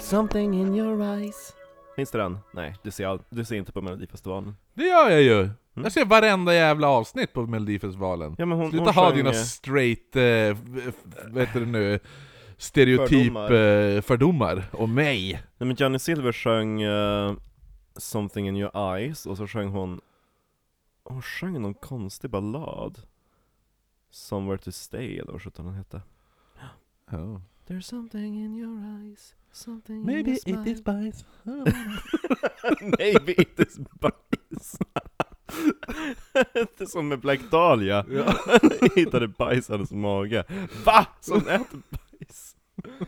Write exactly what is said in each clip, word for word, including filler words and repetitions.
Something in your eyes. Finns det den? Nej, du ser, all... du ser inte på Melodifestivalen. Det gör jag ju. Mm. Jag ser varenda jävla avsnitt på Melodifestivalen. Ja, men hon, Sluta hon ha sjöng, dina eh, straight, eh, vad heter det nu, stereotyp Fördomar. fördomar, eh, fördomar om mig. Nej, men Johnny Silver sjöng uh, Something in your eyes. Och så sjöng hon Hon sjöng någon konstig ballad, Somewhere to stay, eller vad sjutton den hette. Oh. There's something in your eyes, something Maybe in your it is smile. bias. Oh. Maybe it is bajs. Det är som med Black Dahlia. Ja. Hittade bajs i hennes mage. Va? Som äter bajs?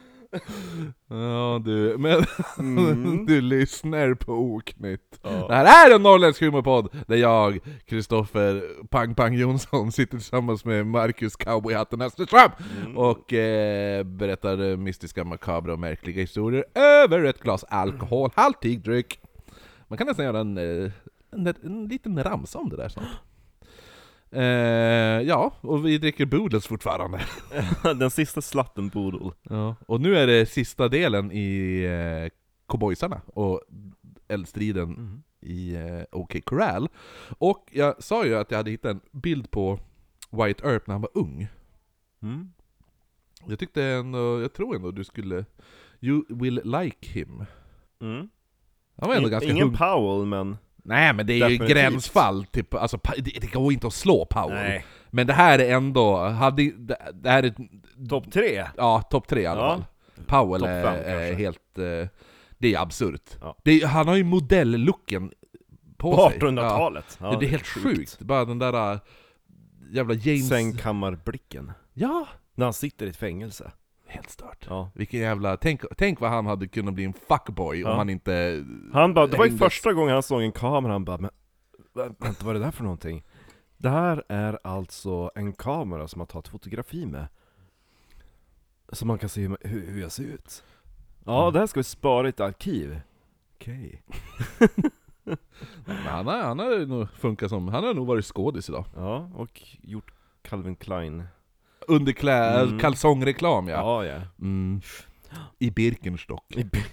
Ja du, men Mm. du lyssnar på Oknytt. Ja. Det här är en norrländsk humorpodd där jag, Kristoffer Pang Pang Jonsson, sitter tillsammans med Marcus Cowboyhatten Österström Mm. och eh, berättar mystiska, makabra och märkliga historier över ett glas alkoholhaltig dryck. Man kan nästan göra en, eh, en, en liten ramsa om det där snart. Eh, ja, och vi dricker Boodles fortfarande. Den sista slatten Bodil. Ja, och nu är det sista delen i eh, Cowboysarna och eldstriden Mm. i eh, OK Corral. Och jag sa ju att jag hade hittat en bild på Wyatt Earp när han var ung. Mm. Jag tyckte ändå, jag tror ändå du skulle, you will like him. Mm. Han var ändå In, ganska ingen hung. Powell, men Nej, men det är ju definitivt. gränsfall typ, alltså pa- det, det går inte att slå Powell. Nej. Men det här är ändå, hade, det, det här är Topp tre. ja, topp tre i alla Ja. fall. Powell Topp är, fem, är kanske. helt, eh, det är absurt. Ja. Det är, han har ju modell-looken på, På sig. artonhundratalet. Ja. Det, det är helt sjukt. Bara den där äh, jävla James... Sängkammarblicken. Ja, När han sitter i ett fängelse. helt stört. Ja. Vilken jävla... Tänk, tänk vad han hade kunnat bli en fuckboy Ja. om han inte... Han bara, det var ju hängdes- första gången han såg en kamera, han bara, men vä- vänta, vad är det där för någonting? Det här är alltså en kamera som man tagit fotografi med. Så man kan se hur, hur, hur jag ser ut. Ja, Mm. det här ska vi spara i ett arkiv. Okej. Men han har, han har nog funkat som... Han har nog varit skådis idag. Ja, och gjort Calvin Klein. Underklä... Mm. Kalsongreklam, ja. Ja, ja. Mm. I Birkenstock. I bi-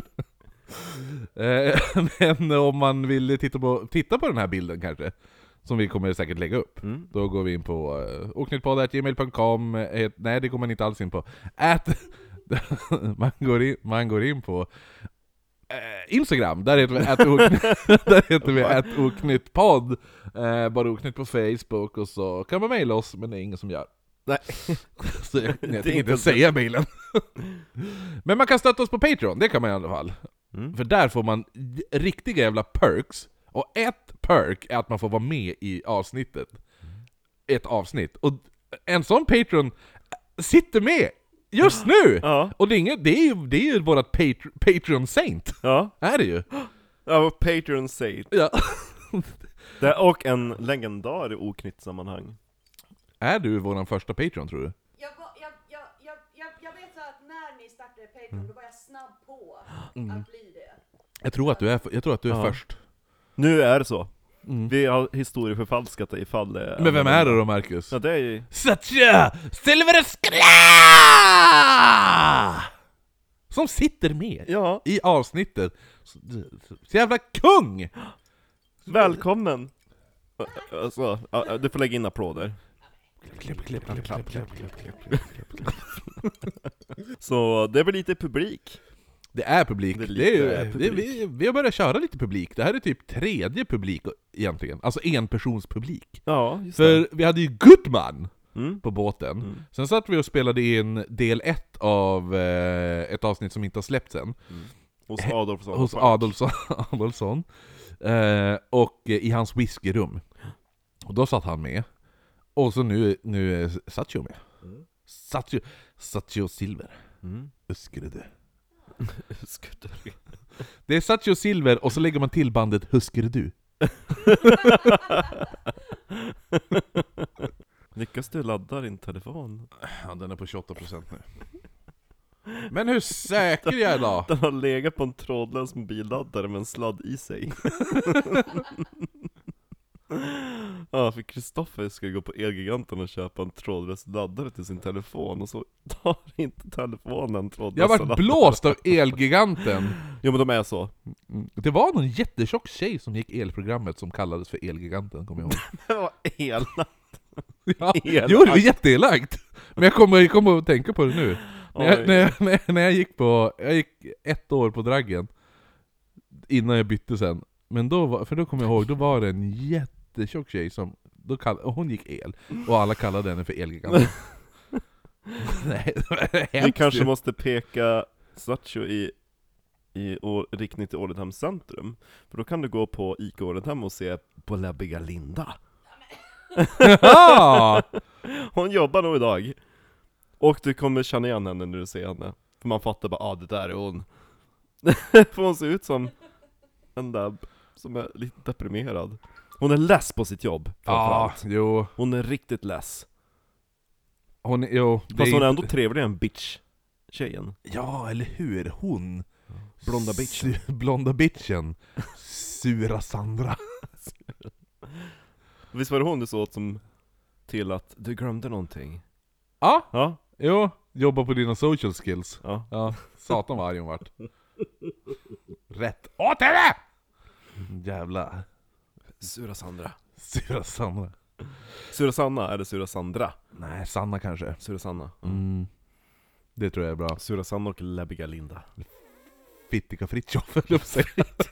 Eh, Men om man vill titta på, titta på den här bilden kanske, som vi kommer säkert lägga upp, Mm. då går vi in på uh, oknyttpodd at gmail punkt com. eh, Nej, det går man inte alls in på. At, man, går in, man går in på eh, Instagram, där heter vi at oknytt- där heter vi at oknyttpodd. eh, Bara oknytt på Facebook, och så kan man mejla oss, men det är ingen som gör. Nej. Så jag, jag Det är tänker inte inte- säga mejlen. Men man kan stötta oss på Patreon, det kan man i alla fall. Mm. För där får man riktiga jävla perks. Och ett perk är att man får vara med i avsnittet. Ett avsnitt. Och en sån Patreon sitter med just nu! Ja, Och det är, inget, det är ju, det är ju vårat Patr- Patreon Saint. ja. Är det ju? Ja, vad Patreon säger. Ja. Det är, och en legendar i oknytt sammanhang. Är du våran första Patreon, tror du? Jag, var, jag, jag, jag, jag, jag vet så att när ni startade Patreon, då var jag snabb på Mm. att bli det. Jag tror att du är, jag tror att du är Ja. först. Nu är det så. Mm. Vi har historieförfalskat det ifall det är... Men vem är det då, Marcus? Ja, det är ju... Satya Silverskla! Som sitter med Ja, i avsnittet. Så, så jävla kung! välkommen! Alltså, ja, du får lägga in applåder. Klipp, klipp, klipp, klipp, klipp, klipp. Så det blir lite publik. Det är publik. Det är Det lite är ju, publik. det, vi, vi har börjat köra lite publik. Det här är typ tredje publik egentligen. Alltså enpersonspublik. Ja, just För det. vi hade ju Goodman Mm. på båten. Mm. Sen satt vi och spelade in del ett av eh, ett avsnitt som inte har släppts än. Hos Adolfsson. Hos Adolfsson, Adolfsson. Eh, och eh, i hans whiskyrum. Och då satt han med. Och så nu, nu är Satcho med. Satcho, Satcho Silver. Mm. Huskade du? Skutter. Det är Satcho Silver och så lägger man till bandet Huskade du? Lyckas du ladda din telefon? Ja, den är på tjugoåtta procent nu. Men hur säker jag är då? Den har legat på en trådlös mobilladdare med en sladd i sig. Ja, för Kristoffer ska gå på Elgiganten och köpa en trådlös laddare till sin telefon, och så tar inte telefonen trådlösa Jag har laddare. varit blåst av Elgiganten. Jo men de är så. Mm. Det var någon jättetjock tjej som gick elprogrammet som kallades för Elgiganten, kommer jag ihåg. Det var elakt. Ja, Elakt. jo, det var jätteelakt. Men jag kommer, jag kommer att tänka på det nu. När jag, när, jag, när, jag, när jag gick på, jag gick ett år på Draggen innan jag bytte sen. Men då var, för då kommer jag ihåg, då var det en jättetjock tjej som, då kall, och hon gick el, och alla kallade henne för Elgiganten. Nej, det var hemskt Vi kanske ju. måste peka Svartsjö i, i år, riktning till Ålidhem centrum. För då kan du gå på Ica Ålidhem och se på läbbiga Linda. Ja! Hon jobbar nog idag. Och du kommer känna igen henne när du ser henne. För man fattar bara, ah det där är hon. För hon ser ut som en där som är lite deprimerad. Hon är less på sitt jobb Ja, framförallt. jo. Hon är riktigt less. Hon, jo, det Fast hon är inte- ändå trevligare än bitch-tjejen. Ja, eller hur? Hon. Blonda bitchen. Su- blonda bitchen. Sura Sandra. Visst var det hon du såg som till att du glömde någonting? Ja, Ja, jo. Jobba på dina social skills. ja. Ja, satan vad arg hon vart. Rätt åt henne! Jävla Sura Sandra. Sura Sandra. Sura Sanna eller Sura Sandra? Nej, Sanna kanske. Sura Sanna. Mm. Det tror jag är bra. Sura Sanna och läbbiga Linda. Fittika Fritiof, höll jag på att säga.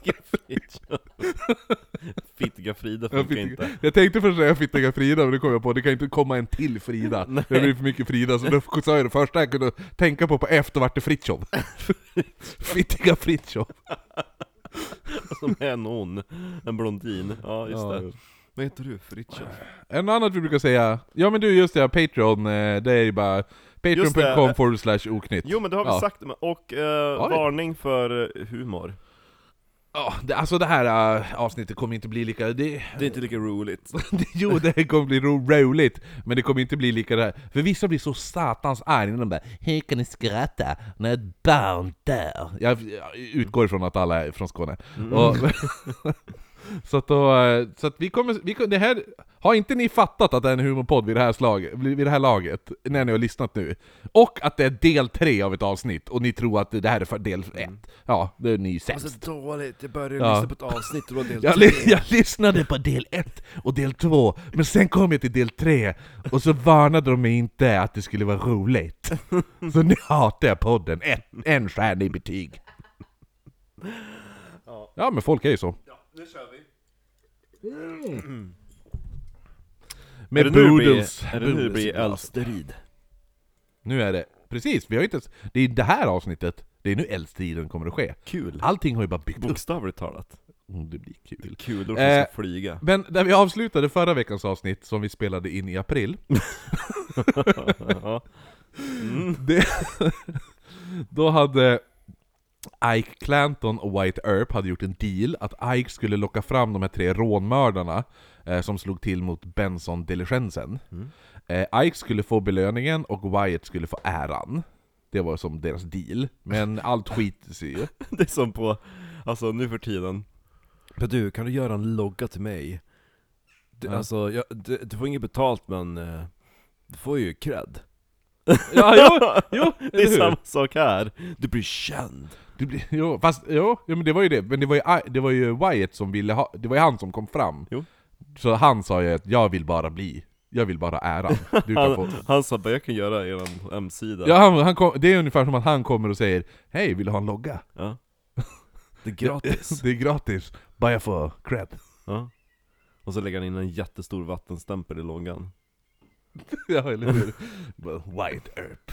Fittiga Frida Ja, funkar Fittika- inte. Jag tänkte först säga Fittika Frida, men det kom jag på, det kan inte komma en till Frida. Nej. Det blir för mycket Frida, så då sa jag det första jag kunde tänka på på efter vart det Fritiof. Fittika Fritiof. Som är en hon. En blondin. Ja, just Ja, det. just. Vad heter du? Fritiof? En annat vi brukar säga, ja men du just det, Patreon, eh, det är ju bara patreon punkt com det. forward slash oknytt. Jo men det har vi Ja. sagt. Och eh, Har vi? varning för eh, humor. Ja, det, alltså det här äh, avsnittet kommer inte bli lika... Det, Det är inte lika roligt. jo, det kommer bli ro, roligt, men det kommer inte bli lika det här. För vissa blir så satans arg när de bara, hur kan ni skratta när ett barn dör? Jag, jag utgår ifrån att alla är från Skåne. Mm. Och, så att då, eh, så att vi kommer, vi, kommer- det här, har inte ni fattat att det är en humorpodd vid det här slaget, vid det här laget, när ni har lyssnat nu? Och att det är del tre av ett avsnitt, och ni tror att det här är för del ett. Ja, det är ni sämst. Alltså dåligt, jag började Ja. lyssna på ett avsnitt och då del Jag, tre. li- jag lyssnade på del ett och del två, men sen kom jag till del tre, och så varnade de mig inte att det skulle vara roligt. Så nu hatar jag podden, ett, en stjärna i betyg. Ja, men folk är ju så. Ja, nu kör vi. Med är det nu det boodles. blir, är det nu det boodles blir i glas. eldstrid? Nu är det, precis, vi har inte ens, det är det här avsnittet, det är nu eldstriden kommer att ske. Kul. Allting har ju bara byggt upp. Bokstavligt talat. Mm, det blir kul. Kulor som Eh, ska flyga. Men där vi avslutade förra veckans avsnitt, som vi spelade in i april, Ja. Mm. det, då hade Ike Clanton och White Earp hade gjort en deal att Ike skulle locka fram de här tre rånmördarna eh, som slog till mot Benson Diligensen. Mm. Eh, Ike skulle få belöningen och Wyatt skulle få äran. Det var som deras deal. Men allt skit ju. Det är som på, alltså nu för tiden. För du, kan du göra en logga till mig? Du, Ja. Alltså, jag, du, du får inget betalt men eh, du får ju cred. Ja, jo, jo, Det är eller hur? samma sak här. Du blir känd. Det blir, jo, fast, jo, ja, men det var ju det. Men det var ju, det var ju Wyatt som ville ha, det var ju han som kom fram. Jo. Så han sa ju att jag vill bara bli, jag vill bara ha äran. Du kan få. Han, han sa bara, jag kan göra er hemsida. Ja, han, han kom, det är ungefär som att han kommer och säger, hej, vill du ha en logga? Ja. Det är gratis. Det är gratis, bara jag får cred. Ja. Och så lägger han in en jättestor vattenstämpel i loggan. Ja, eller hur? White Earp.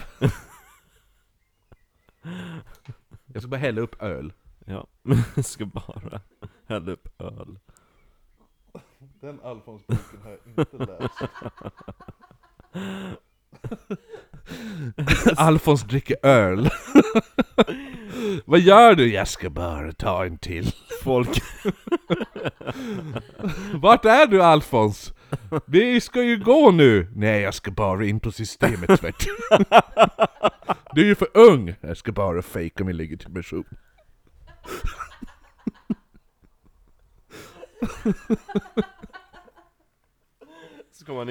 Jag ska bara hälla upp öl. Ja, jag ska bara hälla upp öl. Den Alfons-boken har jag inte läst. Alfons dricker öl. Vad gör du? Jag ska bara ta en till. Folk. Vart är du, Alfons? Vi ska ju gå nu. Nej, jag ska bara in på systemet, tvärt. Du är ju för ung. Jag ska bara fejka min legitimation.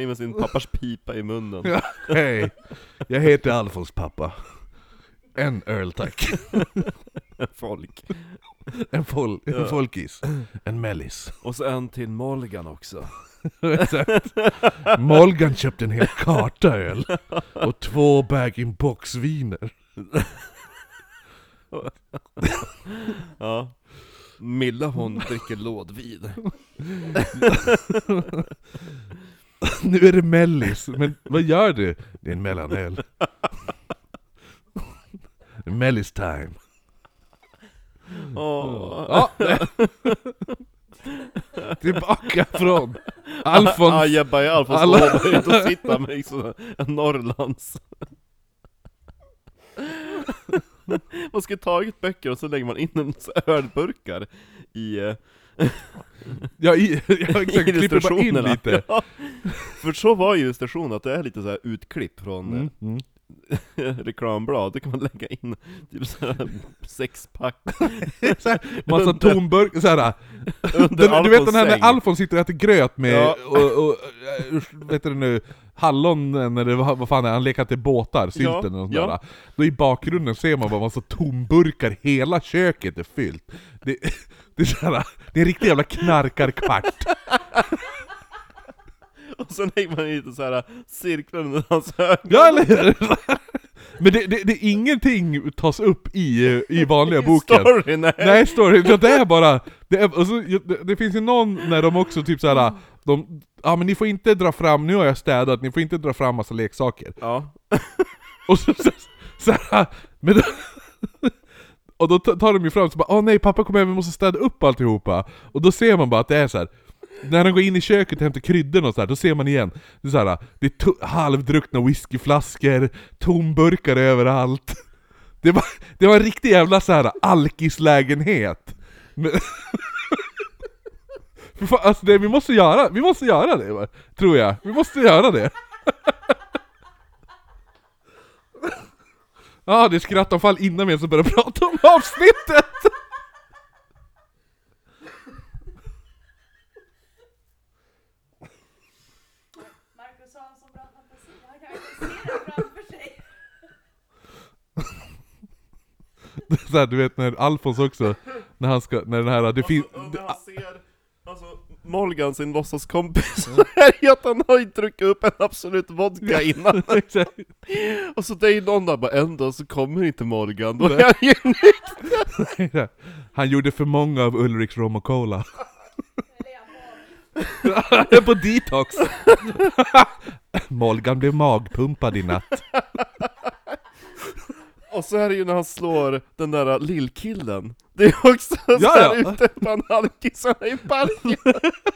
in med sin pappas pipa i munnen. Ja, hej, jag heter Alfons pappa. En öl tack. Folk. En, fol- en Ja. folkis. En mellis. Och så en till Molgan också. Exakt. Molgan köpte en hel karta öl. Och två bag-in-box viner. Ja. Milla hon dricker lådvin. Nu är det mellis, men vad gör du? Det är en mellanöl. Mellis time. Åh. Ja, det- tillbaka från Alfons. Ajebaj, Alfons Alla- Åberg. Då sitter han med liksom en Norrlands. Man ska ta ut böcker och så lägger man in en ölburkar i, eh, Ja, i, ja exakt, i klipper bara in illustrationerna. lite. Ja, för så var ju illustrationen, att det är lite så här utklipp från Mm, mm. eh, reklamblad. Då kan man lägga in typ så här sexpack Så här, massa Under- tomburk, såhär. under Du, du vet den här säng. när Alfons sitter och äter gröt med, Ja. och, och, äh, vet du nu, hallon, när det var, vad fan är det, han lekat till båtar, sylten och sånt ja. där. Då i bakgrunden ser man bara massa tomburkar, hela köket är fyllt. Det, det, är, såhär, det är en riktig jävla knarkarkvart. Och så lägger man lite så här cirklar under hans ögon. Ja, eller hur? Men det, det, det är ingenting tas upp i, i vanliga boken. Story, nej. Nej, story, ja, det är bara det, är, och så, det, det finns ju någon när de också typ såhär, de, ja men ni får inte dra fram, nu har jag städat, ni får inte dra fram massa leksaker. Ja. Och så, så, så här, men då, och då tar de ju fram så bara, åh nej pappa kommer hem, vi måste städa upp alltihopa. Och då ser man bara att det är så här. När de går in i köket och hämtar kryddor och så här, då ser man igen. Det är så här, det är to- halvdruckna whiskyflaskor, tomburkar överallt. Det var, det var en riktig jävla så här alkislägenhet. Men, för fan, alltså det, vi måste göra, vi måste göra det, va? Tror jag. Vi måste göra det. Ja, det skrattade fall innan vi ens började prata om avsnittet. Marcus har en så bra fantasi. Han kan inte se det framför sig. Så här, du vet när Alfons också, när han ska, när den här, det finns... Och när han ser, alltså, Morgan, sin låtsaskompis, så är det att han har ju druckit upp en absolut vodka innan. Och så det är ju någon där bara, ändå så kommer inte Morgan, då är han ju nykter. Han gjorde för många av Ulriks rom och cola. Eller jag var. Han är på detox. Morgan blev magpumpad i natt. Och så är det ju när han slår den där lillkillen. Det är också så Ja, där ja. ute bland alkisarna i parken.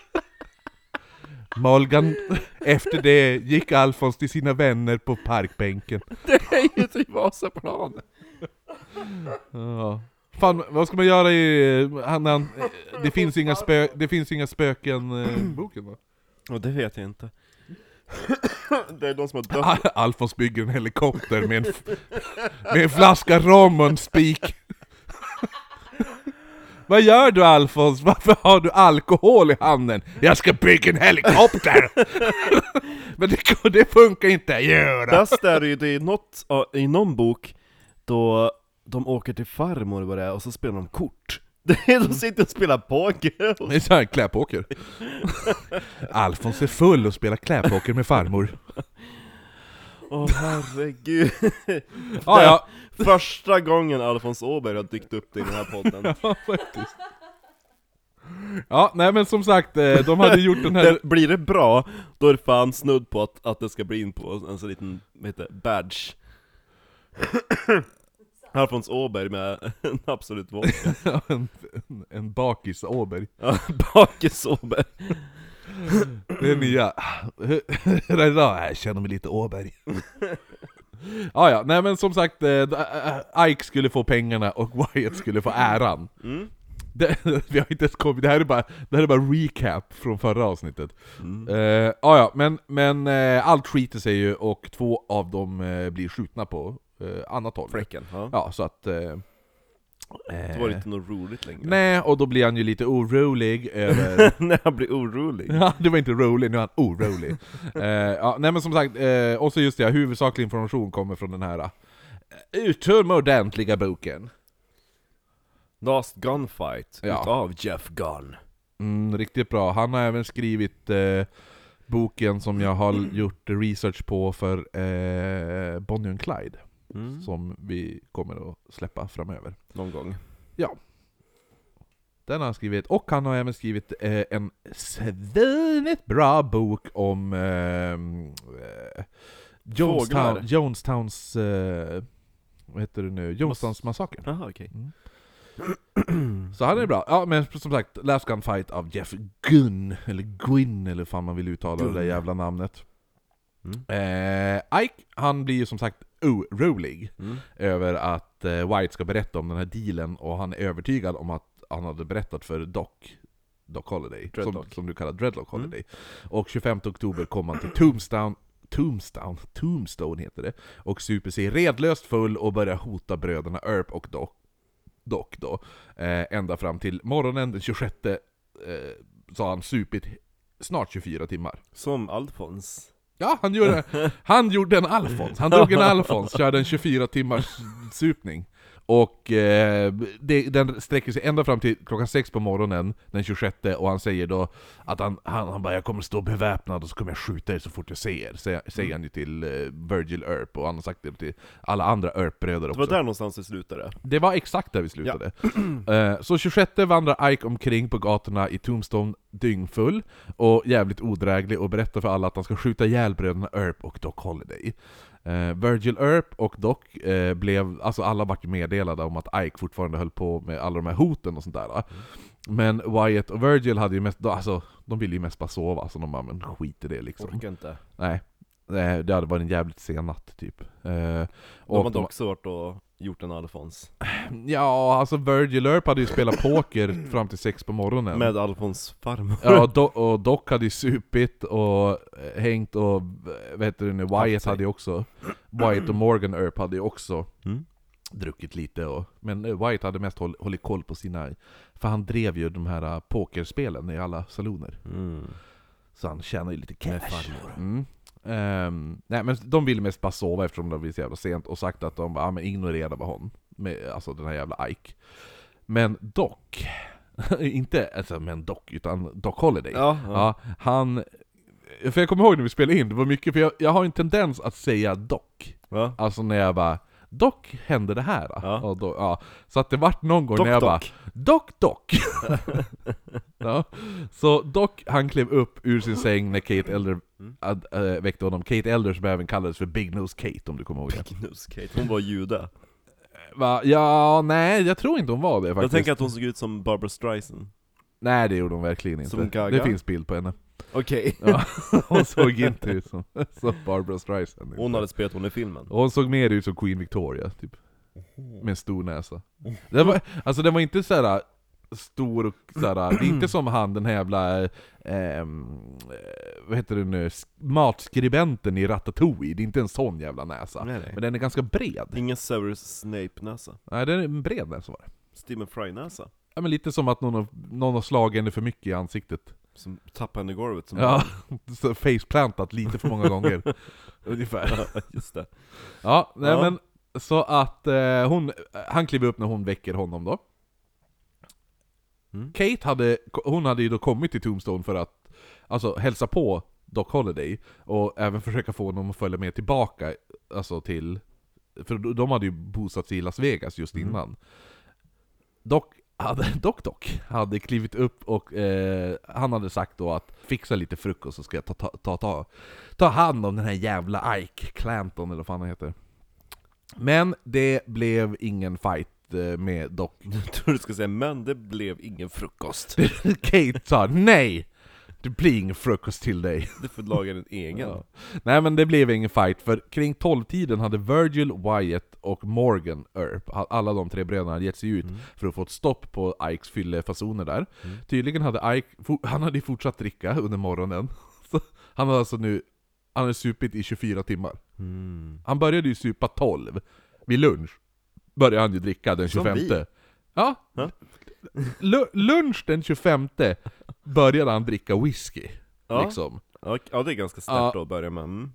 Morgan, efter det gick Alfons till sina vänner på parkbänken. Det är ju typ Vasaplan. Ja. Fan, vad ska man göra i... Han, han, det, finns inga spö, det finns inga spöken eh, boken, va? Och det vet jag inte. Det är de som har dött. Al- Alfons bygger en helikopter med en, f- med en flaska rom och en spik. Vad gör du, Alfons? Varför har du alkohol i handen? Jag ska bygga en helikopter! Men det, det funkar inte, gör det. Bäst är det ju, det är något, ja, i någon bok då de åker till farmor och vad det är, och så spelar de kort. Det är, de sitter och spelar poker. Det är så här kläpoker. Alfons är full och spelar kläpoker med farmor. Åh herregud. Ah, ja. Första gången Alfons Åberg har dykt upp i den här podden. Ja, faktiskt. Ja, nej men som sagt, eh, de hade gjort den här... Det, blir det bra, då är det fan snudd på att, att det ska bli in på en sån liten, vad heter det, badge. Alfons Åberg med en absolut vodka. en, en, en bakis Åberg. Ja, bakis Åberg. Det är nya. Hur är det idag? Jag känner mig lite Åberg. Ah, ja, nej men som sagt, eh, Ike skulle få pengarna och Wyatt skulle få äran. Mm. Det, vi har inte ens kommit, det här är bara, det här är bara recap från förra avsnittet. Mm. Eh, ah, ja, men, men eh, allt skiter sig ju och två av dem eh, blir skjutna på eh, annat håll. Fräcken, ja. Ja, så att... Eh, Det var inte något roligt längre. Nej, och då blir han ju lite orolig över... När han blir orolig. Ja, det var inte rolig, nu är han orolig. eh, ja, nej men som sagt, eh, och så just det, huvudsaklig information kommer från den här uh, utomordentliga boken. Last Gunfight, Ja. utav Jeff Gunn. Mm, riktigt bra. Han har även skrivit eh, boken som jag har gjort research på för eh, Bonnie and Clyde. Mm. Som vi kommer att släppa framöver. Någon gång. Ja. Den har han skrivit, och han har även skrivit eh, en svinigt bra bok om eh, eh, Jonestown, Jonestowns eh, vad heter det nu? Jonestowns massakern. Jaha, okej. Mm. Så han är bra. Ja, men som sagt, Last Gunfight av Jeff Gunn, eller Gwyn, eller fan man vill uttala Gunn. det där jävla namnet. Mm. Eh, Ike, han blir ju som sagt orolig Mm. över att eh, White ska berätta om den här dealen, och han är övertygad om att han hade berättat för Doc Doc Holliday, som, Dreadlock. som du kallar Dreadlock Holiday. Mm. Och tjugofemte oktober kom han till Tombstone, Tombstone, Tombstone heter det, och super sig redlöst full och börjar hota bröderna Earp och Doc, Doc då. Eh, ända fram till morgonen den tjugosjätte eh, så har han supit snart tjugofyra timmar. Som Alfons. Ja, han gjorde, han gjorde en Alfons. Han drog en Alfons, körde en tjugofyra timmars supning. Och eh, det, den sträcker sig ända fram till klockan sex på morgonen den tjugosjätte, och han säger då att han, han, han bara, jag kommer stå beväpnad och så kommer jag skjuta er så fort jag ser er, säger, säger han ju till eh, Virgil Earp, och han har sagt det till alla andra Earp-bröder också. Det var där någonstans det slutade. Det var exakt där vi slutade. Ja. eh, så tjugosjätte vandrar Ike omkring på gatorna i Tombstone dyngfull och jävligt odräglig, och berättar för alla att han ska skjuta ihjäl bröderna Earp och Doc Holliday. Uh, Virgil Earp och Doc uh, blev, alltså alla vart meddelade om att Ike fortfarande höll på med alla de här hoten och sånt där. Mm. Men Wyatt och Virgil hade ju mest, alltså de ville ju mest bara sova, så de bara, men skit i det liksom. Orkar inte. Nej, Nej, det hade varit en jävligt sen natt typ. Uh, och de hade också varit och gjort en Alfons. Ja, alltså Virgil Earp hade ju spelat poker fram till sex på morgonen. Med Alfons farmor. Ja, Do- och Doc hade ju supit och hängt, och vad heter det nu, Wyatt hade ju också, Wyatt och Morgan Earp hade ju också mm. druckit lite, och, men Wyatt hade mest håll, hållit koll på sina, för han drev ju de här pokerspelen i alla saloner. Mm. Så han tjänar ju lite cash. Med farmor. Mm. Um, nej, men de ville mest bara sova eftersom det var så jävla sent, och sagt att de bara, ah, men ignorera bara hon med, alltså den här jävla Ike. Men Doc inte alltså men Doc, utan Doc Holliday. Ja, ja. Ja, han, för jag kommer ihåg när vi spelade in, det var mycket, för jag, jag har en tendens att säga Doc. Va? Alltså när jag bara, Doc, hände det här? Ja. Och då, ja. Så att det vart någon gång Doc, när jag Doc. bara, Doc, Doc. Ja. Så Doc, han klev upp ur sin säng när Kate Elder ad, äh, väckte honom. Kate Elder, som även kallades för Big Nose Kate, om du kommer ihåg det. Big Nose Kate. Hon var jude. Va? Ja, nej, jag tror inte hon var det faktiskt. Jag tänker att hon såg ut som Barbra Streisand. Nej, det gjorde hon verkligen inte. Som Gaga? Det finns bild på henne. Okej. Ja, hon såg inte ut som, som Barbra Streisand. Hon hade spelat hon i filmen. Och hon såg mer ut som Queen Victoria, typ. Med en stor näsa. Det var, alltså den var inte såhär stor och såhär, det är inte som han, den här jävla, eh, vad heter det nu, matskribenten i Ratatouille. Det är inte en sån jävla näsa. Nej, nej. Men den är ganska bred. Ingen Severus Snape-näsa. Nej, den är en bred näsa var det. Stephen Fry-näsa. Ja, men lite som att någon har, någon har slagit henne för mycket i ansiktet. Som tappade henne i golvet. Som Ja, så faceplantat lite för många gånger. Ungefär. Ja, just det. Ja, nej, Ja. men så att eh, hon, han kliver upp när hon väcker honom då. Mm. Kate hade, hon hade ju då kommit till Tombstone för att alltså hälsa på Doc Holliday, och även försöka få honom att följa med tillbaka, alltså till, för de hade ju bosatt sig i Las Vegas just Mm. innan. Doc hade, Doc Doc hade klivit upp, och eh, han hade sagt då att fixa lite frukost så ska jag ta, ta, ta, ta, ta hand om den här jävla Ike Clanton, eller vad fan han heter. Men det blev ingen fight eh, med Doc. Jag tror du ska säga, men det blev ingen frukost. Kate sa nej, det blir ingen frukost till dig. Du får laga en egen. Ja. Nej, men det blev ingen fight, för kring tolv-tiden hade Virgil, Wyatt och Morgan Earp, alla de tre bröderna, hade gett sig ut Mm. för att få ett stopp på Ikes fyllefasoner där. Mm. Tydligen hade Ike, han hade fortsatt dricka under morgonen. Så han hade alltså nu, han hade supit i tjugofyra timmar. Mm. Han började ju supa tolv. Vid lunch började han ju dricka den Som tjugofemte. Ja. Ja. Lu- lunch den tjugofemte började han dricka whisky. Ja. Liksom. Ja, ja, det är ganska starkt Ja. då att börja med. Mm.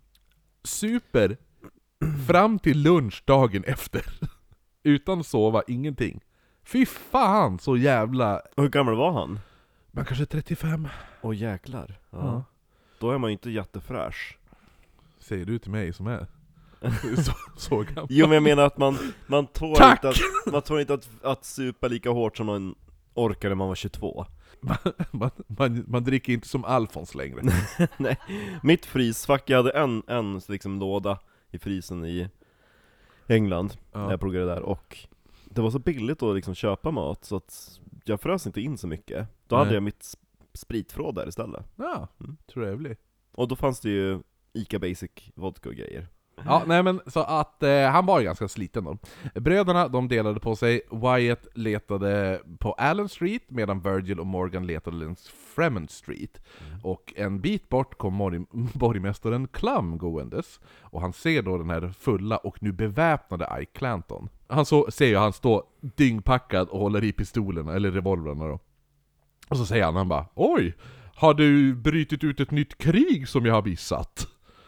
Super fram till lunch dagen efter. Utan sova, ingenting. Fy fan, så jävla... Och hur gammal var han? Men kanske trettiofem. Åh jäklar. Ja. Ja. Då är man ju inte jättefräsch. Säger du till mig som är så, så gammal. Jo men jag menar att man, man tål Tack! inte, att, man tål inte att, att supa lika hårt som man orkade när man var tjugotvå. Man, man, man, man dricker inte som Alfons längre. Nej, mitt frysfack, jag hade en, en liksom låda i frysen i England när Ja. jag pluggade där, och det var så billigt att liksom köpa mat så att jag frös inte in så mycket. Då Nej. hade jag mitt sp- spritförråd där istället. Ja, Mm. trevligt. Och då fanns det ju Ica Basic vodka och grejer. Ja, nej men så att eh, han var ju ganska sliten då. Bröderna, de delade på sig. Wyatt letade på Allen Street medan Virgil och Morgan letade längs Fremont Street. Mm. Och en bit bort kom mor- borgmästaren Clum gåendes. Och han ser då den här fulla och nu beväpnade Ike Clanton. Han så, ser ju han stå dyngpackad och håller i pistolerna, eller revolverna då. Och så säger han, han bara: oj, har du brytit ut ett nytt krig som jag har missat?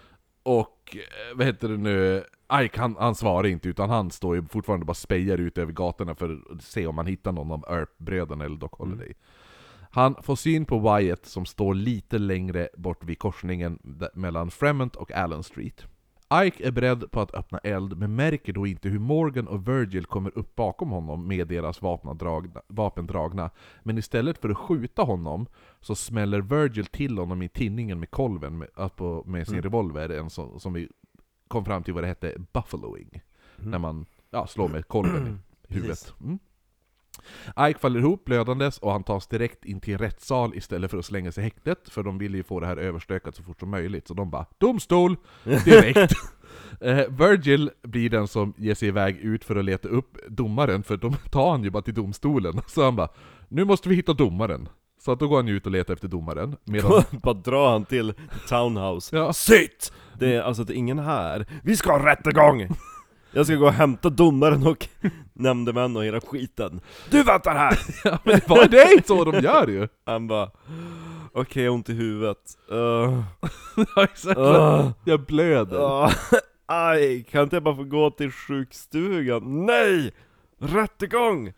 Och eh, vad heter det nu, Ike han, han svarar inte, utan han står ju fortfarande bara spejar ut över gatorna för att se om han hittar någon av Earp-bröderna eller Doc Holliday. Mm. Han får syn på Wyatt som står lite längre bort vid korsningen d- mellan Fremont och Allen Street. Ike är beredd på att öppna eld, men märker då inte hur Morgan och Virgil kommer upp bakom honom med deras vapen dragna, vapen dragna. Men istället för att skjuta honom så smäller Virgil till honom i tinningen med kolven med, på, med sin Mm. revolver, en som, som vi kom fram till vad det hette, buffaloing. Mm. När man ja, slår med kolven i huvudet. Precis. Mm. Ike faller ihop blödandes och han tas direkt in till rättssal istället för att slänga sig i häktet, för de vill ju få det här överstökat så fort som möjligt. Så de bara, domstol! Direkt! eh, Virgil blir den som ger sig iväg ut för att leta upp domaren, för de tar han ju bara till domstolen. Så han bara, nu måste vi hitta domaren. Så att då går han ut och letar efter domaren. Medan... Bara drar han till Townhouse. Ja. Sitt! Det är alltså det är ingen här. Vi ska ha rättegång! Jag ska gå och hämta domaren och nämndemän och hela skiten. Du väntar här! ja, men vad är det inte så de gör ju? Han bara, okej, okay, ont i huvudet. Uh, Ja, exakt. uh, Jag blöder. uh, aj, kan inte jag bara få gå till sjukstugan? Nej! Rättegång!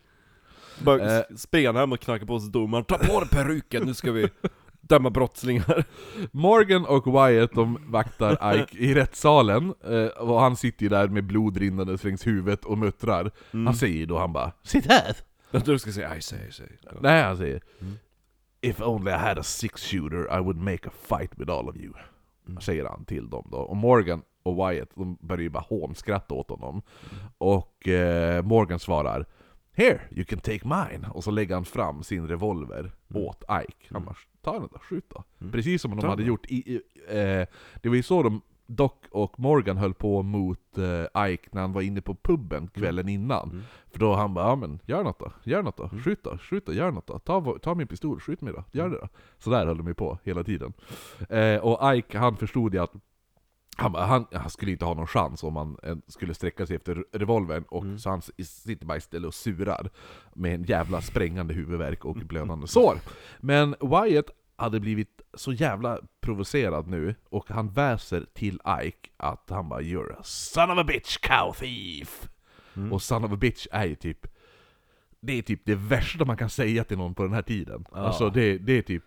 Bara Eh. springer han hem och knackar på sig domaren. Ta på dig peruken, nu ska vi döma brottslingar. Morgan och Wyatt, de vaktar Ike i rättssalen, eh, och han sitter ju där med blod rinnande längs huvudet och muttrar. Mm. Han säger då, han bara, sitt här! Jag tror du ska säga, aj, säg, säg. Ja. Nej, han säger, Mm. if only I had a six shooter I would make a fight with all of you. Mm. Säger han till dem då. Och Morgan och Wyatt, de börjar ju bara hånskratta åt honom. Mm. Och eh, Morgan svarar, here, you can take mine. Och så lägger han fram sin revolver Mm. åt Ike. Han bara, ta den då, skjut då. Mm. Precis som de Ta hade den. gjort i, i eh, det var ju så de, Doc och Morgan höll på mot eh, Ike när han var inne på puben kvällen innan. Mm. För då han bara, ja men gör något då, gör något då, Mm. skjut då, skjut då, gör något då. Ta, ta min pistol, skjut mig då, gör det då. Så där höll de ju på hela tiden. Eh, och Ike, han förstod ju att han, bara, han, han skulle inte ha någon chans om han eh, skulle sträcka sig efter revolvern, och Mm. så han s- sitter bara istället och surar med en jävla sprängande huvudvärk och blödande sår. Men Wyatt hade blivit så jävla provocerad nu, och han väser till Ike att han bara, you're a son of a bitch, cow thief! Mm. Och son of a bitch är ju typ, det är typ det värsta man kan säga till någon på den här tiden. Ja. Alltså det, det är typ,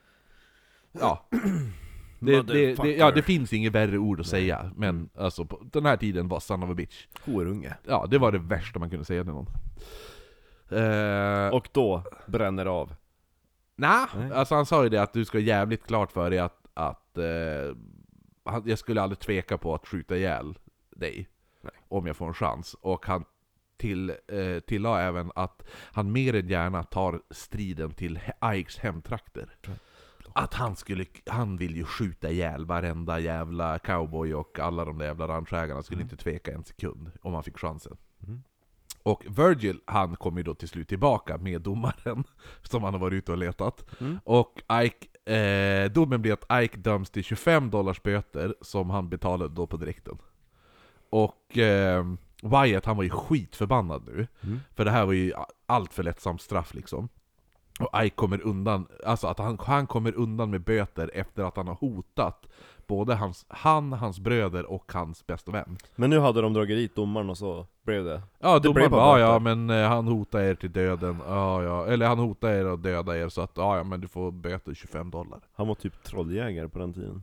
ja. Det, det, det, ja, det finns inget värre ord att Nej. säga, men alltså på den här tiden var son of a bitch. Horunge. Ja, det var det värsta man kunde säga till någon. Uh, Och då bränner det av. nah, Nej. alltså han sa ju det att du ska jävligt klart för dig att, att eh, han, jag skulle aldrig tveka på att skjuta ihjäl dig. Nej. Om jag får en chans. Och han till, eh, tillade även att han mer än gärna tar striden till Ikes hemtrakter. Att han skulle, han vill ju skjuta ihjäl varenda jävla cowboy, och alla de där jävla ranchägarna skulle Mm. inte tveka en sekund om han fick chansen. Mm. Och Virgil, han kom ju då till slut tillbaka med domaren som han har varit ute och letat. Mm. Och Ike, eh, domen blir att Ike döms till tjugofem dollars böter som han betalade då på direkten. Och eh, Wyatt, han var ju skitförbannad nu. Mm. För det här var ju allt för lättsamt straff liksom. Och Ike kommer undan, alltså att han, han kommer undan med böter efter att han har hotat både hans, han, hans bröder och hans bästa vän. Men nu hade de dragit dit domaren och så blev det. Ja, Det domaren blev bara bara, ja, ja böter. men eh, han hotar er till döden. Ja, ja. Eller han hotar er att döda er så att, ja, ja men du får böter tjugofem dollar. Han var typ trolljägare på den tiden.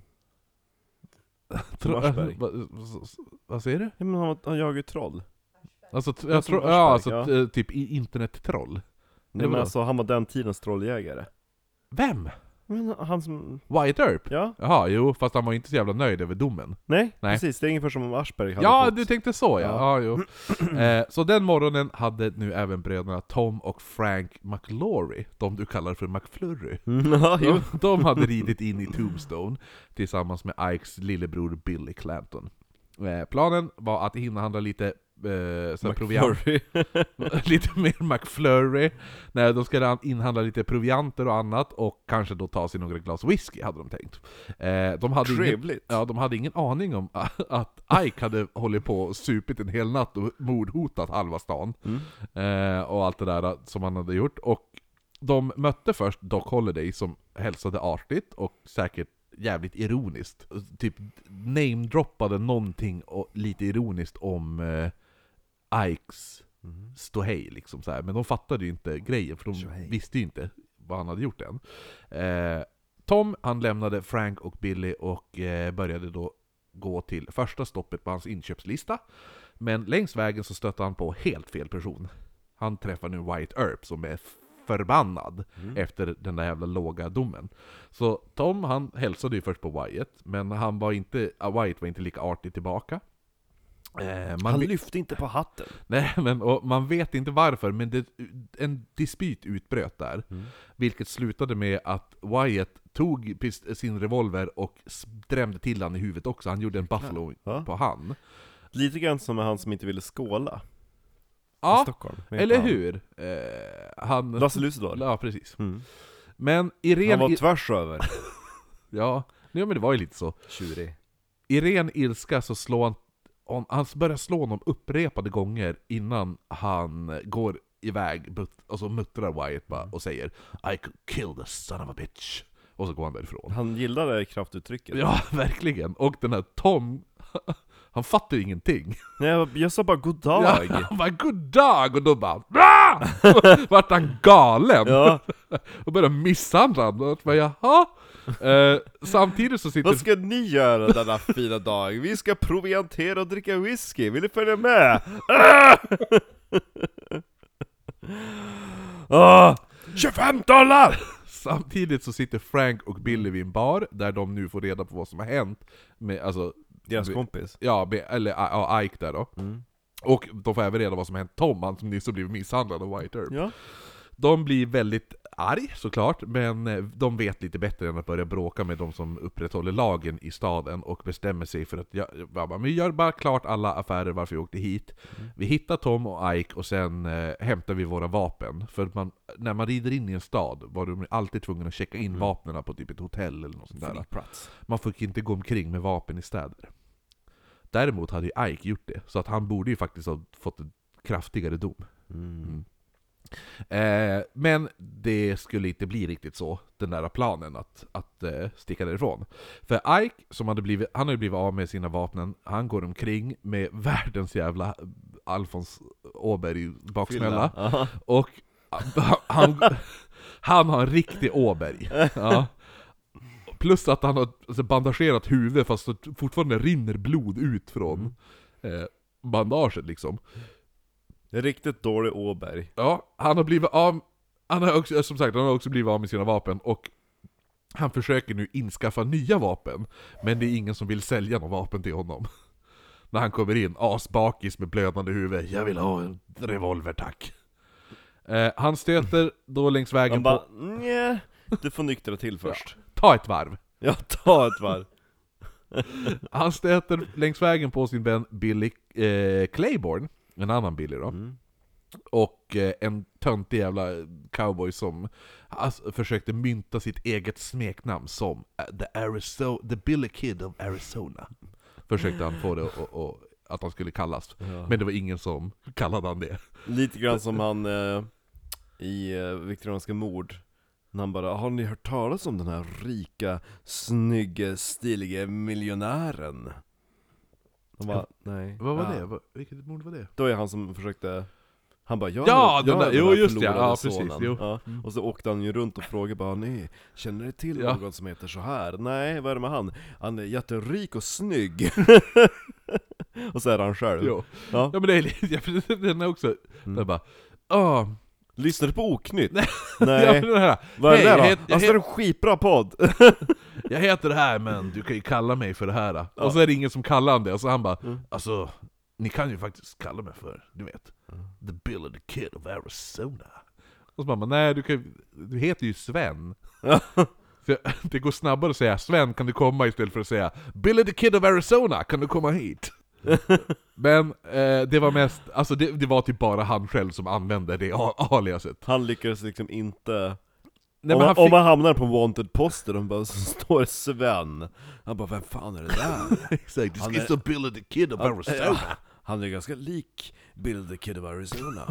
Tro, Aschberg. vad, vad, vad säger du? Ja, men han, var, han jagade ju troll. Alltså, t- Ja, jag som tror, Aschberg, ja, alltså ja. t- typ i- internettroll. Nej Det men var- alltså han var den tidens trolljägare. Vem? Men han som... Wyatt Earp? Ja? Jaha, jo, fast han var inte så jävla nöjd över domen. Nej, Nej. precis. Det är ungefär som om Aschberg hade Ja, fått... du tänkte så ja. Ja. ja jo. eh, så den morgonen hade nu även bröderna Tom och Frank McLaury, de du kallar för McFlurry. Mm, ja, jo. De, de hade ridit in i Tombstone tillsammans med Ikes lillebror Billy Clanton. Eh, planen var att hinna handla lite eh, så här proviant, McFlurry. lite mer McFlurry. Nej, de skulle inhandla lite provianter och annat och kanske då ta sig några glas whisky hade de tänkt. Eh, de hade ingen, Trevligt. ja, de hade ingen aning om att Ike hade hållit på och supit en hel natt och mordhotat halva stan. Mm. Eh, och allt det där som han hade gjort. Och de mötte först Doc Holliday som hälsade artigt och säkert jävligt ironiskt. Typ namedroppade någonting och lite ironiskt om eh, Ikes Mm. ståhej liksom så här. Men de fattade ju inte grejen för de Ståhej. visste ju inte vad han hade gjort än. Eh, Tom, han lämnade Frank och Billy och eh, började då gå till första stoppet på hans inköpslista. Men längs vägen så stötte han på helt fel person. Han träffar nu Wyatt Earp som är förbannad Mm. efter den där jävla låga domen. Så Tom, han hälsade ju först på Wyatt, men han var inte, uh, Wyatt var inte lika artig tillbaka. Eh, man Han vi- lyfte inte på hatten. Nej, men och man vet inte varför, men det, en dispyt utbröt där. Mm. Vilket slutade med att Wyatt tog pist- sin revolver och drämde till han i huvudet också. Han gjorde en buffalo Ja. på han. Lite grann som med han som inte ville skåla i Ja, Stockholm. Vet eller han? hur? Eh, han... Lasse Lucidor. Ja, precis. Mm. Men i ren... Han var i- tvärs över. Ja, ja, men det var ju lite så. Tjurig. I ren ilska så slår han... On, han börjar slå honom upprepade gånger innan han går iväg, but, och så muttrar Wyatt bara och säger I could kill the son of a bitch. Och så går han därifrån. Han gillade kraftuttrycket. Ja, verkligen. Och den här Tom, han fattar ju ingenting. Nej, jag, jag sa bara god dag. Ja, han bara god dag, och då bara ah! Vart han galen Ja. och började misshandla honom. Och bara, jaha. Eh, samtidigt så sitter... Vad ska ni göra denna fina dag? Vi ska proviantera och dricka whisky. Vill ni följa med? Ah! Ah! tjugofem dollar! Samtidigt så sitter Frank och Billy vid en bar där de nu får reda på vad som har hänt med, alltså, Deras med, kompis. ja, med, eller ja, Ike där då. Mm. Och de får även reda på vad som har hänt Tom, han som nyss har blivit misshandlad av Wyatt Earp. Ja. De blir väldigt arg såklart, men eh, de vet lite bättre än att börja bråka med de som upprätthåller lagen i staden och bestämmer sig för att ja, ja, men vi gör bara klart alla affärer varför vi åkte hit. Mm. Vi hittar Tom och Ike och sen eh, hämtar vi våra vapen. För man, när man rider in i en stad var de alltid tvungna att checka in Mm. vapnen på typ ett hotell eller något sånt där. Flygplats. Man fick inte gå omkring med vapen i städer. Däremot hade ju Ike gjort det, så att han borde ju faktiskt ha fått en kraftigare dom. Mm. Eh, men det skulle inte bli riktigt så, den där planen att, att eh, sticka därifrån. För Ike, som hade blivit, han har ju blivit av med sina vapnen, han går omkring med världens jävla Alfons Åberg baksmälla. Fylla. Aha. Och han, han har en riktig Åberg. Ja. Plus att han har alltså bandagerat huvudet fast det fortfarande rinner blod ut från eh, bandaget liksom. Det är riktigt dålig Åberg. Ja, han har blivit av, han har också, som sagt, han har också blivit av med sina vapen och han försöker nu inskaffa nya vapen, men det är ingen som vill sälja någon vapen till honom. När han kommer in, asbakis med blödande huvud, jag vill ha en revolver tack. Eh, han stöter då längs vägen Han bara, på, nej, du får nyktra till först. ta ett varv. Ja, ta ett varv. Han stöter längs vägen på sin vän Billy eh, Claiborne, en annan Billy då. Mm. Och eh, en töntig jävla cowboy som alltså, försökte mynta sitt eget smeknamn som uh, the, Arizona, the Billy Kid of Arizona. Försökte han få det att, att, att att han skulle kallas. Ja. Men det var ingen som kallade han det. Lite grann som han eh, i eh, viktorianska mord. När han bara, har ni hört talas om den här rika, snygga, stiliga miljonären? De bara, nej. Vad var ja. det? Vad, vilket mord var det? Då är han som försökte. Han bara, jag Ja, jag den där- är jo, här just det, förlorade ja, precis, sonen. jo. Ja. Och så åkte han ju runt och frågade bara, nej, känner ni till Ja. någon som heter så här? Nej, vad är det med han? Han är jätterik och snygg. Och så är han själv. Jo. Ja. Ja men det är lite, den är också, Mm. där bara, åh, Lyssnar du på Oknytt? ja, Nej. men den här, Vad är hej, det där då? jag heter- jag Alltså det är en skitbra podd. jag heter det här men du kan ju kalla mig för det här. Och så är det ingen som kallar han det, och så han bara, Mm. alltså, ni kan ju faktiskt kalla mig för, du vet, the Billy the Kid of Arizona. Och så bara, nej du, kan, du heter ju Sven. Så det går snabbare att säga, Sven kan du komma, istället för att säga, Billy the Kid of Arizona, kan du komma hit? Men eh, det var mest, alltså det, det var typ bara han själv som använde det a- aliaset. Han lyckades liksom inte. Nej, om, men man, han fick, om man hamnar på en wanted poster och bara så står Sven. Han bara, vem fan är det där? exakt, this han is är- the Billy the Kid of Ja, Arizona. han är ganska lik Bill the Kid of Arizona.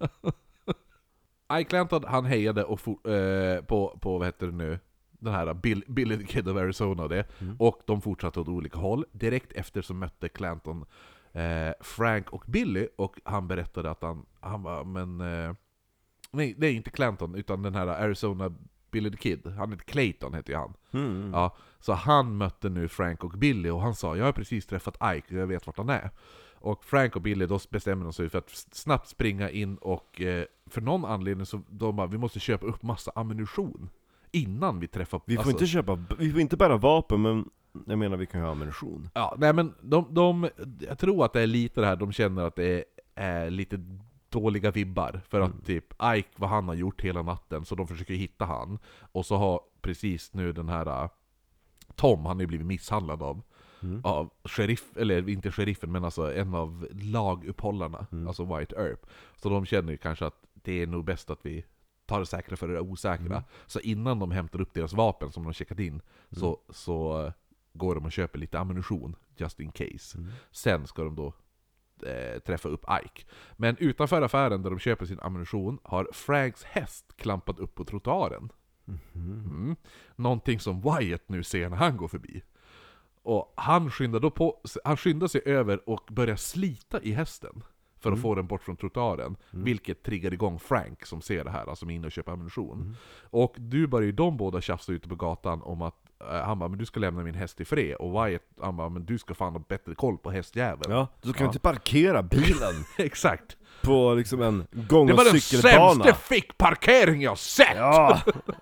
Ike Clanton, han hejade och for, eh, på, på, vad heter det nu, den här Bill, Billy the Kid of Arizona och det. Mm. Och de fortsatte åt olika håll. Direkt efter så mötte Clanton eh, Frank och Billy, och han berättade att han, han var, men eh, nej, det är inte Clanton, utan den här Arizona Billy the Kid. Han heter Clayton, heter ju han. Mm. Ja, så han mötte nu Frank och Billy, och han sa, jag har precis träffat Ike och jag vet vart han är. Och Frank och Billy, då bestämmer de sig för att snabbt springa in, och eh, för någon anledning så de bara, vi måste köpa upp massa ammunition innan vi träffar... Vi får alltså, inte köpa, vi får inte bära vapen, men jag menar vi kan ju ha ammunition. Ja, nej men de, de, jag tror att det är lite det här, de känner att det är, är lite dåliga vibbar. För att Mm. typ Ike, vad han har gjort hela natten, så de försöker hitta han. Och så har precis nu den här Tom, han har ju blivit misshandlad av Mm. av sheriff, eller inte sheriffen, men alltså en av laguppehållarna, Mm. alltså White Earp. Så de känner ju kanske att det är nog bäst att vi tar det säkra för det osäkra. Mm. Så innan de hämtar upp deras vapen som de har checkat in, så, så uh, går de och köper lite ammunition, just in case. Mm. Sen ska de då eh, träffa upp Ike. Men utanför affären där de köper sin ammunition har Franks häst klampat upp på trottoaren. Mhm. Mm. Någonting som Wyatt nu ser när han går förbi. Och han skyndar, då på, han skyndar sig över och börjar slita i hästen för att Mm. få den bort från trottoaren. Mm. Vilket triggar igång Frank som ser det här, alltså som är inne och köper ammunition. Mm. Och du börjar ju de båda tjafsa ute på gatan om att uh, han bara, men du ska lämna min häst i fred. Och Wyatt, han bara, men du ska fan ha bättre koll på hästjäveln. Ja, du kan Ja. inte parkera bilen Exakt. på liksom en gång- Det och var den cykelbana. sämsta fickparkering jag sett! Ja!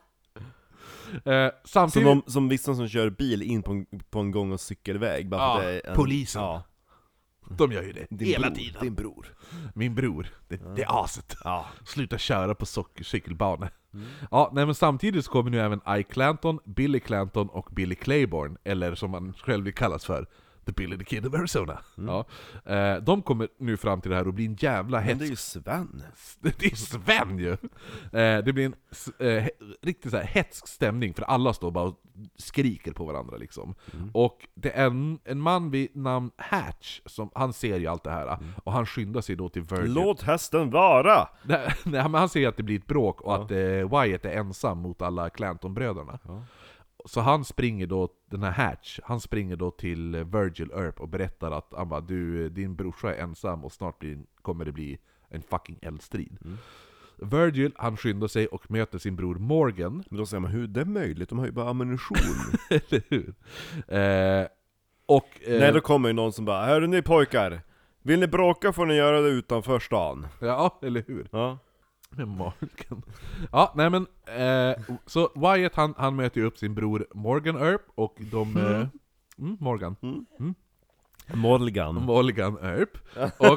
Eh, Som, samtidigt... de, som vissa som kör bil in på en, på en gång- och cykelväg bara Ja, för det är en, polisen. Ja, De gör ju det din hela bror, tiden. Din bror. Min bror, det, det är aset. Ja. Sluta köra på sock- cykelbana. Mm. Ja, nej, men samtidigt så kommer nu även Ike Clanton, Billy Clanton och Billy Claiborne, eller som man själv vill kallas för, The Billy the Kid of Arizona. Mm. Ja. Eh, de kommer nu fram till det här och blir en jävla Men det är hets... ju Sven. Det är Sven ju! Eh, det blir en s- eh, he- riktigt så här hetsk stämning, för alla står bara och skriker på varandra liksom. Mm. Och det är en, en man vid namn Hatch, som, han ser ju allt det här, och han skyndar sig då till Virgil. Låt hästen vara! Nej, nej, men han ser att det blir ett bråk och Ja. att eh, Wyatt är ensam mot alla Clanton-bröderna. Ja. Så han springer då, den här Hatch, han springer då till eh, Virgil Earp och berättar att han bara, du, din brorsa är ensam och snart blir, kommer det bli en fucking eldstrid. Mm. Virgil, han skyndar sig och möter sin bror Morgan. Men då säger man, hur det är möjligt? De har ju bara ammunition. Eller hur? Eh, och... Eh, Nej, då kommer ju någon som bara, hörru ni pojkar, vill ni bråka får ni göra det utanför stan. Ja, eller hur? Ja. Med Morgan. Ja, nej men, eh, så Wyatt han, han möter ju upp sin bror Morgan Earp, och de... Eh, mm, Morgan. Mm. Mm. Morgan. Morgan Earp. Och,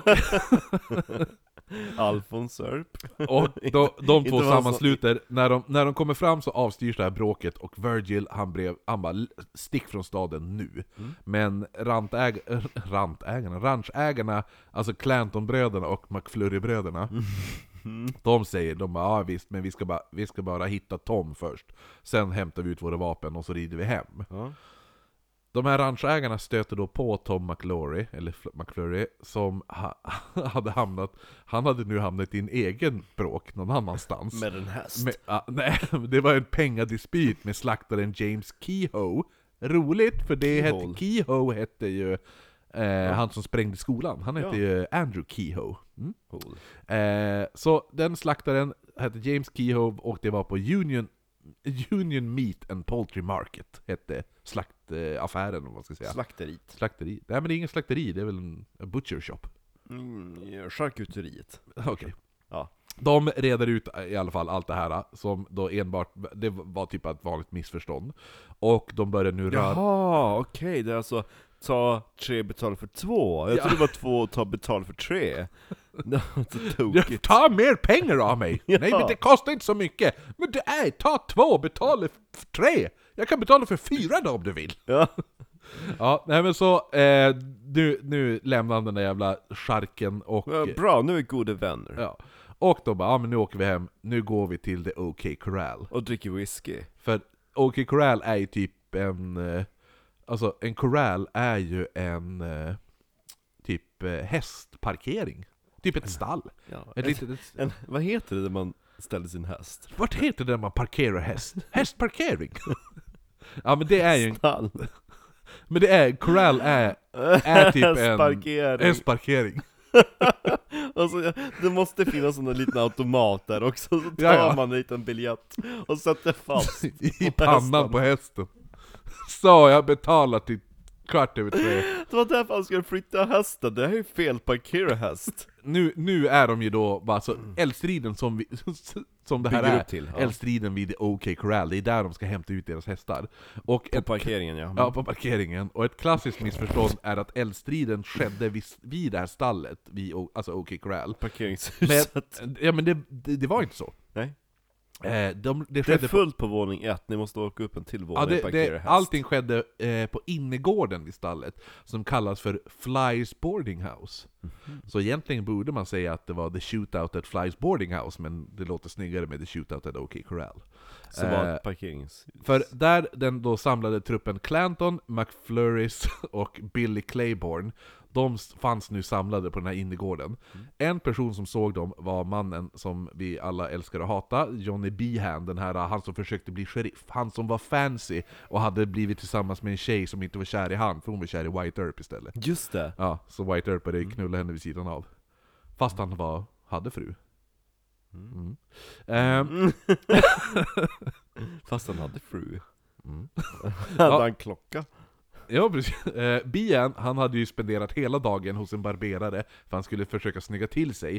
Alfons Earp. och de, de Inte två vad han sa. sammansluter. När de, när de kommer fram så avstyrs det här bråket, och Virgil han, blev, han bara, stick från staden nu. Mm. Men rantäg, rantägarna, ranchägarna, alltså Clanton-bröderna och McFlurry-bröderna, Mm. de säger, de bara, ja visst, men vi ska, bara, vi ska bara hitta Tom först. Sen hämtar vi ut våra vapen och så rider vi hem. Ja. De här ranchägarna stöter då på Tom McClurry, eller McClurry, som ha, hade hamnat, han hade nu hamnat i en egen bråk någon annanstans. Med en häst. Med, ah, nej, det var en pengadispyt med slaktaren James Kehoe. Roligt, för det hette, Kehoe hette ju eh, ja. han som sprängde skolan. Han hette ja. ju Andrew Kehoe. Mm. Cool. Eh, så den slaktaren hette James Kehoe och det var på Union Union Meat and Poultry Market hette slaktaffären, om man ska säga. Slakteriet. Slakteri. Nej, men det är ingen slakteri, det är väl en, en butcher shop. Mm, charkuteriet. Okej. Okay. Ja. De reder ut i alla fall allt det här som då enbart, det var typ ett vanligt missförstånd. Och de börjar nu röra... Jaha, okej, okay. Det är alltså ta tre betala för två. Jag ja. trodde det var två och ta betala för tre. Det var så tokigt. Ta mer pengar av mig! Ja. Nej, men det kostar inte så mycket. Men det är, ta två och betala för tre. Jag kan betala för fyra då om du vill. Ja. Ja, nej men så, eh, nu, nu lämnar han den där jävla charken och... Ja, bra, nu är vi goda vänner. Ja. Och då bara, ja men nu åker vi hem, nu går vi till The OK Corral. Och dricker whisky. För OK Corral är ju typ en... Eh, alltså en corral är ju en... Eh, typ eh, hästparkering. Typ ett stall. Ja, ett en, litet, ett, en, vad heter det när man ställer sin häst? Vart heter det när man parkerar häst? Hästparkering! Ja men det är ju en... Stall. Men det är, corral är, är typ en... Hästparkering. Hästparkering. Alltså, det måste finnas en liten automat där också. Så tar ja, ja. man en liten biljett och sätter fast i pannan hästen. På hästen. Så jag betalar till kvart över tre. Det var därför han skulle flytta hästen. Det här är ju fel parkera häst. Nu, nu är de ju då bara så eldstriden som vi, som det här Bygger är upp till, ja. Eldstriden vid OK Corral. Det är där de ska hämta ut deras hästar. Och på ett, parkeringen, ja. Ja, på parkeringen. Och ett klassiskt missförstånd är att eldstriden skedde vid, vid det här stallet vid alltså OK Corral. Parkeringshuset. Men, ja men det, det, det var inte så. Nej. Eh, de, det, det är fullt på våning ett, ni måste åka upp en till våning. Ja, det, det, allting skedde eh, på innergården vid stallet, som kallas för Flyers Boarding House. Mm-hmm. Så egentligen borde man säga att det var The Shootout at Flyers Boarding House, men det låter snyggare med The Shootout at OK Corral. Som eh, var parkerings... För där den då samlade truppen Clanton, McFlurries och Billy Claiborne, de fanns nu samlade på den här innergården. Mm. En person som såg dem var mannen som vi alla älskar att hata, Johnny Behan, den här, han som försökte bli sheriff. Han som var fancy och hade blivit tillsammans med en tjej som inte var kär i han, för hon var kär i White Earp istället. Just det. Ja, så White Earp började knulla henne vid sidan av. Fast han var, hade fru. Mm. Mm. Fast han hade fru. Mm. Hade ja. han klocka? Ja, precis. Eh, Bian, han hade ju spenderat hela dagen hos en barberare för han skulle försöka snygga till sig.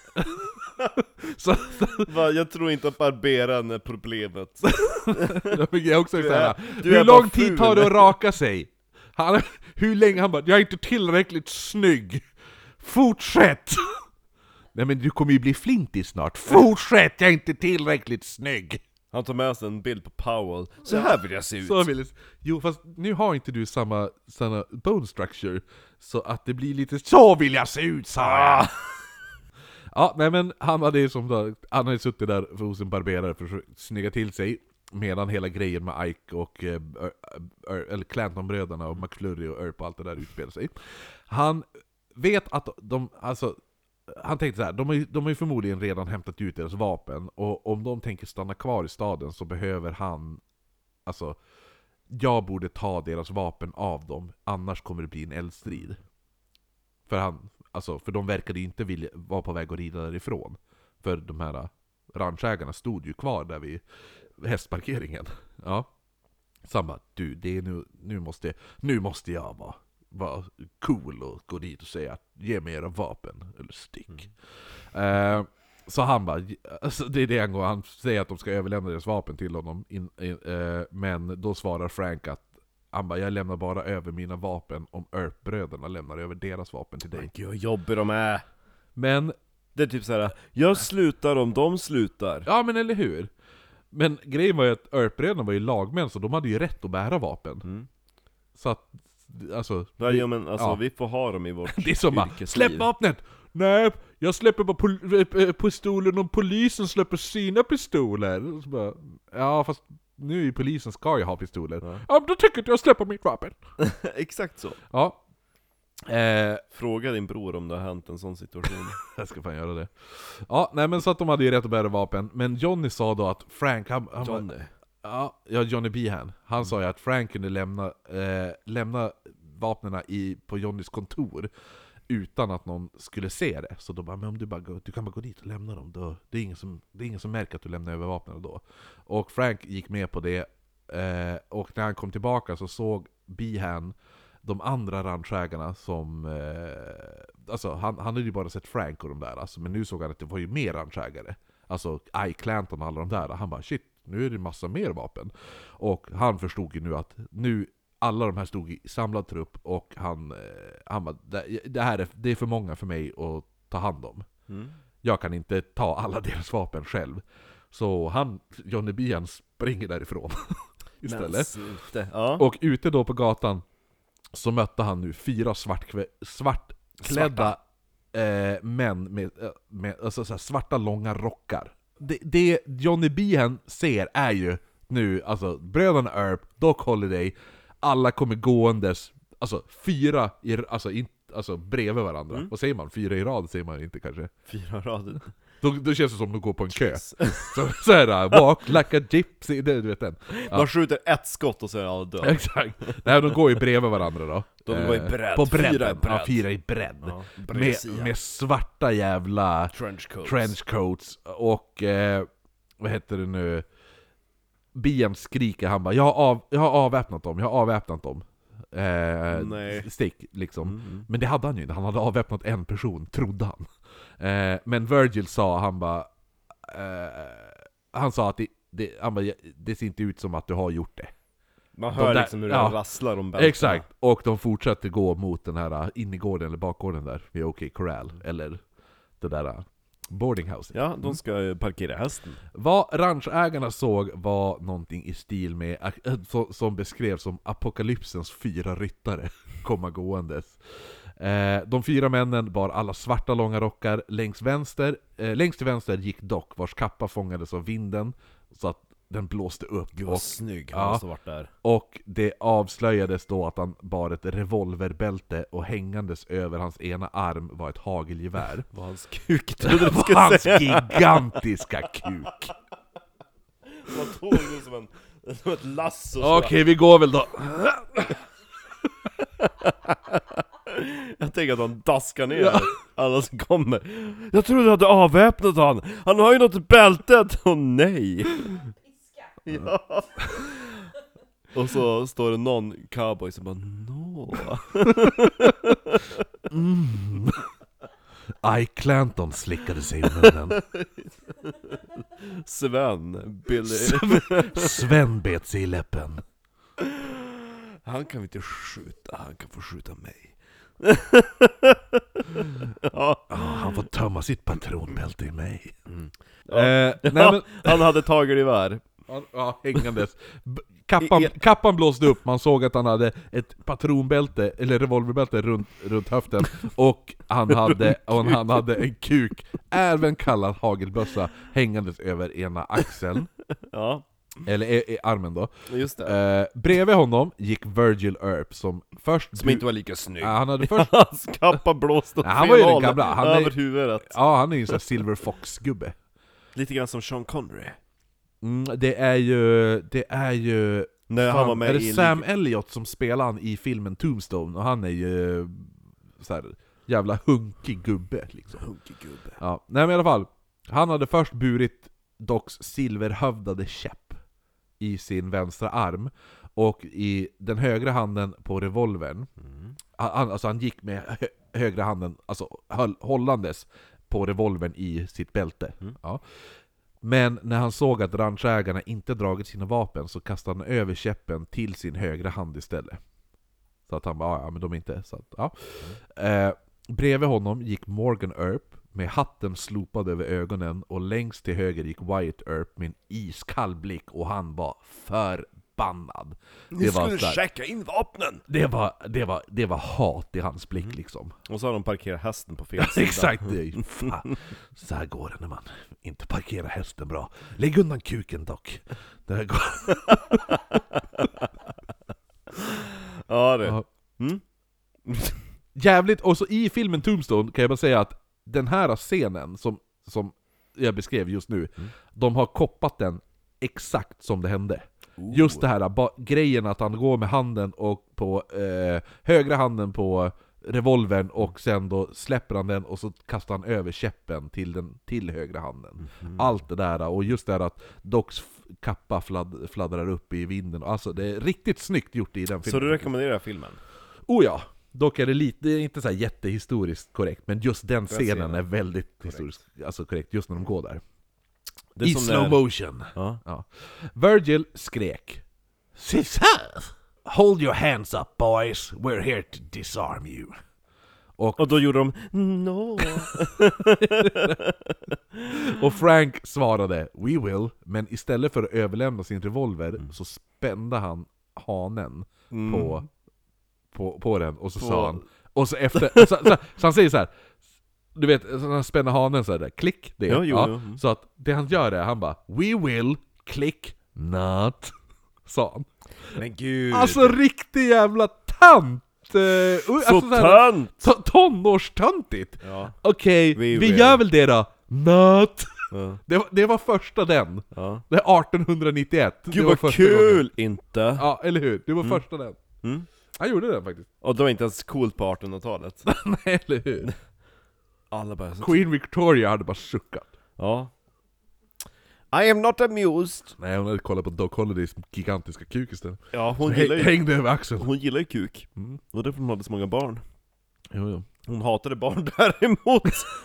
så, så. Va, jag tror inte att barberaren är problemet. jag också du så här, är, du hur är lång tid tar det att raka sig? Han, hur länge? Han bara, jag är inte tillräckligt snygg. Fortsätt! Nej men du kommer ju bli flintig snart. Fortsätt, jag är inte tillräckligt snygg. Han tar med sig en bild på Powell. Så här vill jag se ut. Så vill jag se. Jo, fast nu har inte du samma, samma bone structure. Så att det blir lite, så vill jag se ut, sa jag. Ja, nej men han hade som då, han hade suttit där hos en barberare för att snygga till sig. Medan hela grejen med Ike och äh, äh, eller Clanton-bröderna och McFlurry och Earp och allt det där utspelar sig. Han vet att de, alltså han tänkte så här, de har, ju, de har ju förmodligen redan hämtat ut deras vapen, och om de tänker stanna kvar i staden så behöver han, alltså, jag borde ta deras vapen av dem, annars kommer det bli en eldstrid. För han, alltså, för de verkade ju inte vilja vara på väg att rida därifrån. För de här ranchägarna stod ju kvar där vid hästparkeringen. Ja. Samma, du, det är nu, nu måste, nu måste jag vara var cool och gå dit och säga att ge mig era vapen eller stick. Mm. Uh, så han bara, alltså det är det han går, han säger att de ska överlämna deras vapen till honom in, in, uh, men då svarar Frank att han bara, jag lämnar bara över mina vapen om Earp-bröderna lämnar över deras vapen till dig. Gud vad jobbiga de är. Men det är typ så här: jag slutar om de slutar. Ja men eller hur. Men grejen var ju att Earp-bröderna var ju lagmän, så de hade ju rätt att bära vapen. Mm. Så att alltså, ja, vi, men alltså ja. Vi får ha dem i vårt det är som bara, släpp vapnet! Nej, jag släpper bara pol- pistolen om polisen släpper sina pistoler. Så bara, ja, fast nu i polisen ska jag ha pistoler. Ja. Ja, då tycker jag släppa mitt vapen. Exakt så. Ja. Eh, Fråga din bror om det har hänt en sån situation. jag ska fan göra det. Ja, nej men så att de hade ju rätt att bära vapen. Men Johnny sa då att Frank, han, han Johnny. Ja, ja, Johnny Behan. Han mm. sa ju att Frank kunde lämna, eh, lämna vapnena i, på Johnnys kontor utan att någon skulle se det. Så då bara, men om du bara går, du kan bara gå dit och lämna dem då. Det är ingen som, det är ingen som märker att du lämnar över vapnen då. Och Frank gick med på det. Eh, och när han kom tillbaka så såg Behan de andra ranchägarna som... Eh, alltså han, han hade ju bara sett Frank och de där. Alltså, men nu såg han att det var ju mer ranchägare. Alltså I. Clanton och alla de där. Han bara, shit, nu är det massa mer vapen. Och han förstod ju nu att nu alla de här stod i samlad trupp. Och han, eh, han bara, det, det här är, det är för många för mig att ta hand om. Mm. Jag kan inte ta alla deras vapen själv. Så han, Johnny Behan, springer därifrån istället. Ja. Och ute då på gatan så mötte han nu fyra svartkve, svartklädda eh, män med, med alltså, så här, svarta långa rockar. Det, det Johnny Behan ser är ju nu, alltså bröderna Earp, Doc Holliday, alla kommer gåendes, alltså fyra i, alltså, in, alltså bredvid varandra. Mm. Vad säger man? Fyra i rad säger man inte kanske. Fyra rader. Då, då känns det som att de går på en kö. Så, så här, walk like a gypsy, det, du vet den. Ja. Man skjuter ett skott och så är alla döda. Exakt. Nej, de går ju bredvid varandra då. De går i bredd. På bredden. Fyra i bredd. Ja, fyra i bredd. Ja, med, med svarta jävla trenchcoats. trenchcoats. Och, eh, vad heter det nu? Behan skriker, han bara, jag har, av, jag har avväpnat dem, jag har avväpnat dem. Eh, Nej. Stick, liksom. Mm, mm. Men det hade han ju inte, han hade avväpnat en person, trodde han. Eh, men Virgil sa, han bara, eh, han sa att det, det, han bara, det ser inte ut som att du har gjort det. Man hör där, liksom hur ja, det rasslar om bältena. Exakt, och de fortsätter gå mot den här innergården eller bakgården där vid OK Corral, eller det där boardinghouse. Ja, de ska parkera hästen. Vad ranchägarna såg var någonting i stil med, som beskrevs som apokalypsens fyra ryttare komma gåendes. Eh, de fyra männen bar alla svarta långa rockar. Längs vänster, eh, längst till vänster gick Doc, vars kappa fångades av vinden så att den blåste upp. Gud vad snygg, han ja, måste ha varit där. Och det avslöjades då att han bar ett revolverbälte, och hängandes över hans ena arm var ett hagelgevär. Var hans kuk? Det var hans gigantiska kuk. Man tog det som, en, som ett lass. Okej, okay, vi går väl då. Jag tänker att han daskar ner ja. alla som kommer. Jag trodde du hade avväpnat han. Han har ju något i bältet. Åh oh, nej. Ja. Och så står det någon cowboy som bara no. mm. I. Clanton slickade sig i munnen. Sven Billy Sven, Sven bet sig i läppen. Han kan inte skjuta, han kan få skjuta mig. Ja. Oh, han får tömma sitt patronbälte i mig. Mm. Ja. Eh, nej, men... Han hade tagit gevär. Ja, hängandes. Kappan, kappan blåste upp, man såg att han hade ett patronbälte, eller revolverbälte runt, runt höften. Och han hade, och han hade en kuk, även kallad hagelbössa, hängandes över ena axeln. Ja. Eller i, i armen då. Just det. Eh, bredvid honom gick Virgil Earp, som först... Som inte var lika snygg. Ja, han hade först... Hans kappa blåste åt ja, han var ju den gamla. Han över är... huvudet. Ja, han är ju en sån här Silver Fox-gubbe. Lite grann som Sean Connery. Mm, det är ju... Det är ju... Nej, fan, han var med är det i Sam Elliott som spelar han i filmen Tombstone, och han är ju så här jävla hunkig gubbe liksom. Hunkig gubbe. Ja, nej men i alla fall. Han hade först burit Docs silverhövdade käpp i sin vänstra arm, och i den högra handen på revolvern. Mm. Han, alltså han gick med hö högra handen, alltså höll, hållandes på revolvern i sitt bälte. Mm. Ja. Men när han såg att ranchägarna inte dragit sina vapen, så kastade han över käppen till sin högra hand istället. Så att han bara, ja men de är inte så att, ja. Mm. Eh, bredvid honom gick Morgan Earp med hatten slopad över ögonen, och längst till höger gick Wyatt Earp med en iskall blick, och han var förbannad. förbannad. Ni Det var skulle så här- checka in vapnen! Det var, det var, det var hat i hans blick liksom. Och så har de parkerat hästen på fel sida. Exakt, det är ju fan. Så här går det när man inte parkerar hästen bra. Lägg undan kuken dock. Det här går. Ja det. Ja. Mm? Jävligt, och så i filmen Tombstone kan jag bara säga att den här scenen som, som jag beskrev just nu, Mm. de har koppat den exakt som det hände. Oh. Just det här ba- grejen att han går med handen och på eh, högra handen på revolvern och sen då släpper han den och så kastar han över käppen till den till högra handen. Mm. Allt det där, och just det här att Docs f- kappa flad, fladdrar upp i vinden. Alltså det är riktigt snyggt gjort i den filmen. Så du rekommenderar filmen? Oh ja! Dock är det lite, det är inte så här jättehistoriskt korrekt, men just den Den scenen, scenen är väldigt korrekt. historiskt, alltså korrekt, just när de går där. Det är I som slow när- motion. Ja. Ja. Virgil skrek Caesar! Hold your hands up boys, we're here to disarm you. Och, Och då gjorde de no. och Frank svarade We will, men istället för att överlämna sin revolver Mm. så spände han hanen Mm. på, på, på den, och så På- sa han, och så efter, så, så, så han säger så här. Du vet, så han spänner hanen så här där, klick det, Ja, jo, jo. Mm. så att det han gör är, han bara We will, klick, not, sa han. Men gud. Alltså riktig jävla tant! eh, uh, så alltså, så här- tönt! to- Tonårstöntigt! Ja. Okej, We vi will. gör väl det då? Not! Ja. Det var, det var första den. Ja. Det är artonhundranittioett. det Gud var vad första kul gången. inte! Ja, eller hur? Det var Mm. första den. Mm. Han gjorde den faktiskt. Och det var inte ens coolt på artonhundratalet. Nej, eller hur? Alla bara så... Queen Victoria hade bara suckat. Ja. I am not amused. Nej, hon hade kollat på Doc Holliday's gigantiska kuk istället. Ja, hon Hon gillar ju, hängde över axeln. hon gillar ju kuk. Mm. Och därför hon hade så många barn. Jo, jo. Hon hatade barn däremot.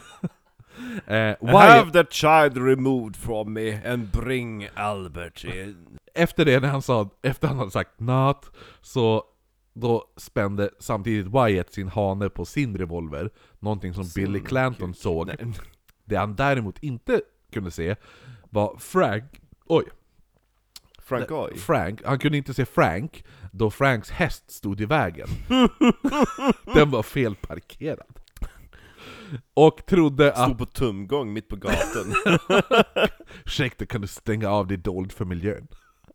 Eh, Have Wyatt, that child removed from me and bring Albert in. efter det, när han sa, efter han hade sagt not, så då spände samtidigt Wyatt sin hane på sin revolver. Någonting som Sin Billy Clanton kuk. såg. Nej. Det han däremot inte kunde se var Frank, oj, Frank Oy. Frank, han kunde inte se Frank då Franks häst stod i vägen. Den var felparkerad. Och trodde att Stod på tumgång mitt på gatan. ursäkta, kan du stänga av det dold för miljön?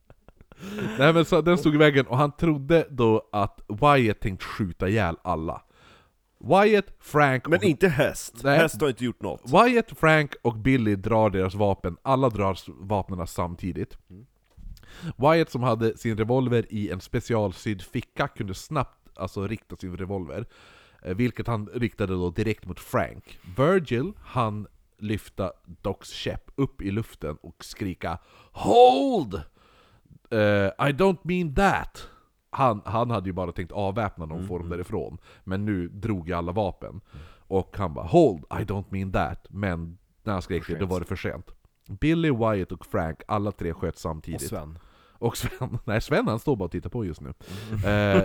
Nej men så den stod i vägen, och han trodde då att Wyatt tänkt skjuta ihjäl alla. Wyatt, Frank Men och... inte häst. Nej. Häst har inte gjort något. Wyatt, Frank och Billy drar deras vapen, alla drar vapnen samtidigt. Wyatt, som hade sin revolver i en specialsydd ficka, kunde snabbt alltså rikta sin revolver, eh, vilket han riktade då direkt mot Frank. Virgil, han lyfta Docs käpp upp i luften och skrika Hold! Uh, I don't mean that! Han, han hade ju bara tänkt avväpna dem och få dem därifrån, men nu drog jag alla vapen. Och han bara Hold! I don't mean that! Men när han skrek det, då var det för sent. Billy, Wyatt och Frank, alla tre sköt Och samtidigt. Sven. Och Sven, nej Sven han står bara och tittar på just nu. Eh,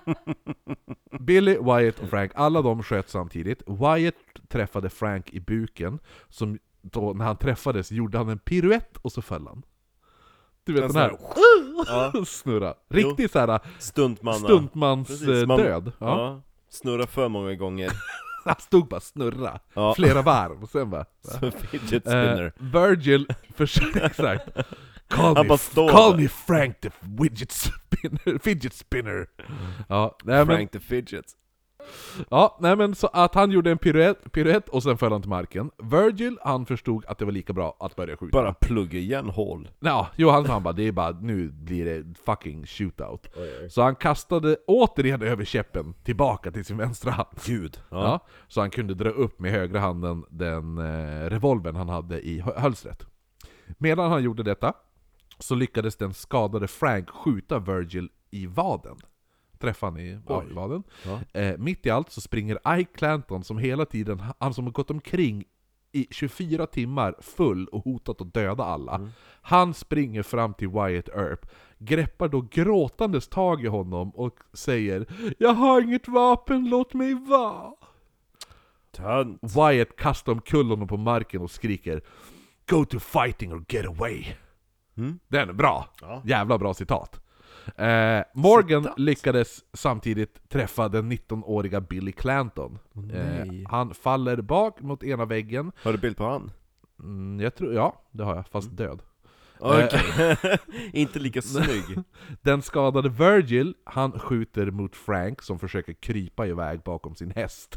Billy, Wyatt och Frank, alla de sköt samtidigt. Wyatt träffade Frank i buken, som då, när han träffades gjorde han en piruett och så föll han. Du vet En den här sån Ja. snurra. Riktigt såhär Stuntmanna. stuntmans Precis, eh, man- död. Ja. Ja. Snurra för många gånger. Han stod bara snurra Ja. flera varv och sen bara Som en fidget eh, spinner. Virgil försökte exakt Call, Han me, bara står call där. me Frank the widget spinner, fidget spinner. Ja, nej, men, Frank the Fidget. ja, nej men så att han gjorde en piruett, piruett och sen föll han till marken. Virgil, han förstod att det var lika bra att börja skjuta. Bara plugga igen hål. Ja, jo, han, han bara, det är bara, nu blir det fucking shootout. Så han kastade återigen över käppen tillbaka till sin vänstra hand. Gud. Ja. Ja. Så han kunde dra upp med högra handen den eh, revolvern han hade i hö- hölstret. Medan han gjorde detta så lyckades den skadade Frank skjuta Virgil i vaden. Träffade han i, ja, Oj. i vaden. Ja. Eh, mitt i allt så springer Ike Clanton, som hela tiden, han som har gått omkring i tjugofyra timmar full och hotat att döda alla. Mm. Han springer fram till Wyatt Earp, greppar då gråtandes tag i honom och säger Jag har inget vapen, låt mig vara. Tönt. Wyatt kastar omkull honom på marken och skriker Go to fighting or get away. Mm. Den är bra. Ja. Jävla bra citat. Eh, Morgan Citat. lyckades samtidigt träffa den nittonåriga Billy Clanton. Nej. Eh, han faller bak mot ena väggen. Har du bild på han? Mm, jag tror, ja, det har jag, fast död. Okej. Inte lika snygg. Den skadade Virgil, han skjuter mot Frank som försöker krypa iväg bakom sin häst.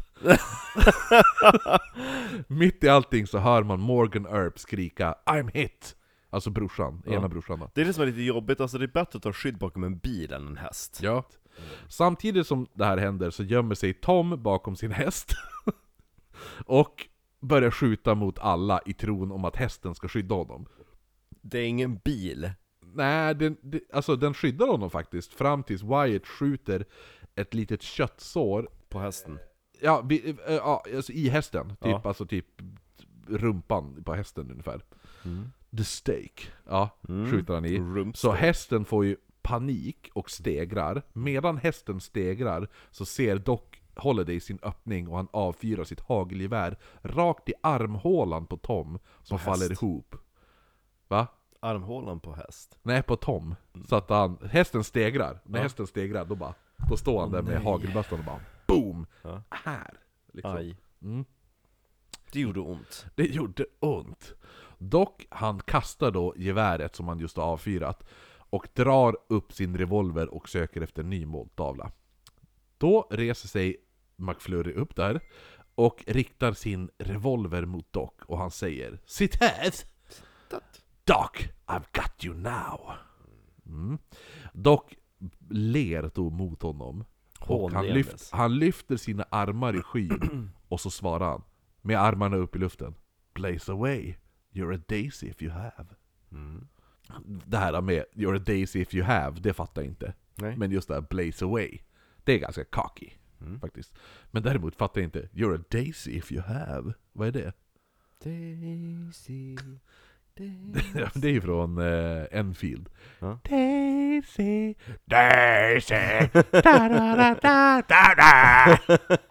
Mitt i allting så hör man Morgan Earp skrika I'm hit! Alltså brorsan, Ja. ena brorsan då. Det är det som är lite jobbigt, alltså det är bättre att ta skydd bakom en bil än en häst. Ja. Samtidigt som det här händer så gömmer sig Tom bakom sin häst och börjar skjuta mot alla i tron om att hästen ska skydda honom. Det är ingen bil. Nej, den, det, alltså den skyddar honom faktiskt fram tills Wyatt skjuter ett litet köttsår På hästen. ja, vi, äh, ja alltså i hästen, typ, Ja. alltså typ rumpan på hästen ungefär. Mm. The steak, ja, Mm. skjuter han i. Rumps. Så hästen får ju panik och stegrar. Medan hästen stegrar så ser Doc Holliday sin öppning och han avfyrar sitt hagelgevär rakt i armhålan på Tom som På faller häst. ihop. Va? Armhålan på häst. Nej, på Tom. Så att han, hästen stegrar. När Ja. hästen stegrar, då bara, då står han Åh, där med nej. hagelbössan och bara boom! Ja. Här! Liksom. Aj. Mm. Det gjorde ont. Det gjorde ont. Dock, han kastar då geväret som han just har avfyrat och drar upp sin revolver och söker efter en ny måltavla. Då reser sig McFlurry upp där och riktar sin revolver mot Doc och han säger Sit här! Doc, I've got you now. Mm. Doc ler då mot honom och han, Hånledes. lyft, han lyfter sina armar i skyn och så svarar han med armarna upp i luften Blaze away, you're a daisy if you have. Mm. Det här med you're a daisy if you have, det fattar jag inte. Nej. Men just det här blaze away, det är ganska cocky Mm. faktiskt. Men däremot fattar jag inte you're a daisy if you have. Vad är det? Daisy, Ja, det är ju från eh, Enfield. Ja. Daisy, Daisy, da da da da da da.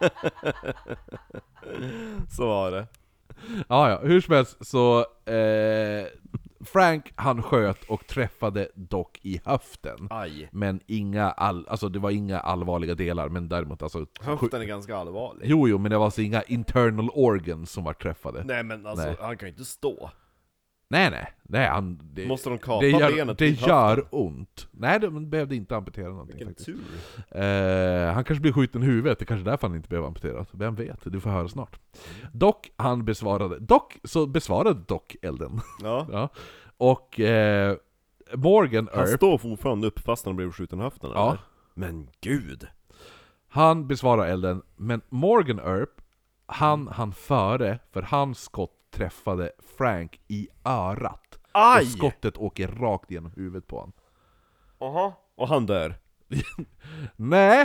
Så var det. Ja, ja, hur som helst så eh, Frank han sköt och träffade Doc i höften. Aj. Men inga all, alltså det var inga allvarliga delar, men däremot alltså Höften är ganska allvarlig. Jo, jo, men det var alltså inga internal organs som var träffade. Nej men alltså, Nej. han kan ju inte stå. Nej, nej, nej han, det, Måste de kapa det gör, benet det till gör höften? ont. Nej, de behövde inte amputera någonting Vilken faktiskt. tur. Eh, han kanske blir skjuten i huvudet, det är kanske därför han inte behöver amputerat. Vem vet, du får höra snart. Dock, han besvarade, dock så besvarade Doc elden. Ja. Ja. Och eh, Morgan Han Earp, står fortfarande upp fast han blev skjuten i höften Ja. eller? Men gud. han besvarar elden, men Morgan Earp, han han före, för hans skott träffade Frank i örat. Aj! Och skottet åker rakt genom huvudet på honom. Aha. Och han dör. Nej!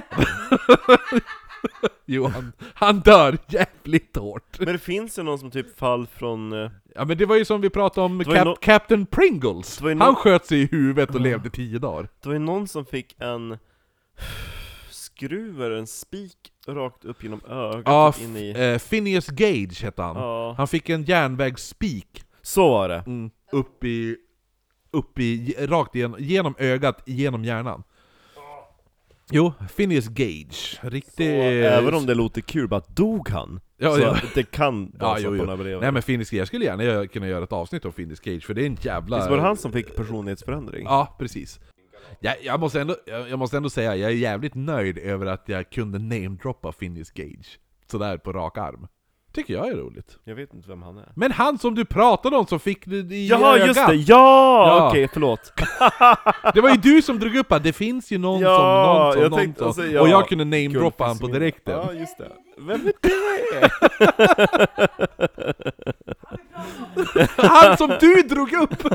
Jo, han, han dör jävligt hårt. Men det finns ju någon som typ fall från... eh, Ja, men det var ju som vi pratade om Det var ju Cap- no- Captain Pringles. Det var ju Han no- sköt sig i huvudet och levde tio dagar. Det var ju någon som fick en skruv eller en spik rakt upp genom ögat. Ja, typ in i... f- eh, Phineas Gage hette han. Ja. Han fick en järnvägsspik Så var det. mm, upp i, upp i, rakt igenom, genom ögat, genom hjärnan. Jo, Phineas Gage. Riktigt... Även om det låter kul, bara dog han? Ja, så ja. det kan vara Ja, så jo, att jo. man överlever. Nej men Phineas Gage, jag skulle gärna göra- kunna göra ett avsnitt om Phineas Gage, för det är en jävla... Visst var det han som fick personlighetsförändring? Ja, precis. Jag, jag, måste ändå, jag, jag måste ändå säga, jag är jävligt nöjd över att jag kunde namedroppa Phineas Gage sådär på rak arm. Tycker jag är roligt. Jag vet inte vem han är. Men han som du pratade om som fick det i Jaha, ögat. just det! Ja! Ja. Okej, förlåt. Det var ju du som drog upp att det finns ju någon Ja, som, någon som, jag någon tänkte som. alltså, ja. Och jag kunde namedroppa han på Guldfisk i direkten. Ja, just det. Vem är det? Han som du drog upp!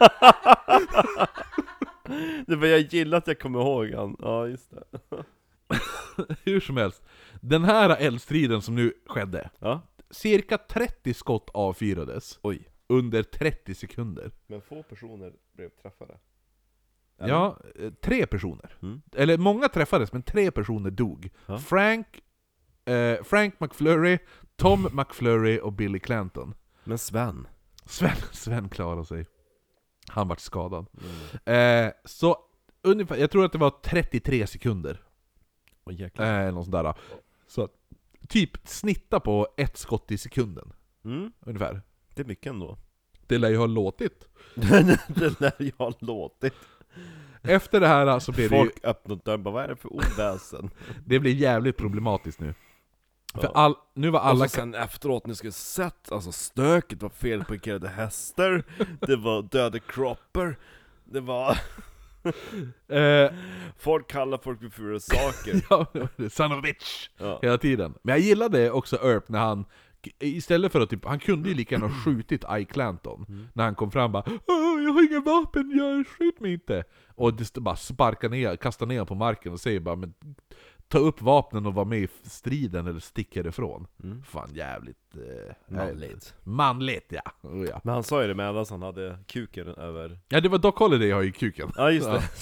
Det var jag gillar att jag kommer ihåg han. Ja, just det. Hur som helst, den här eldstriden som nu skedde, Ja. cirka trettio skott avfyrades Oj. under trettio sekunder. Men få personer blev träffade. Eller? Ja, eh, tre personer. Mm. Eller många träffades, men tre personer dog. Ja. Frank, eh, Frank McFlurry, Tom McFlurry och Billy Clanton. Men Sven. Sven, Sven klarade sig. Han vart skadad. Mm. Eh, så ungefär, jag tror att det var trettiotre sekunder. Åh, jäklar. Eh, något sånt där. Så att, typ snitta på ett skott i sekunden. Mm. Ungefär. Det är mycket ändå. Det lär ju ha låtit. Det lär jag ha låtit. Efter det här så blev det ju, Folk öppnade dörren, bara vad är det för oväsen? det blev jävligt problematiskt nu. För Ja. all, nu var alla... Och så sen efteråt, ni skulle sett, alltså stöket var felparkerade hästar, det var döda kroppar, det var... eh, Folk kallar folk för fula saker. ja, son of a bitch! Ja. Hela tiden. Men jag gillade också Earp när han, istället för att typ, han kunde ju lika gärna ha skjutit Ike Clanton. Mm. När han kom fram bara Åh, jag har inga vapen, jag skjut mig inte. Och det bara sparkar ner, kastar ner på marken och säger bara men ta upp vapnen och vara med i striden eller sticka ifrån. Mm. Fan jävligt eh, Manligt. Manligt, ja. Oh, ja. Men han sa ju det medan han hade kuken över... Ja, det var Doc Holliday har ju kuken. Ja, just det.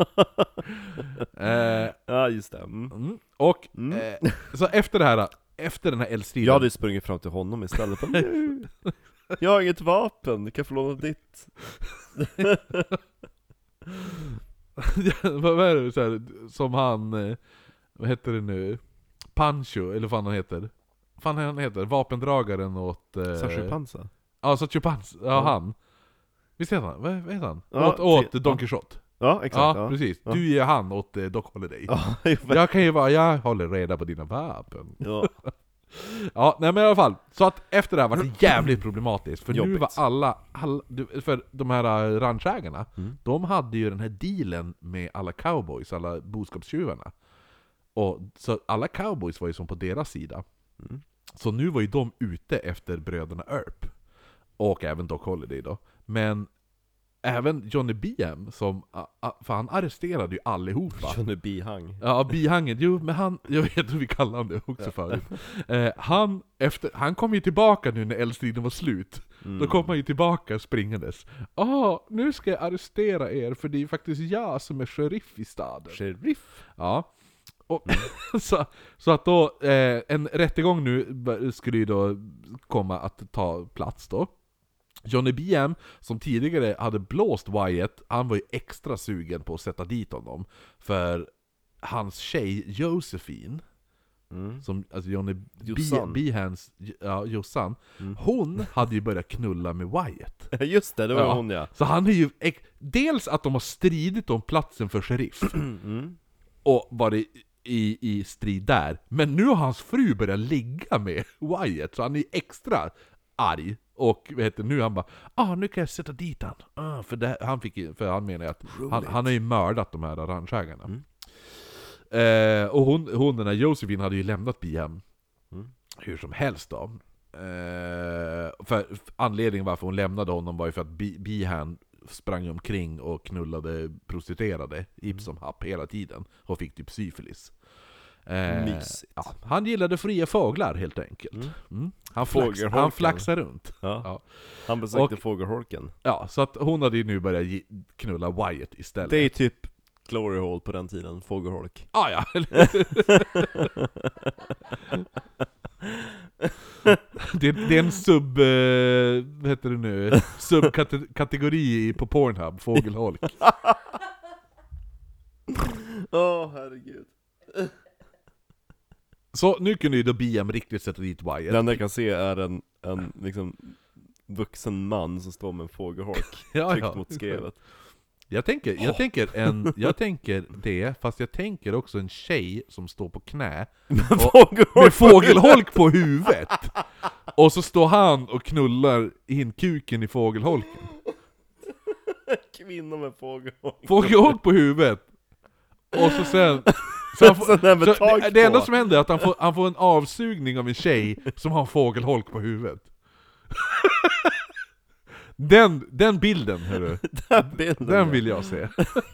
eh, Ja, just det. Mm. mm. Och Mm. eh, så efter det här, efter den här eldstriden. Jag hade ju sprungit fram till honom istället. Jag har inget vapen, du kan få låna ditt. Vad är det så här, som han, eh, vad heter det nu? Pancho, eller vad fan han heter? Fan han heter, vapendragaren åt... Eh, Sacha Panza. Ja, Sacha Panza, ja, Ja. han. Visst heter han? Vad, vad heter han? Ja, åt åt det- Don Quixote. Ja, exakt. Ja, Ja, precis. Ja. Du ger han åt eh, Doc Holliday. Ja, jo, men- Jag kan ju vara, jag håller reda på dina vapen. ja. Ja, nej men i alla fall. Så att efter det här var det jävligt problematiskt. För nu Jobbigt. var alla, alla du- för de här äh, ranchägarna, Mm. de hade ju den här dealen med alla cowboys, alla boskapstjuvarna. Och så alla cowboys var ju som på deras sida. Mm. Så nu var ju de ute efter bröderna Earp. Och även Doc Holliday då. Men även Johnny B M, som, a- a- för han arresterade ju allihopa. Johnny Bihang. Ja, bihangen, jo men han, jag vet hur vi kallar han det också förut. Eh, han, efter, han kom ju tillbaka nu när eldstriden var slut. Mm. Då kom han ju tillbaka springandes. Ah, nu ska jag arrestera er för det är faktiskt jag som är sheriff i staden. Sheriff. Ja. Och, så, så att då, eh, en rättegång nu b- skulle ju då komma att ta plats då. Johnny B M, som tidigare hade blåst Wyatt, han var ju extra sugen på att sätta dit honom. För hans tjej Josephine, Mm. som, alltså Johnny Jossan. B- Behans, ja, Jossan, Mm. hon hade ju börjat knulla med Wyatt. Just det, det var Ja. hon ja. Så han är ju, ex- dels att de har stridit om platsen för sheriff, Mm. och varit i, i strid där. Men nu har hans fru börjat ligga med Wyatt, så han är extra arg. Och vet du, nu han bara ah, nu kan jag sätta dit han. Ah, för, det, han fick, ju- för han menar att han, han har ju mördat de här ranchägarna. Mm. Eh, och hon, hon, den här Josephine, hade ju lämnat B M. Mm. Hur som helst då. Eh, för, för anledningen varför hon lämnade honom var ju för att B- Behan sprang omkring och knullade prostituerade Ipsom happ hela tiden och fick typ syfilis. Eh, Mysigt. ja, han gillade fria fåglar helt enkelt. Mm. Mm. Han, flax, Fågelholken. han flaxar runt. Ja. Ja. Han besökte Och- fågelholken. Ja, så att hon hade ju nu börjat ge- knulla Wyatt istället. Det är typ Glory Hole på den tiden, fågelholk. Ah, ja. det, det är en sub, eh, vad heter det nu, subkategori på Pornhub, fågelholk. Åh, oh, herregud. Så nu kunde ju då B M riktigt sätta dit Det Wyatt. enda jag kan se är en, en liksom vuxen man som står med en fågelholk Ja, tryckt ja. mot skrevet. Jag tänker, jag, tänker en, jag tänker det, fast jag tänker också en tjej som står på knä Fågelholk. med fågelholk på huvudet. Och så står han och knullar in kuken i fågelholken. Kvinna med fågelholk. Fågelholk på huvudet. Och så sen... Så han får, Sen är med så tak det, det enda på. som händer är att han får, han får en avsugning av en tjej som har en fågelholk på huvudet. Den, den bilden, hörru. Den bilden. Den vill jag se.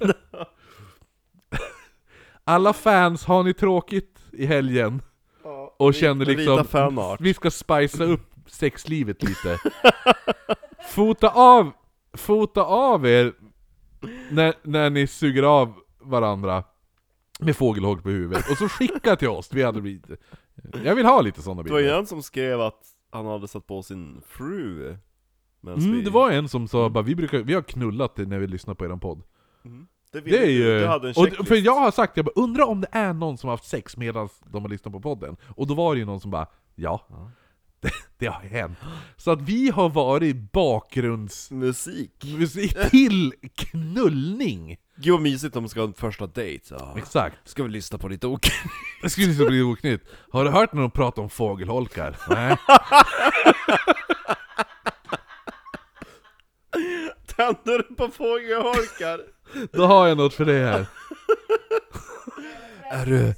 Alla fans, har ni tråkigt i helgen? Ja, Och vit- känner vita liksom, fanart. vi ska spicea upp sexlivet lite. Fota av, fota av er när, när ni suger av varandra med fågelholk på huvudet. Och så skicka till oss, vi hade blivit... Jag vill ha lite sådana Det var ju bilder. en som skrev att han hade satt på sin fru. medans Mm, vi- det var en som sa bara, vi, brukar, vi har knullat när vi lyssnar på eran podd. Mm. Det, vill Det är du. ju... Du hade en och, checklist. för jag har sagt, jag bara, undrar om det är någon som har haft sex medan de har lyssnat på podden. Och då var det ju någon som bara, ja, Ja. det, det har hänt. Så att vi har varit bakgrundsmusik Musik. till knullning. Gud vad mysigt om de ska ha en första dejt. Ja. Exakt. Ska vi lyssna på lite ok? Det skulle liksom bli oknytt. Har du hört när de pratar om fågelholkar? Nej. Tänder du på fågelholkar? Då har jag något för det här. Är du...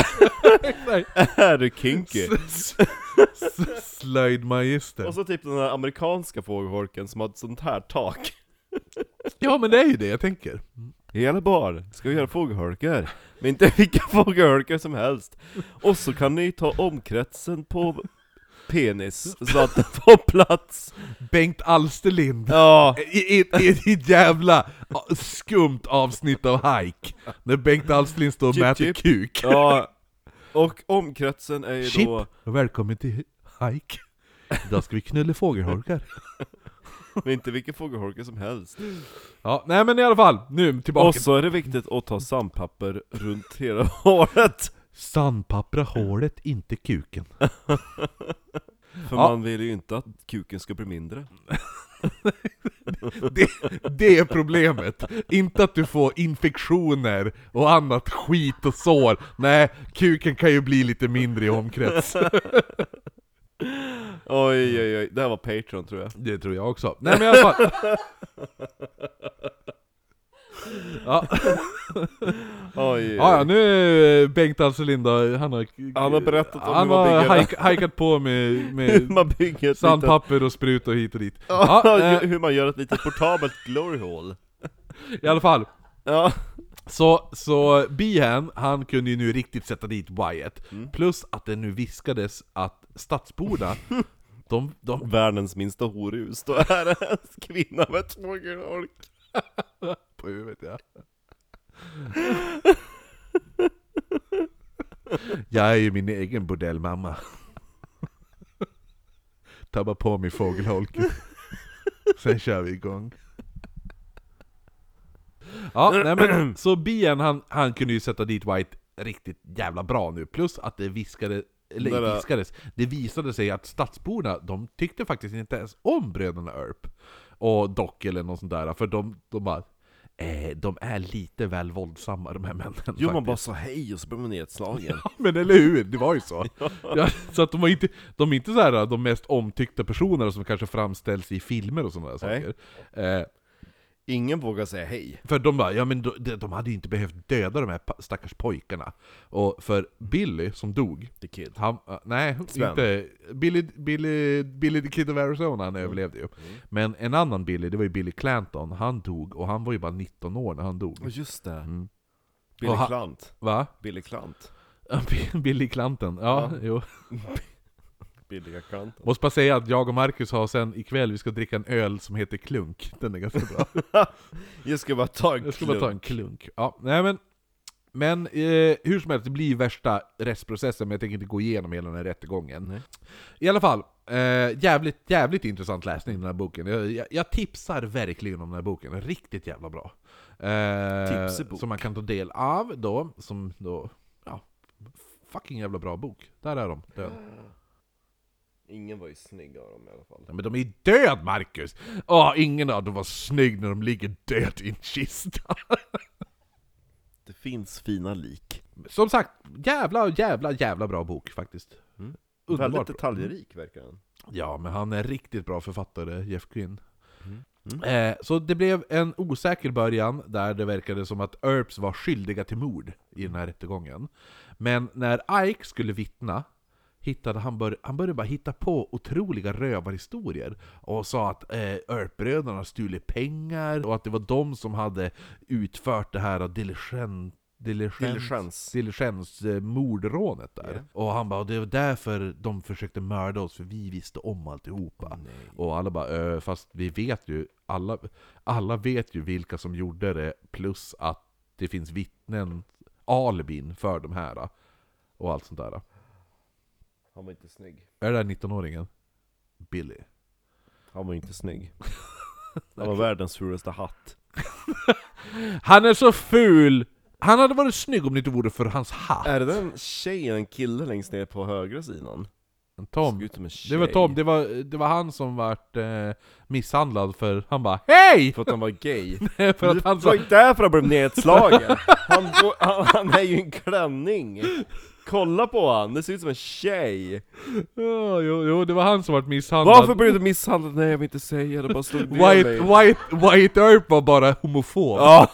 är du kinky? Slöjdmagister. Och så typ den där amerikanska fågelholken som har ett sånt här tak. Ja men det är ju det jag tänker. Hela bar ska vi göra fågelholkar. Men inte vilka fågelholkar som helst. Och så kan ni ta omkretsen på penis så att den får plats. Bengt Alsterlind. Ja. I, i, i ett jävla skumt avsnitt av Hike. När Bengt Alsterlind står och Chip, mäter chip. kuk. Ja. Och omkretsen är ju Chip, då... välkommen till Hike. Idag ska vi knulla fågelholkar. Men inte vilka fågelholkar som helst. Ja, nej men i alla fall, nu tillbaka. Och så är det viktigt att ta sandpapper runt hela håret. Sandpappra håret, inte kuken. För Ja. man vill ju inte att kuken ska bli mindre. Det, det är problemet. Inte att du får infektioner och annat skit och sår. Nej, kuken kan ju bli lite mindre i omkrets. Oj oj oj, det här var Patreon tror jag. Det tror jag också. Nej men i alla fall. Ja. Oj, oj. Ja, ja, nu är Bengt Alsterlind då, han har, Han har berättat om han hur man har bygger- hajk, hajkat på med, Hur med man bygger ett sandpapper och sprut och hit och dit. litet... Ja, Ja, eh, hur man gör ett litet portabelt glory hole. i alla fall. Ja. Så, så Behan, han kunde ju nu riktigt sätta dit Wyatt. Mm. Plus att det nu viskades att stadsborna, de, de... Världens minsta horhus. Då är det en kvinna med ett fågelholk. På huvudet, ja. Jag är ju min egen bordellmamma. Ta bara på mig fågelholken. Sen kör vi igång. Ja, nej men så Behan, han, han kunde ju sätta dit White riktigt jävla bra nu. Plus att det viskade, eller Där- viskades, det visade sig att stadsborna, de tyckte faktiskt inte ens om bröderna Earp och Doc eller något sånt där. För de, de bara, eh, de är lite väl våldsamma de här männen. Jo, man faktiskt. bara sa hej och så blev man nedslagen. Men eller hur, det var ju så. Ja, så att de var inte, de är inte så här de mest omtyckta personerna som kanske framställs i filmer och sådana där Nej. saker. Eh, Ingen vågar säga hej. För de bara, ja men de, de hade ju inte behövt döda de här pa- stackars pojkarna. Och för Billy som dog, The Kid. han, uh, nej, Sven. inte Billy, Billy, Billy the Kid of Arizona, han överlevde ju. Men en annan Billy, det var ju Billy Clanton, han dog, och han var ju bara nitton år när han dog. Och just det. Mm. Billy Och ha- Klant. Va? Billy Klant. Billy Clanton, ja, Ja. jo. Billiga Klant. Måste bara säga att jag och Marcus har sen ikväll, vi ska dricka en öl som heter Klunk. Den är ganska bra. Jag ska bara ta en Jag ska bara ta en klunk. klunk. Ja, nej men, men eh, hur som helst, det blir värsta rättsprocessen, men jag tänker inte gå igenom hela den här rättegången. Nej. I alla fall, eh, jävligt, jävligt intressant läsning den här boken. Jag, jag, jag tipsar verkligen om den här boken, riktigt jävla bra. Eh, Tipsig bok. som man kan ta del av då, som då, ja, fucking jävla bra bok. Där är de, död. Ingen var ju snygg av dem i alla fall. Ja, men de är död, Marcus! Åh, ingen av dem var snygg när de ligger död i en kista. Det finns fina lik. Som sagt, jävla, jävla, jävla bra bok faktiskt. Mm. Underbart Väldigt bra. detaljrik verkar den. Ja, men han är riktigt bra författare, Jeff Quinn. Mm. Mm. Eh, så det blev en osäker början, där det verkade som att Earps var skyldiga till mord i den här rättegången. Men när Ike skulle vittna, hittade han, bör, han började bara hitta på otroliga rövarhistorier och sa att eh, Earp-bröderna stulit pengar och att det var de som hade utfört det här diligent Diligence, Diligence. diligence eh, mordrånet där. Yeah. Och han bara, det var därför de försökte mörda oss, för vi visste om alltihopa. Åh, nej. Och alla bara, äh, fast vi vet ju, alla, alla vet ju vilka som gjorde det, plus att det finns vittnen, alibin för de här och allt sånt där. Han var inte snygg. Är det där nitton-åringen? Billy. Han var inte snygg. Han var världens fulaste hatt. Han är så ful! Han hade varit snygg om det inte vore för hans hatt. Är det den tjejen, en kille längst ner på högra sidan? Tom, Såg ut som en det var tjej. Tom, det var, det var han som vart eh, misshandlad för han bara hej! För att han var gay. för att han Det sa var ju därför han blev nedslagen. han, går- han, han är ju en klänning. Kolla på han, det ser ut som en tjej. Ja, jo, jo, det var han som vart misshandlad. Varför blev du misshandlad? Nej jag vill inte säga det, bara stod bredvid White, mig. White, White Earp var bara homofob. Ja.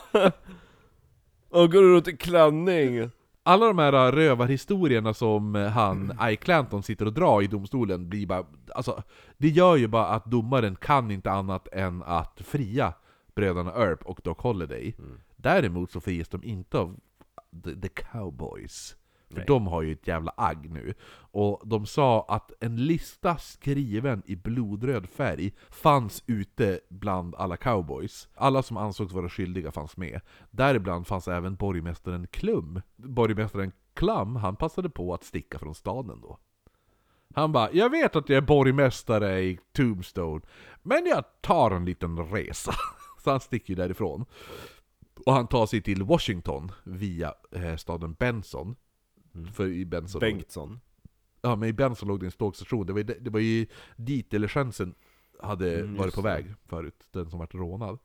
Och går runt i klänning. Alla de här rövarhistorierna som han, Ike Clanton, sitter och drar i domstolen blir bara, alltså, det gör ju bara att domaren kan inte annat än att fria bröderna Earp och Doc Holliday. Mm. Däremot så frias de inte av the, the Cowboys. För Nej. de har ju ett jävla agg nu. Och de sa att en lista skriven i blodröd färg fanns ute bland alla cowboys. Alla som ansågs vara skyldiga fanns med. Däribland fanns även borgmästaren Klum. Borgmästaren Klum, han passade på att sticka från staden då. Han bara, jag vet att jag är borgmästare i Tombstone, men jag tar en liten resa. Så han sticker ju därifrån. Och han tar sig till Washington via eh, staden Benson. För i Benson Bengtsson. Ja, men i Benson låg det en stålstation. Det var, ju, det var ju dit diligensen hade Mm, varit på just det. väg förut, den som varit rånad.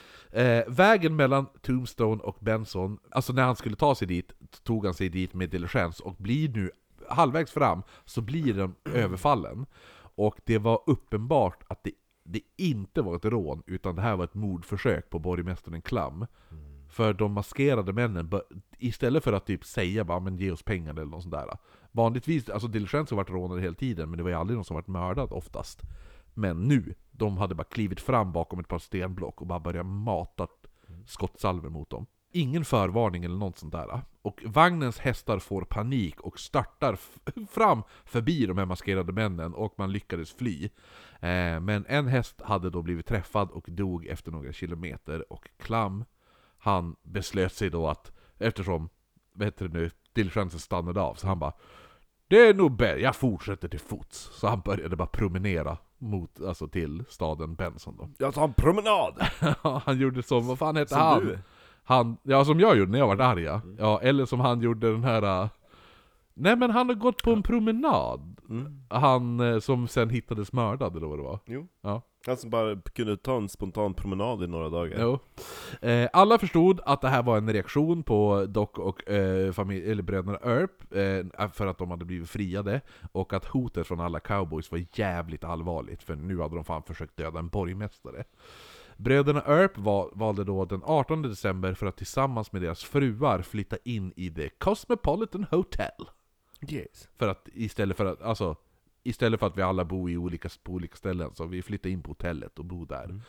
Eh, vägen mellan Tombstone och Benson, alltså när han skulle ta sig dit, tog han sig dit med diligens och blir nu halvvägs fram så blir den överfallen. Och det var uppenbart att det, det inte var ett rån, utan det här var ett mordförsök på borgmästaren Klum. För de maskerade männen, bör- istället för att typ säga bara, men ge oss pengar eller något sånt där. Vanligtvis, alltså diligens har varit rånade hela tiden, men det var ju aldrig någon som varit mördad oftast. Men nu, de hade bara klivit fram bakom ett par stenblock och bara börjat mata skottsalver mot dem. Ingen förvarning eller något sånt där. Och vagnens hästar får panik och startar f- fram förbi de här maskerade männen och man lyckades fly. Eh, men en häst hade då blivit träffad och dog efter några kilometer och Klum, han beslöt sig då att, eftersom, vad heter det nu, diligensen stannade av, så han bara, det är nog bättre, jag fortsätter till fots. Så han började bara promenera mot, alltså till staden Benson då. Jag tar en promenad. Han gjorde som, vad fan hette Som han? du. han? Ja, som jag gjorde när jag var arg. Ja. ja, eller som han gjorde den här... Uh, nej men han har gått på en promenad. Mm. Han eh, som sen hittades mördad eller vad det var. Jo. Ja. Han som bara kunde ta en spontan promenad i några dagar. Jo. Eh, alla förstod att det här var en reaktion på Doc och eh, familj, eller bröderna Earp eh, för att de hade blivit friade, och att hotet från alla cowboys var jävligt allvarligt, för nu hade de fan försökt döda en borgmästare. Bröderna Earp val, valde då den artonde december för att tillsammans med deras fruar flytta in i The Cosmopolitan Hotel. Yes. För att istället för att, alltså istället för att vi alla bor i olika, på olika ställen, så vi flyttade in på hotellet och bor där. Mm.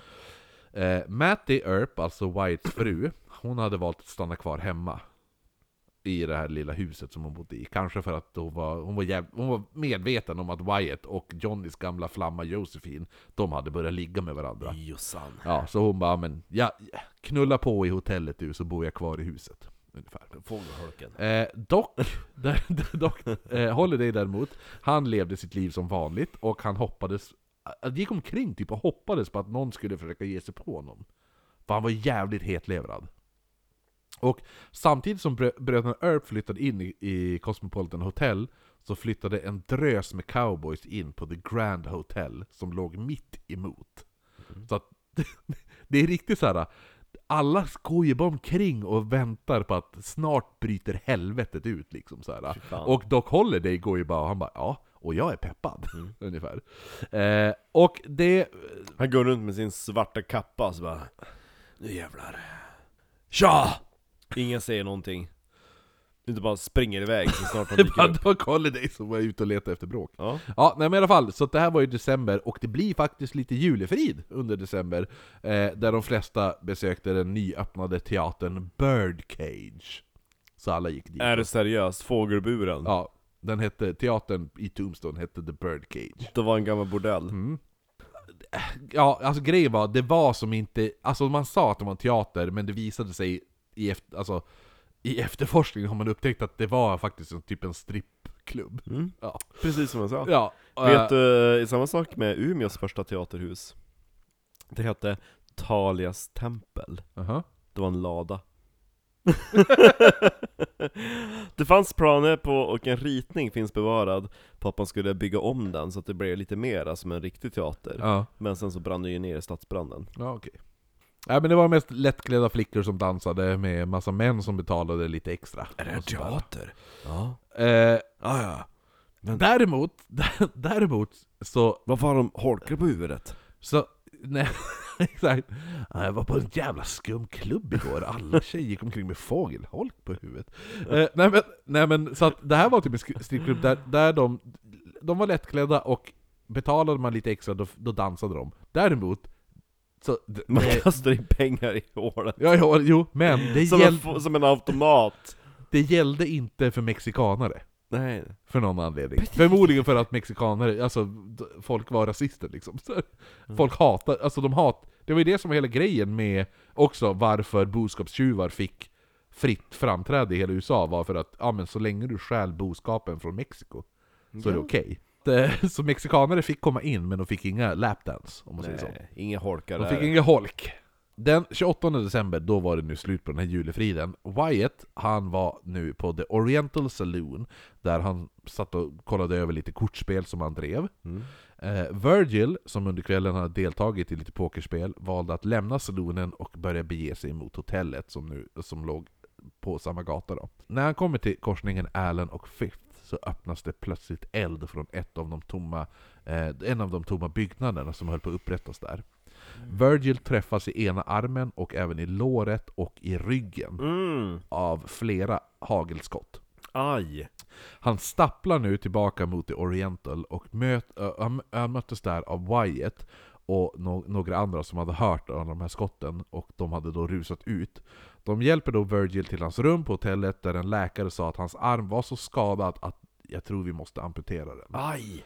Eh, Mattie Earp, alltså Wyatts fru, hon hade valt att stanna kvar hemma i det här lilla huset som hon bodde i. Kanske för att hon var, hon var, jäv, hon var medveten om att Wyatt och Johnnys gamla flamma Josephine, de hade börjat ligga med varandra. Jossan. Ja, så hon bara, men ja, knulla på i hotellet du, så bor jag kvar i huset. Ungefär. Fågelholken. Eh, dock, där, dock eh, Holiday däremot, han levde sitt liv som vanligt, och han hoppades, han gick omkring typ och hoppades på att någon skulle försöka ge sig på honom. För han var jävligt hetlevrad. Och samtidigt som brö- bröderna Earp flyttade in i, i Cosmopolitan Hotel, så flyttade en drös med cowboys in på The Grand Hotel som låg mitt emot. Mm. Så att det är riktigt så här. Alla går ju bara omkring och väntar på att snart bryter helvetet ut liksom så här. Fy fan. Och Doc Holliday går ju bara och han bara, ja, och jag är peppad. Mm. Ungefär. Eh, och det... Han går runt med sin svarta kappa så bara, nu jävlar. Tja! Ingen säger någonting. Inte bara springer iväg så snart han Det dyker var upp. Doc Holliday som var ute och letade efter bråk. Ja. Ja, nej, men i alla fall, så det här var ju december, och det blir faktiskt lite julefrid under december, eh, där de flesta besökte den nyöppnade teatern Birdcage. Så alla gick dit. Är det seriöst? Fågelburen? Ja, den hette, teatern i Tombstone hette The Birdcage. Det var en gammal bordell. Mm. Ja, alltså grejen var, det var som inte, alltså man sa att det var en teater, men det visade sig i efter, alltså i efterforskning har man upptäckt att det var faktiskt en typ en strippklubb. Mm. Ja. Precis som jag sa. Ja. Vet du, uh, samma sak med Umeås första teaterhus. Det hette Talias tempel. Aha. Det var en lada. Det fanns planer på, och en ritning finns bevarad på att man skulle bygga om den så att det blev lite mer som en riktig teater. Ja, Men sen så brann det ju ner i stadsbranden. ja okej. Nej, men det var mest lättklädda flickor som dansade med massa män som betalade lite extra. Är det en Och sådär. teater? Ja. Eh, Ah, ja. Men däremot, däremot så, vad var de holkar på huvudet? så nej, exakt. Ja, jag var på en jävla skum klubb igår. Alla tjejer gick omkring med fågelholk på huvudet. Eh, nej, men, nej men så att det här var typ en sk- strippklubb där, där de, de var lättklädda och betalade man lite extra, då, då dansade de. Däremot så, d- Man det- kastar in pengar i hålet. ja, ja, jo, men det, Som en, gäll, f- som en automat. det gällde inte för mexikanare. Nej. För någon anledning. Förmodligen för att mexikanare, alltså d- folk var rasister liksom. Så, folk hatar, alltså de hat. Det var ju det som var hela grejen med också varför boskapstjuvar fick fritt framträde i hela U S A, var för att ja, men så länge du stjäl boskapen från Mexiko så är det okej. Det- Så mexikanare fick komma in, men de fick inga lapdance, om man säger så. Nej, inga holkar De där. fick ingen holk. Den tjugoåttonde december, då var det nu slut på den här julefriden. Wyatt, han var nu på The Oriental Saloon, där han satt och kollade över lite kortspel som han drev. Mm. Eh, Virgil, som under kvällen hade deltagit i lite pokerspel, valde att lämna saloonen och börja bege sig mot hotellet som, nu, som låg på samma gata då. När han kommer till korsningen Allen och Fifth så öppnas det plötsligt eld från ett av de tomma, eh, en av de tomma byggnaderna som höll på att upprättas där. Virgil träffas i ena armen och även i låret och i ryggen Mm. av flera hagelskott. Aj. Han stapplar nu tillbaka mot The Oriental och möt, äh, han, han möttes där av Wyatt och no- några andra som hade hört av de här skotten, och de hade då rusat ut. De hjälper då Virgil till hans rum på hotellet, där en läkare sa att hans arm var så skadad att jag tror vi måste amputera den. Aj.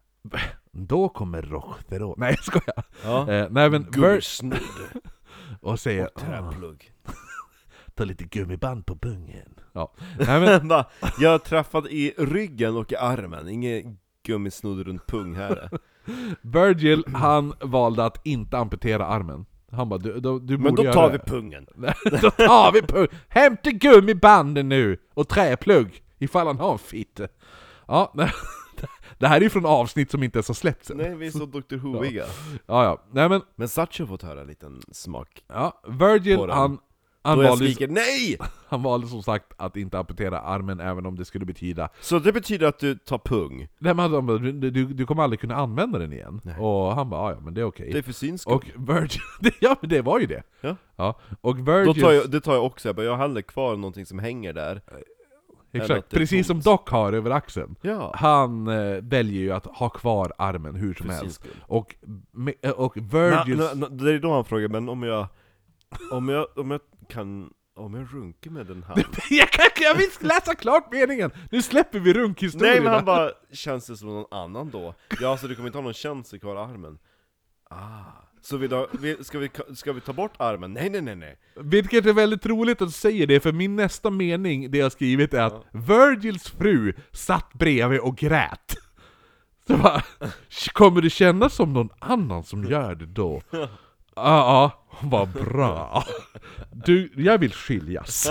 Då kommer Rochtero. Nej, jag skojar. Ja. Eh, nej, men Vir- Gubbsnodd. och säger Och träplugg. ta lite gummiband på bungen. Ja. Nej, men, Va? Jag träffade i ryggen och i armen. Ingen gummisnodd runt pung här. Virgil, han valde att inte amputera armen. Han bara, du, du, du Men borde då tar göra vi det. pungen. Då tar vi pung. Hämta gummibanden nu och träplugg ifall han har en fitte. Ja, nej. Det här är ju från avsnitt som inte ens har släppts än. Nej, vi är så doktor Whoiga. Ja, ja. Nej, men Men Satch har fått höra en liten smak. ja, Virgil, På den. han han Då jag valde, skriker nej! han valde som sagt att inte amputera armen, även om det skulle betyda Så det betyder att du tar pung? nej, men han bara, du, du, du kommer aldrig kunna använda den igen. Nej. Och han bara, ja men det är okej. Det är för syns skull. Och Virgil, ja men det var ju det. Ja. Ja. Och Då Virgil, tar jag, det tar jag också, jag bara, jag har hellre kvar någonting som hänger där. Eller exakt, att det är precis som tomt. Doc har över axeln. Ja, Han eh, väljer ju att ha kvar armen hur som för syns helst. skull. Och, me- eh, och Na, Virgils... na, na, det är då han frågar, men om jag, om jag, om jag kan, om jag runkar med den här. jag, kan, jag vill läsa klart meningen! Nu släpper vi runkhistorierna! Nej men han bara, känns det som någon annan då? Ja, så du kommer inte ha någon känsla kvar i armen. Ah, så vi då, vi, ska, vi, ska vi ta bort armen? Nej nej nej nej. Vilket är väldigt roligt att du säger det, för min nästa mening, det jag har skrivit är att Virgils fru satt bredvid och grät. Så bara, kommer det kännas som någon annan som gör det då? Ja, ja, vad bra. Du, jag vill skiljas.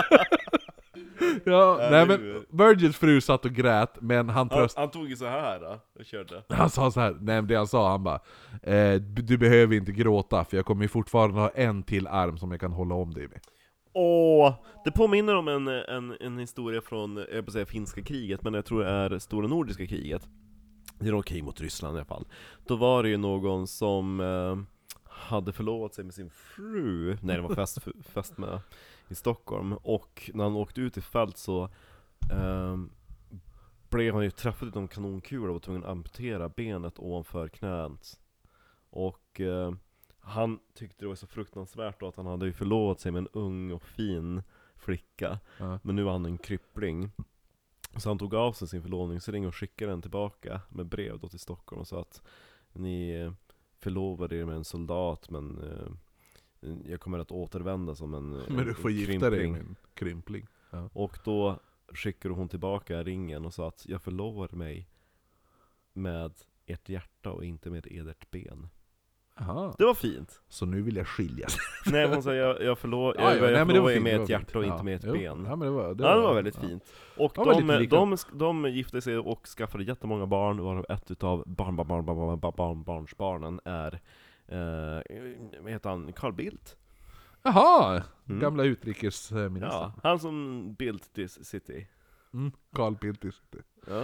Ja, nej men Virgils fru satt och grät, men han Han, tröstade. han tog ju så här då, och körde. Han sa så här, nej men det han sa, han bara eh, du behöver inte gråta, för jag kommer ju fortfarande ha en till arm som jag kan hålla om dig med. Åh, det påminner om en, en, en historia från, jag vill säga finska kriget, men jag tror det är stora nordiska kriget. Det är nog krig mot Ryssland i alla fall. Då var det ju någon som eh, hade förlovat sig med sin fru, nej det var fest, fest med i Stockholm, och när han åkte ut i fält så eh, blev han ju träffad av en kanonkula och var tvungen att amputera benet ovanför knät. Och eh, han tyckte det var så fruktansvärt då, att han hade ju förlovat sig med en ung och fin flicka. Ja. Men nu var han en kryppling. Så han tog av sig sin förlovningsring och skickade den tillbaka med brev då till Stockholm och sa att ni eh, förlovade er med en soldat, men eh, jag kommer att återvända som en, Men du får en gifta dig med en krympling. Ja. Och då skickade hon tillbaka ringen och sa att jag förlovar mig med ert hjärta och inte med edert ben. Aha. Det var fint. Så nu vill jag skiljas. Nej, hon säger jag, jag förlåt, Ja, jag, ja, jag nej, men det var förlovar fint, med det ett var hjärta fint. och Ja. inte med ett Jo. ben. Ja, men det var, det Ja, det var, var väldigt ja. fint. Och De var de, lite lika. de, de gifte sig och skaffade jättemånga barn, varav ett utav barn, barn, barn, barn, barn, barn, barnsbarnen är, eh, vad heter han, Carl Bildt. Jaha! Mm. Gamla utrikesministern. Ja, han som built this city. Mm, Carl Bildt. Ja.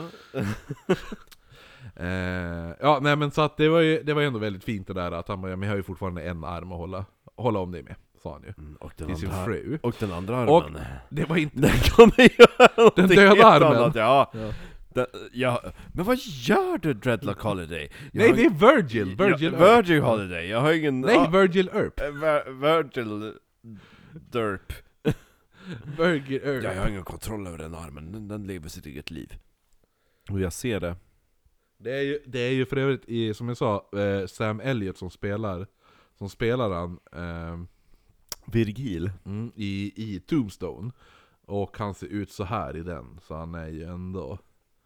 Eh, ja, nej men så att det var ju det var ju ändå väldigt fint det där att han bara, ja, men jag har ju fortfarande en arm att hålla, hålla om dig med, sa han ju. Mm, och, den Till sin andra, fru. och den andra Och armen. det var inte... Den kommer göra någonting döda helt armen. annat, ja. Ja. Den, ja. Men vad gör du, Dreadlock Holiday? Jag Nej, har- det är Virgil! Virgil ja, Earp. Virgil Holiday, jag har ingen... Nej, ah, Virgil Earp. eh, Vir- Virgil Derp. Virgil Earp. Ja, jag har ingen kontroll över den armen, den, den lever sitt eget liv. Och jag ser det. Det är ju, det är ju för övrigt, i, som jag sa, eh, Sam Elliott som spelar Som spelar han eh, Virgil. mm, i, i Tombstone. Och han ser ut så här i den. Så han är ju ändå...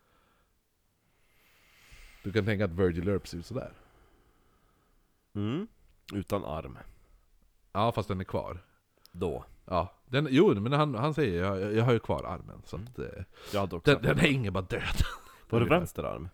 Du kan tänka att Virgil Earp ser ut så där. Mm. Utan arm. Ja, fast den är kvar. Då. Ja, den, jo, men han, han säger jag, jag har ju kvar armen. Så att, eh, Jag hade också den, den är ingen bara död. Var det vänster arm?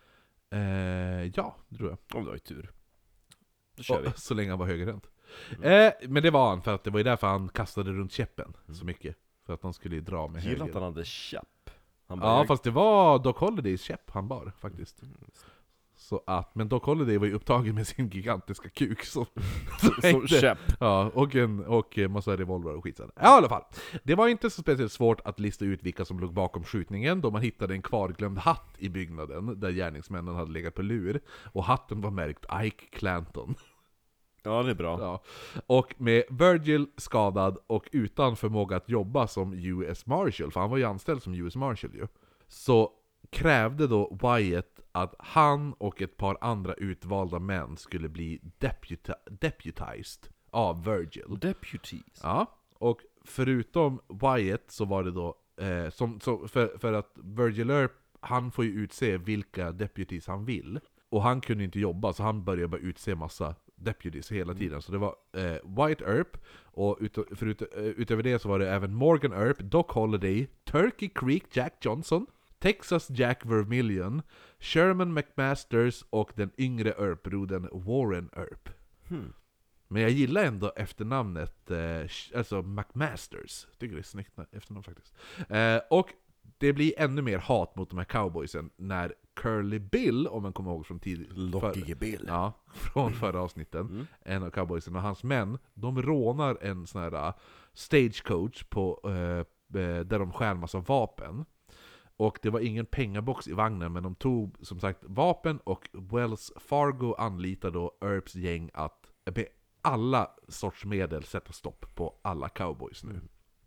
Eh, ja, det tror jag. Om du har ju tur. Då kör vi. Och, så länge han var högerhänt. Mm. Eh, men det var han, för att det var ju därför han kastade runt käppen så mycket. För att han skulle ju dra med Gillar att höger. han hade käpp. Han bara, Ja, jag- fast det var Doc Hollidays käpp han bar faktiskt. Så att, men Doc Holliday var ju upptagen med sin gigantiska kuk som, som som hängde. käpp. Ja, och en och en massa revolver och skit sådär. Ja, i alla fall. Det var inte så speciellt svårt att lista ut vilka som låg bakom skjutningen, då man hittade en kvarglömd hatt i byggnaden där gärningsmännen hade legat på lur. Och hatten var märkt Ike Clanton. Ja, det är bra. Ja. Och med Virgil skadad och utan förmåga att jobba som U S Marshal, för han var ju anställd som U S Marshal ju, så krävde då Wyatt att han och ett par andra utvalda män skulle bli deputa- deputized av Virgil. Deputies. Ja, och förutom Wyatt så var det då eh, som, så för, för att Virgil Earp, han får ju utse vilka deputies han vill. Och han kunde inte jobba, så han började bara utse massa deputies hela tiden. Så det var eh, Wyatt Earp, och ut, förut, eh, utöver det så var det även Morgan Earp, Doc Holliday, Turkey Creek Jack Johnson, Texas Jack Vermillion, Sherman McMasters och den yngre Earp-brodern Warren Earp. Hmm. Men jag gillar ändå efternamnet, eh, alltså McMasters. Tycker det är snyggt efternamn faktiskt. Eh, och det blir ännu mer hat mot de här cowboysen när Curly Bill, om man kommer ihåg från tidigt, Lockige Bill. ja, från förra avsnitten, Mm. en av cowboysen och hans män, de rånar en sån här uh, stagecoach på, uh, där de stjäl massa vapen. Och det var ingen pengabox i vagnen, men de tog som sagt vapen, och Wells Fargo anlitade då Earps gäng att med alla sorts medel sätta stopp på alla cowboys nu.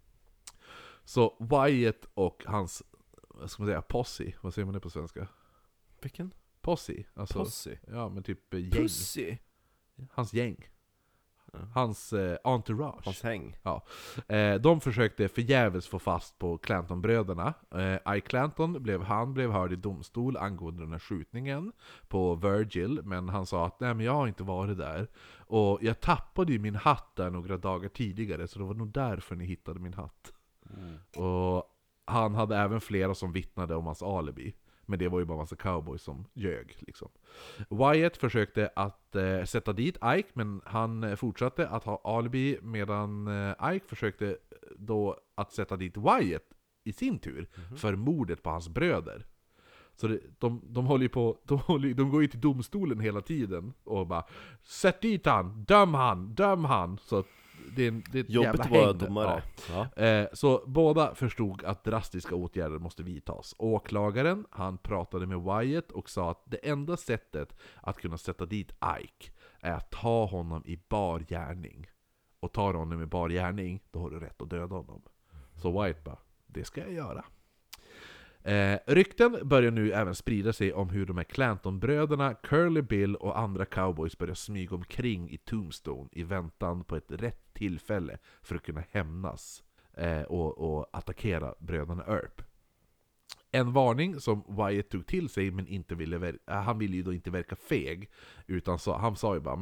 Så Wyatt och hans, vad ska man säga, posse, vad säger man det på svenska? Vilken? Posse, alltså, Posse. ja men typ eh, gäng. Pussy. Hans gäng. Ja. Hans eh, entourage. Hans häng. Eh, de försökte förgäves få fast på Clanton-bröderna. Eh, Ike Clanton blev, han blev hörd i domstol angående den här skjutningen på Virgil, men han sa att nej men jag har inte varit där. Och jag tappade ju min hatt där några dagar tidigare, så det var nog därför ni hittade min hatt. Mm. Och han hade även flera som vittnade om hans alibi. Men det var ju bara massa cowboys som ljög liksom. Wyatt försökte att eh, sätta dit Ike, men han eh, fortsatte att ha alibi, medan eh, Ike försökte då att sätta dit Wyatt i sin tur Mhm. för mordet på hans bröder. Så det, de, de håller ju på, de, håller, de går ju till domstolen hela tiden och bara sätt dit han, döm han, döm han. Så att det är, en- det är ett Jobbigt jävla att vara häng där. domare. Ja. Ja. Eh, så båda förstod att drastiska åtgärder måste vidtas. Åklagaren, han pratade med Wyatt och sa att det enda sättet att kunna sätta dit Ike är att ta honom i bar gärning. Och tar honom i bar gärning, då har du rätt att döda honom. Så Wyatt bara, det ska jag göra. Eh, rykten börjar nu även sprida sig om hur de här Clanton-bröderna, Curly Bill och andra cowboys börjar smyga omkring i Tombstone i väntan på ett rätt tillfälle för att kunna hämnas eh, och, och attackera bröderna Earp. En varning som Wyatt tog till sig, men inte ville ver- han ville ju då inte verka feg, utan så, han sa ju bara, men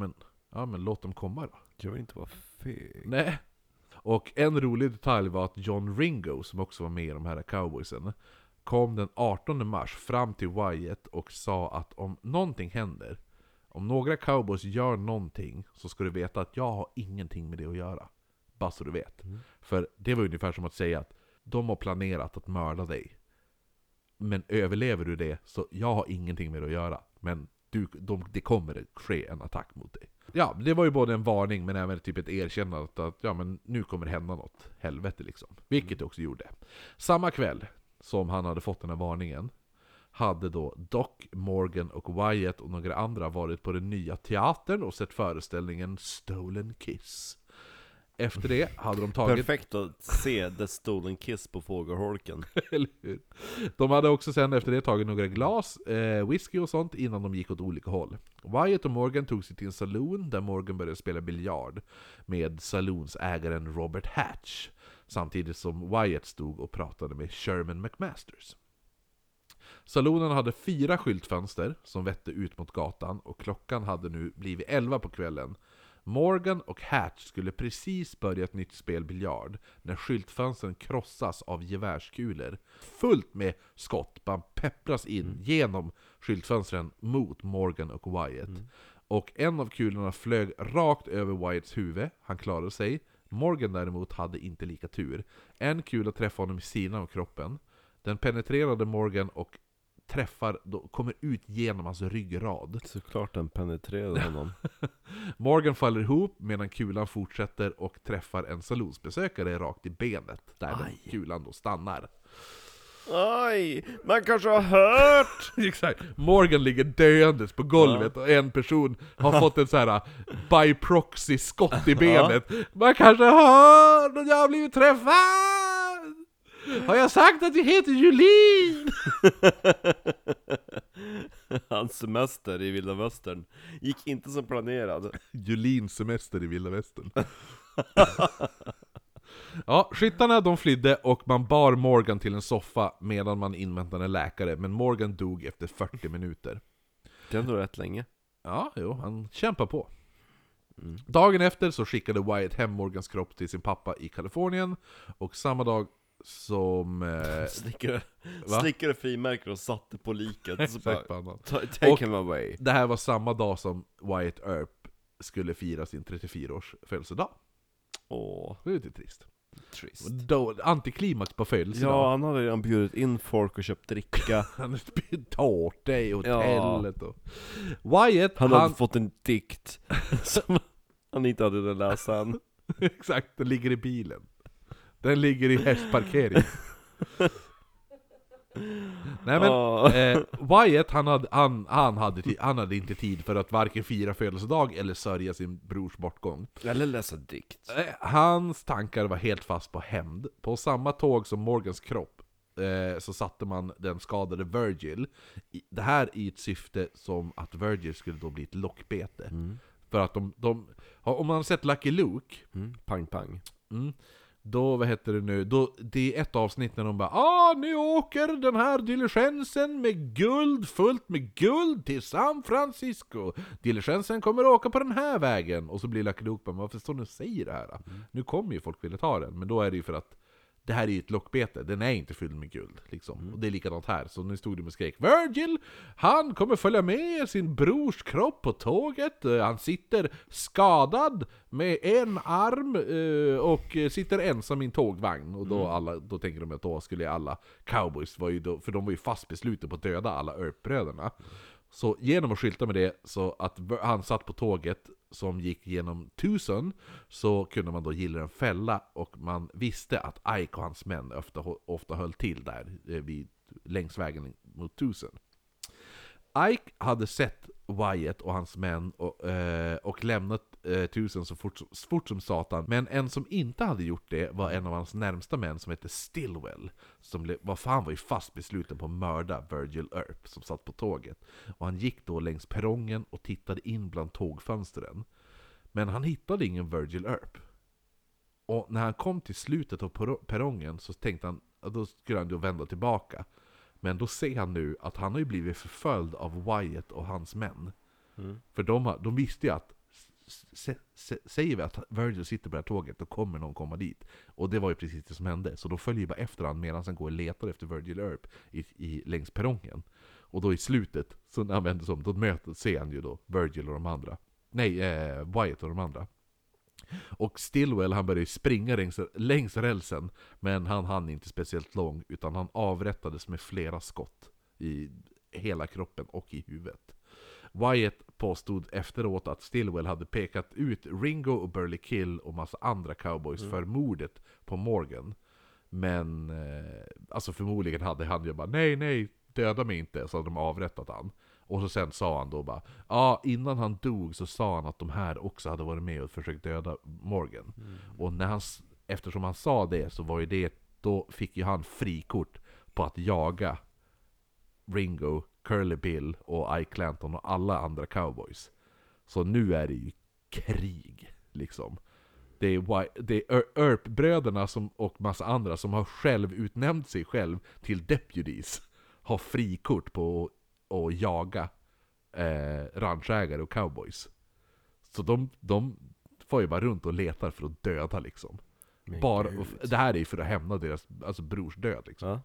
Ja, men låt dem komma då. Jag vill inte vara feg. Nej. Och en rolig detalj var att John Ringo, som också var med i de här cowboysen, kom den artonde mars fram till Wyatt och sa att om någonting händer, om några cowboys gör någonting, så ska du veta att jag har ingenting med det att göra. Bara så du vet. Mm. För det var ungefär som att säga att de har planerat att mörda dig. Men överlever du det, så jag har ingenting med det att göra. Men du, de, det kommer ske en attack mot dig. Ja, det var ju både en varning men även typ ett erkännande att, att ja, men nu kommer det hända något helvete liksom. Vilket det också gjorde. Samma kväll som han hade fått den här varningen hade då Doc, Morgan och Wyatt och några andra varit på den nya teatern och sett föreställningen Stolen Kiss. Efter det hade de tagit... Perfekt att se The Stolen Kiss på fågelholken. Eller hur? De hade också sen efter det tagit några glas, eh, whisky och sånt innan de gick åt olika håll. Wyatt och Morgan tog sig till en saloon där Morgan började spela biljard med saloonsägaren Robert Hatch. Samtidigt som Wyatt stod och pratade med Sherman McMasters. Saloonen hade fyra skyltfönster som vette ut mot gatan och klockan hade nu blivit elva på kvällen. Morgan och Hatch skulle precis börja ett nytt spel biljard när skyltfönstren krossas av gevärskulor. Fullt med skott bara peppras in mm. genom skyltfönstren mot Morgan och Wyatt. Mm. Och en av kulorna flög rakt över Wyatts huvud. Han klarade sig. Morgan däremot hade inte lika tur. En kula träffade honom i sidan av kroppen. Den penetrerade Morgan och träffar, då kommer ut genom hans ryggrad. Såklart den penetrerade honom. Morgan faller ihop medan kulan fortsätter och träffar en salonsbesökare rakt i benet. Där den kulan då stannar. Aj, man kanske har hört. Exakt. Morgan ligger döendes på golvet ja. Och en person har fått en så här by proxy skott i benet. Ja. Man kanske har hört att jag har blivit träffad. Har jag sagt att jag heter Julin? Hans semester i Vilda Västern gick inte som planerad. Julins semester i Vilda Västern. Ja, skyttarna de flydde och man bar Morgan till en soffa medan man inväntade en läkare. Men Morgan dog efter fyrtio minuter. Det är ändå rätt länge. Ja, jo, han kämpar på. Mm. Dagen efter så skickade Wyatt hem Morgans kropp till sin pappa i Kalifornien. Och samma dag som... Eh, slickade, slickade frimärker och satte på liket. Så bara, take him away. Det här var samma dag som Wyatt Earp skulle fira sin trettiofyra-års födelsedag. Åh, det är lite trist. Trist. Då, antiklimax på födelsedag. Ja, han hade redan bjudit in folk och köpt dricka. Han hade bjudit tårta i hotellet. Ja. Och... Wyatt, han, han hade fått en dikt som han inte hade hunnit läsa än. Exakt, den ligger i bilen. Den ligger i hästparkering. Nej men oh. eh, Wyatt han hade, han, han, hade t- han hade inte tid för att varken fira födelsedag eller sörja sin brors bortgång. Eller läsa dikt. eh, Hans tankar var helt fast på hämnd. På samma tåg som Morgans kropp eh, så satte man den skadade Virgil i, det här i ett syfte som att Virgil skulle då bli ett lockbete. mm. För att de, de om man har sett Lucky Luke mm. Pang pang mm. Då, vad heter det nu? Då, det är ett avsnitt när de bara ah, nu åker den här diligensen med guld, fullt med guld till San Francisco. Diligensen kommer åka på den här vägen. Och så blir Lucky Luke bara, varför står ni och säger det här? Mm. Nu kommer ju folk vilja ta den. Men då är det ju för att det här är ju ett lockbete. Den är inte fylld med guld liksom. Mm. Och det är likadant här. Så nu stod det med skrek Virgil, han kommer följa med sin brors kropp på tåget. Han sitter skadad med en arm och sitter ensam i en tågvagn. Och då, alla, då tänker de att då skulle alla cowboys var ju då, för de var ju fast beslutna på att döda alla Earp-bröderna. Mm. Så genom att skylta med det så att han satt på tåget som gick genom Tucson, så kunde man då gilla en fälla, och man visste att Ike och hans män ofta, ofta höll till där vid, längs vägen mot Tucson. Ike hade sett Wyatt och hans män och, eh, och lämnat eh, Tucson så fort, så fort som satan. Men en som inte hade gjort det var en av hans närmsta män som hette Stillwell, som var, fan var ju fast besluten på att mörda Virgil Earp som satt på tåget. Och han gick då längs perrongen och tittade in bland tågfönstren. Men han hittade ingen Virgil Earp. Och när han kom till slutet av perrongen så tänkte han att då skulle han då vända tillbaka. Men då ser han nu att han har ju blivit förföljd av Wyatt och hans män. Mm. För de, har, de visste ju att se, se, säger vi att Virgil sitter på det här tåget, då kommer någon komma dit. Och det var ju precis det som hände. Så de följer bara efter han medan han går och letar efter Virgil Earp i, i, längs perrongen. Och då i slutet, så när han vänder sig om, då möter, ser han ju då Virgil och de andra. Nej, eh, Wyatt och de andra. Och Stillwell, han började springa längs, längs rälsen, men han hann inte speciellt lång, utan han avrättades med flera skott i hela kroppen och i huvudet. Wyatt påstod efteråt att Stillwell hade pekat ut Ringo och Burley Kill och massa andra cowboys mm. för mordet på Morgan. Men eh, alltså förmodligen hade han ju bara nej, nej, döda mig inte, så hade de avrättat han. Och så sen sa han då bara, ja, ah, innan han dog så sa han att de här också hade varit med och försökt döda Morgan. Mm. Och när han, eftersom han sa det, så var ju det, då fick ju han frikort på att jaga Ringo, Curly Bill och Ike Clanton och alla andra cowboys. Så nu är det ju krig, liksom. Det är, det är Earp-bröderna som, och massa andra som har själv utnämnt sig själv till deputies, har frikort på att jaga eh, ranchägare och cowboys. Så de, de får ju bara runt och letar för att döda, liksom. Bara, och, det här är ju för att hämna deras alltså, brors död, liksom. Ja.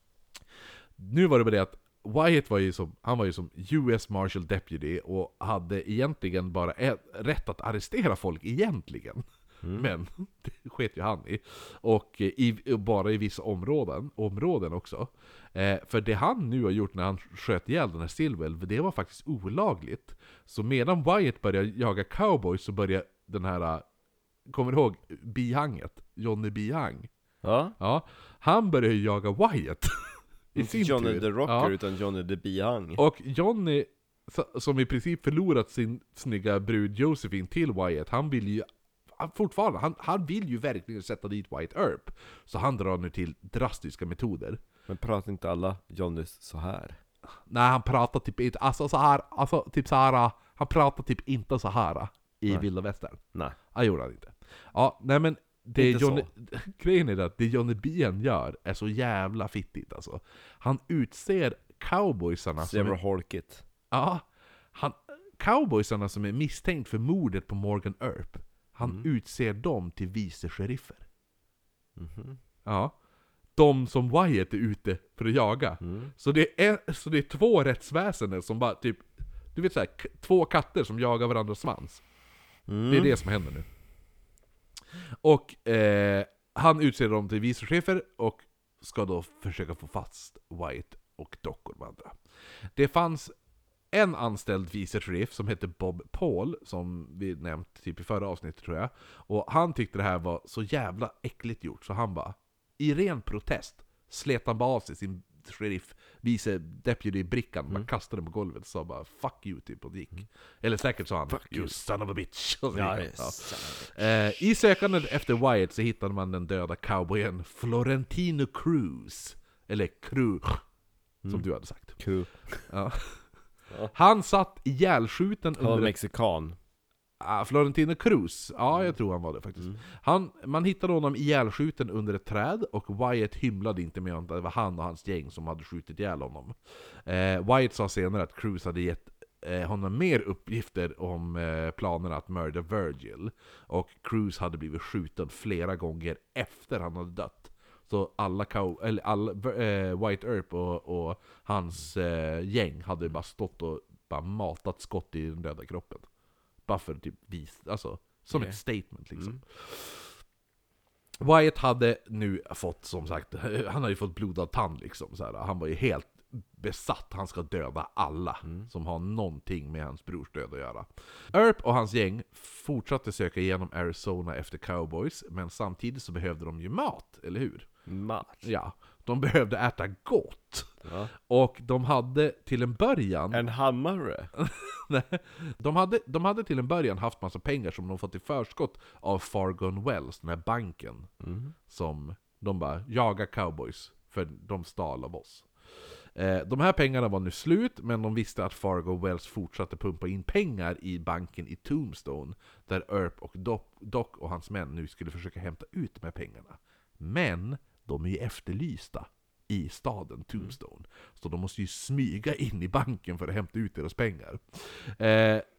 Nu var det bara det att Wyatt var ju som, han var ju som U S Marshal Deputy och hade egentligen bara ett, rätt att arrestera folk egentligen. Mm. Men det sket ju han i. Och i, bara i vissa områden, områden också. Eh, för det han nu har gjort när han sköt ihjäl den här Stillwell, det var faktiskt olagligt. Så medan Wyatt började jaga cowboys så började den här, kommer du ihåg bihanget? Johnny Bihang. Ja. Ja, han började jaga Wyatt. Inte Johnny tur. the Rocker, ja. Utan Johnny the Bihang. Och Johnny, som i princip förlorat sin snygga brud Josephine till Wyatt, han vill ju fortfarande, han, han vill ju verkligen sätta dit Wyatt Earp. Så han drar nu till drastiska metoder. Men pratar inte alla Johnnys så här? Nej, han pratar typ inte, alltså så här, alltså typ så här, han pratar typ inte så här i nej. Vilda Västern. Nej. Han gjorde han inte. Ja, nej men det Johnny, grejen är att det Johnny Bien gör är så jävla fittigt alltså. Han utser cowboysarna som är, holkigt. Ja, han, cowboysarna som är misstänkt för mordet på Morgan Earp, han mm. utser dem till vice sheriffer. Mm-hmm. Ja, de som Wyatt är ute för att jaga. Mm. Så det är så det är två rättsväsenden som bara typ, du vet så här, k- två katter som jagar varandras svans. Mm. Det är det som händer nu. Och eh, han utser dem till vice chefer och ska då försöka få fast Wyatt och Doc och de andra. Det fanns en anställd vice sheriff som hette Bob Paul, som vi nämnt typ i förra avsnittet tror jag. Och han tyckte det här var så jävla äckligt gjort, så han bara, i ren protest, slet han bara av sig sin sheriff, vice deputy-brickan, mm. man kastade den på golvet och sa bara fuck you typ, och det gick. Mm. Eller säkert sa han fuck you son of a bitch. Ja, ja. Eh, I sökandet efter Wyatt så hittade man den döda cowboyen Florentino Cruz, eller Cruz som mm. du hade sagt. Cruz. Ja. Ja. Han satt ihjälskjuten under... Han var mexikan. Ah, Florentino Cruz, ja jag tror han var det faktiskt. Mm. Han, man hittade honom ihjälskjuten under ett träd, och Wyatt hymlade inte med att det var han och hans gäng som hade skjutit ihjäl honom. Eh, Wyatt sa senare att Cruz hade gett eh, honom mer uppgifter om eh, planerna att mörda Virgil. Och Cruz hade blivit skjuten flera gånger efter han hade dött. Så alla, cow, eller alla eh, Wyatt Earp och, och hans eh, gäng hade bara stått och bara matat skott i den döda kroppen. Bara för typ vis, alltså som yeah. ett statement liksom. Mm. Wyatt hade nu fått, som sagt, han hade ju fått blodad tand liksom så här. Han var ju helt besatt, han ska döda alla mm. som har någonting med hans brors död att göra. Earp och hans gäng fortsatte söka igenom Arizona efter cowboys, men samtidigt så behövde de ju mat, eller hur? Mat? Ja, de behövde äta gott. Ja. Och de hade till en början... En hammare? Nej, de hade, de hade till en början haft massa pengar som de fått i förskott av Fargon Wells, den här banken. Mm. Som de bara, jaga cowboys, för de stal av oss. Eh, de här pengarna var nu slut, men de visste att Fargo Wells fortsatte pumpa in pengar i banken i Tombstone, där Earp och Doc, Doc och hans män nu skulle försöka hämta ut de här pengarna. Men de är ju efterlysta i staden Tombstone. Mm. Så de måste ju smyga in i banken för att hämta ut deras pengar. Eh,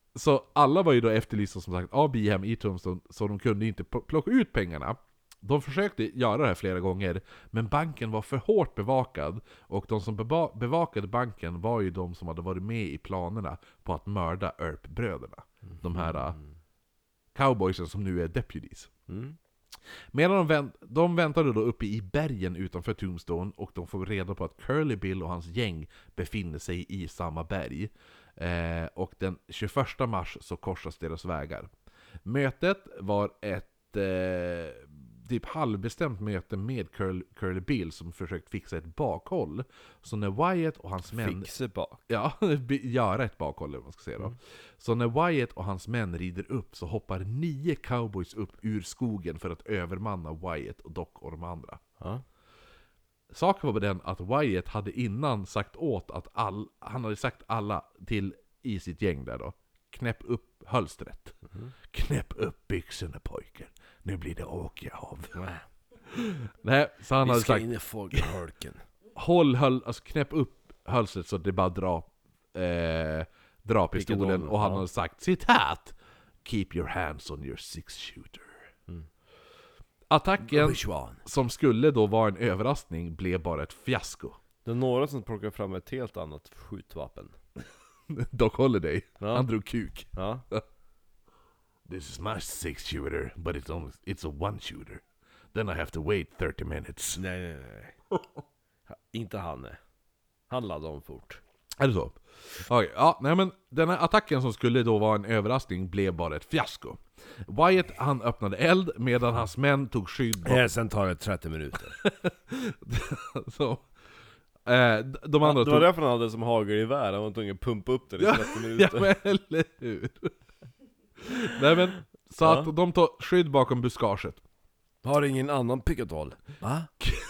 Så alla var ju då efterlysta som sagt av Behem i Tombstone, så de kunde inte plocka ut pengarna. De försökte göra det här flera gånger, men banken var för hårt bevakad, och de som beva- bevakade banken var ju de som hade varit med i planerna på att mörda Earp-bröderna. Mm. De här uh, cowboysen som nu är deputies. Mm. Medan de, vänt, de väntade då uppe i bergen utanför Tombstone, och de får reda på att Curly Bill och hans gäng befinner sig i samma berg. Eh, och den tjugoförsta mars så korsas deras vägar. Mötet var ett eh, typ halvbestämt möte med Curly, Curly Bill som försökt fixa ett bakhåll. Så när Wyatt och hans män... Fixa bak? Ja, göra ett bakhåll, om man ska säga då. Mm. Så när Wyatt och hans män rider upp så hoppar nio cowboys upp ur skogen för att övermanna Wyatt och Doc och de andra. Ja. Saken var den att Wyatt hade innan sagt åt att all, han hade sagt alla till i sitt gäng där då: knäpp upp hölstret. Mm. Knäpp upp byxorna, pojkar. Nu blir det åka av. Nej, så han Vi hade ska sagt in i fågelholken. Håll, höll, alltså knäpp upp hölstret så det bara dra eh, dra pistolen. Och han ja. hade sagt citat: keep your hands on your six shooter. Mm. Attacken som skulle då vara en överraskning blev bara ett fiasko. Det är några som plockar fram ett helt annat skjutvapen. Doc Holliday, ja. Han drog kuk. Ja. This is my six shooter, but it's only it's a one shooter. Then I have to wait thirty minutes. Nej, nej, nej. Inte han. Han laddade om fort. Är det så? Okay, ja, nej men den här attacken som skulle då vara en överraskning blev bara ett fiasko. Wyatt, han öppnade eld medan hans män tog skydd. Ja, sen tar det trettio minuter. Så eh, de andra ja, det var tog... därför han hade som hagelgevär. Han var tvungen att pumpa upp det i trettio minuter. Ja, men eller hur? Nej men, så ja. att de tar skydd bakom buskaget. Har ingen annan pickadoll? Va?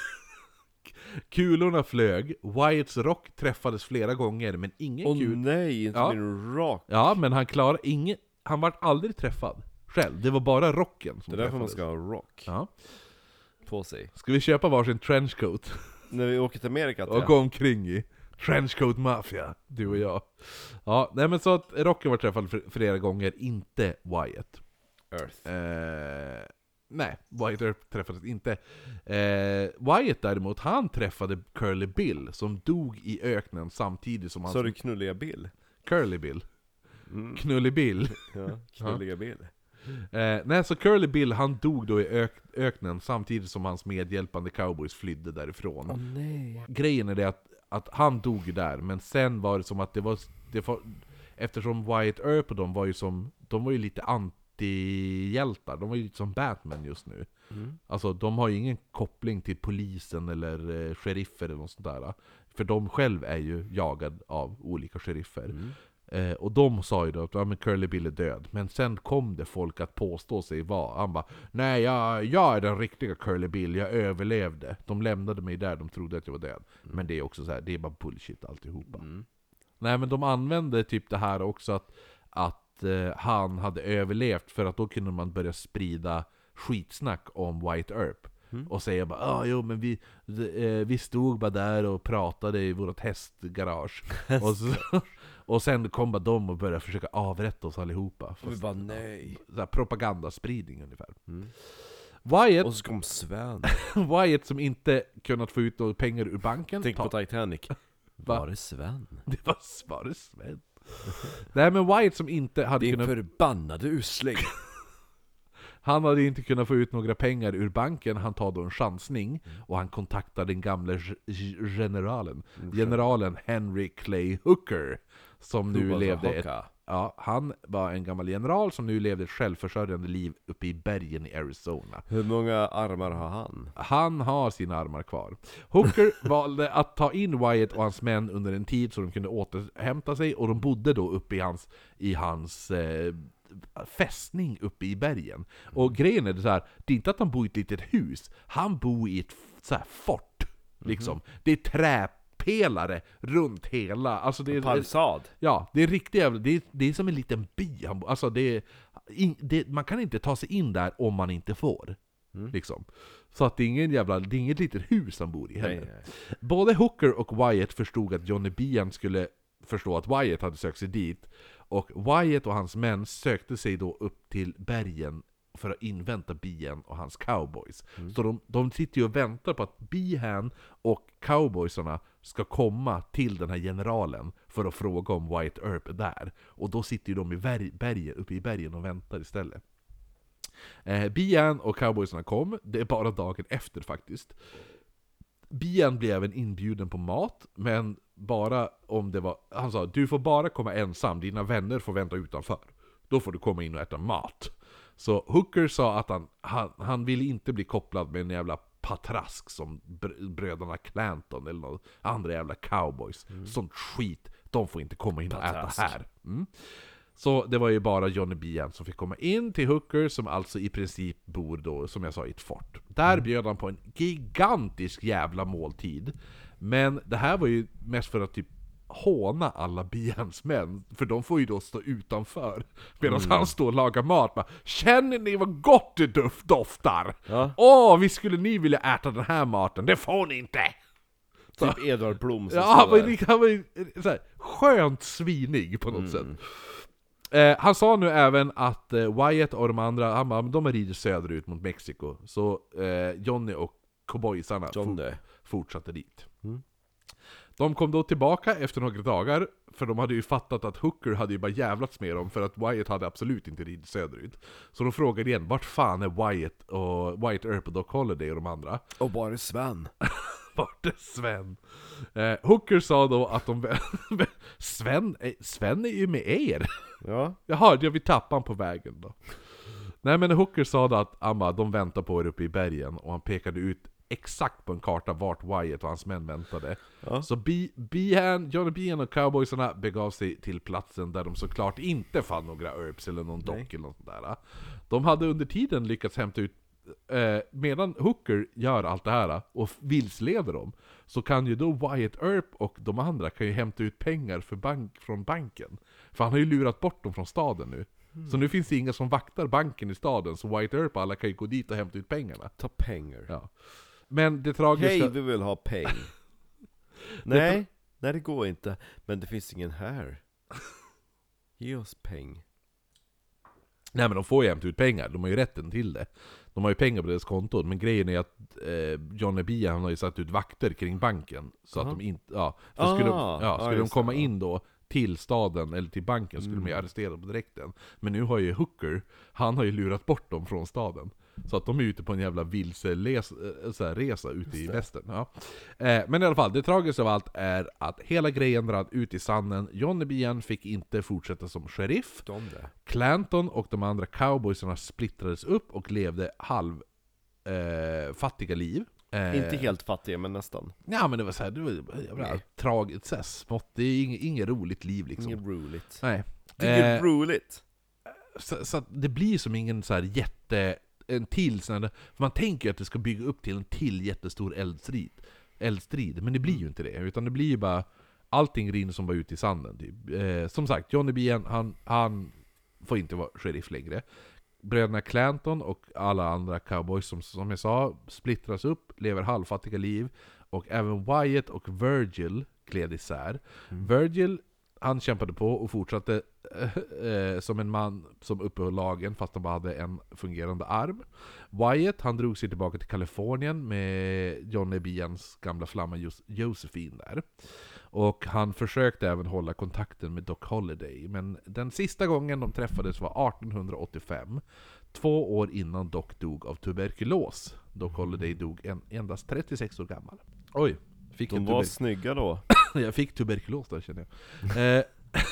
Kulorna flög, Wyatts rock träffades flera gånger, men ingen Åh kul... oh, nej, inte ja. min rock. Ja, men han klarade ingen... Han var aldrig träffad själv, det var bara rocken som det är därför träffades. Man ska ha rock ja. på sig. Ska vi köpa varsin trenchcoat? När vi åker till Amerika till och gå omkring i Trenchcoat Mafia, du och jag. Ja, nej men så att rocken var träffad flera gånger, inte Wyatt. Earth. Eh... Nej, Wyatt Earp träffades inte. Eh, Wyatt däremot, han träffade Curly Bill som dog i öknen samtidigt som han... Så du knulliga Bill? Curly Bill. Mm. Knullig Bill. Ja, knulliga Bill. Eh, nej, så Curly Bill, han dog då i ök- öknen samtidigt som hans medhjälpande cowboys flydde därifrån. Oh, nej. Grejen är det att, att han dog ju där, men sen var det som att det var... Det var eftersom Wyatt Earp och de var ju som... De var ju lite anti hjältar. De var ju som Batman just nu. Mm. Alltså de har ju ingen koppling till polisen eller eh, sheriffer eller något sånt där. För de själv är ju jagad av olika sheriffer. Mm. Eh, och de sa ju då att ja, men Curly Bill är död. Men sen kom det folk att påstå sig vara. Han bara, nej jag, jag är den riktiga Curly Bill, jag överlevde. De lämnade mig där, de trodde att jag var död. Mm. Men det är också så här, det är bara bullshit alltihopa. Mm. Nej men de använde typ det här också att, att han hade överlevt för att då kunde man börja sprida skitsnack om Wyatt Earp. Mm. Och säga bara, ah, jo men vi, vi stod bara där och pratade i vårt hästgarage. och, så, och sen kom bara de och började försöka avrätta oss allihopa. Och vi bara nej. Så här, propagandaspridning ungefär. Mm. Wyatt, och så kom Sven. Wyatt som inte kunnat få ut några pengar ur banken. Tänk ta- på Titanic. Var det Sven? Det var, var det Sven? Nej men Wyatt som inte hade Din kunnat... förbannade usling. Han hade inte kunnat få ut några pengar ur banken. Han tar då en chansning. Mm. Och han kontaktar den gamla g- generalen. Mm. Generalen Henry Clay Hooker. Som nu levde ett... Ja, han var en gammal general som nu levde ett självförsörjande liv uppe i bergen i Arizona. Hur många armar har han? Han har sina armar kvar. Hooker valde att ta in Wyatt och hans män under en tid så de kunde återhämta sig. Och de bodde då uppe i hans, i hans eh, fästning uppe i bergen. Och grejen är det så här, det är inte att han bor i ett litet hus. Han bor i ett så här fort. Liksom. Mm-hmm. Det är trä pelare runt hela, alltså det är palsad. Ja, det är riktigt jävla, det är, det är som en liten by. Alltså det är, det, man kan inte ta sig in där om man inte får. Mm. Liksom. Så att det är ingen jävla, det är inget litet hus han bor i heller. Nej, nej. Både Hooker och Wyatt förstod att Johnny Behan skulle förstå att Wyatt hade sökt sig dit. Och Wyatt och hans män sökte sig då upp till bergen för att invänta Behan och hans cowboys. Mm. Så de, de sitter ju och väntar på att Behan och cowboysarna ska komma till den här generalen för att fråga om Wyatt Earp är där. Och då sitter ju de i berg, bergen, uppe i bergen och väntar istället. Eh, Behan och cowboysarna kom, det är bara dagen efter faktiskt. Behan blev även inbjuden på mat, men bara om det var... Han sa, du får bara komma ensam, dina vänner får vänta utanför. Då får du komma in och äta mat. Så Hooker sa att han, han, han ville inte bli kopplad med en jävla patrask som bröderna Clanton eller några andra jävla cowboys. Mm. Sånt skit, de får inte komma in och patrask. Äta här. Mm. Så det var ju bara Johnny Behan som fick komma in till Hooker, som alltså i princip bor då, som jag sa, i ett fort. Där mm. bjöd han på en gigantisk jävla måltid. Men det här var ju mest för att typ håna alla Behans män, för de får ju då stå utanför medan mm. han står och lagar mat. Bara, känner ni vad gott det duft doftar? Ja. Åh, vi skulle ni vilja äta den här maten? Det får ni inte! Typ så, Edvard Blom som ja, han var, han var ju så här, skönt svinig på något mm. sätt. Eh, han sa nu även att eh, Wyatt och de andra, han bara, de är ridit söderut mot Mexiko. Så eh, Johnny och cowboysarna for, fortsatte dit. Mm. De kom då tillbaka efter några dagar, för de hade ju fattat att Hooker hade ju bara jävlats med dem, för att Wyatt hade absolut inte ridit söderut. Så de frågade igen, vart fan är Wyatt och Wyatt Earp och Doc Holliday och de andra? Och var är Sven? Vart är Sven? Eh, Hooker sa då att de... Sven, Sven är ju med er. Ja. Jaha, jag vill tappa han på vägen då. Nej, men Hooker sa då att Amma, de väntar på er uppe i bergen, och han pekade ut exakt på en karta vart Wyatt och hans män väntade. Ja. Så Behan, Johnny Behan och cowboysarna begav sig till platsen, där de såklart inte fann några Earps eller någon dock eller något där. De hade under tiden lyckats hämta ut, eh, medan Hooker gör allt det här och vilsleder dem, så kan ju då Wyatt Earp och de andra kan ju hämta ut pengar för bank, från banken. För han har ju lurat bort dem från staden nu. Mm. Så nu finns det inga som vaktar banken i staden, så Wyatt Earp och alla kan ju gå dit och hämta ut pengarna. Ta pengar. Ja. Men det tragiska... Hej, vi vill ha peng. Nej, det... nej det går inte. Men det finns ingen här. Ge oss peng. Nej, men de får ju hämta ut pengar. De har ju rätten till det. De har ju pengar på deras konton. Men grejen är att eh, Johnny Behan, han har ju satt ut vakter kring banken. Så uh-huh. att de inte... Ja, för ah, skulle, de, ja, skulle ah, de komma in då till staden eller till banken, skulle mm. de ju arrestera på direkten. Men nu har ju Hooker, han har ju lurat bort dem från staden. Så att de är ute på en jävla vilseresa ute i västern. Ja. Eh, men i alla fall, det tragiska av allt är att hela grejen rann ut i sanden. Johnny Behan fick inte fortsätta som sheriff. De där. Clanton och de andra cowboysarna splittrades upp och levde halv eh, fattiga liv. Eh, inte helt fattiga, men nästan. Ja, men det var så här, det var jävla tragiskt, så här smått. Det är inget, inget roligt liv liksom. Inget roligt. Nej. Det är eh, roligt. Så, så att det blir som ingen så här jätte... en till sån här, för man tänker ju att det ska bygga upp till en till jättestor eldstrid, eldstrid men det blir ju inte det, utan det blir ju bara allting rinner som var ute i sanden typ. eh, som sagt, Johnny Behan, han, han får inte vara sheriff längre. Bröderna Clanton och alla andra cowboys som, som jag sa splittras upp, lever halvfattiga liv, och även Wyatt och Virgil gled isär. mm. Virgil, han kämpade på och fortsatte eh, eh, som en man som uppehöll lagen, fast han bara hade en fungerande arm. Wyatt, han drog sig tillbaka till Kalifornien med Johnny Behans gamla flamma Jos- Josephine där. Och han försökte även hålla kontakten med Doc Holliday, men den sista gången de träffades var arton åttiofem, två år innan Doc dog av tuberkulos. Doc Holliday dog en, endast trettiosex år gammal. Oj, fick de var tuber- snygga då. Jag fick tuberkulos där, känner jag.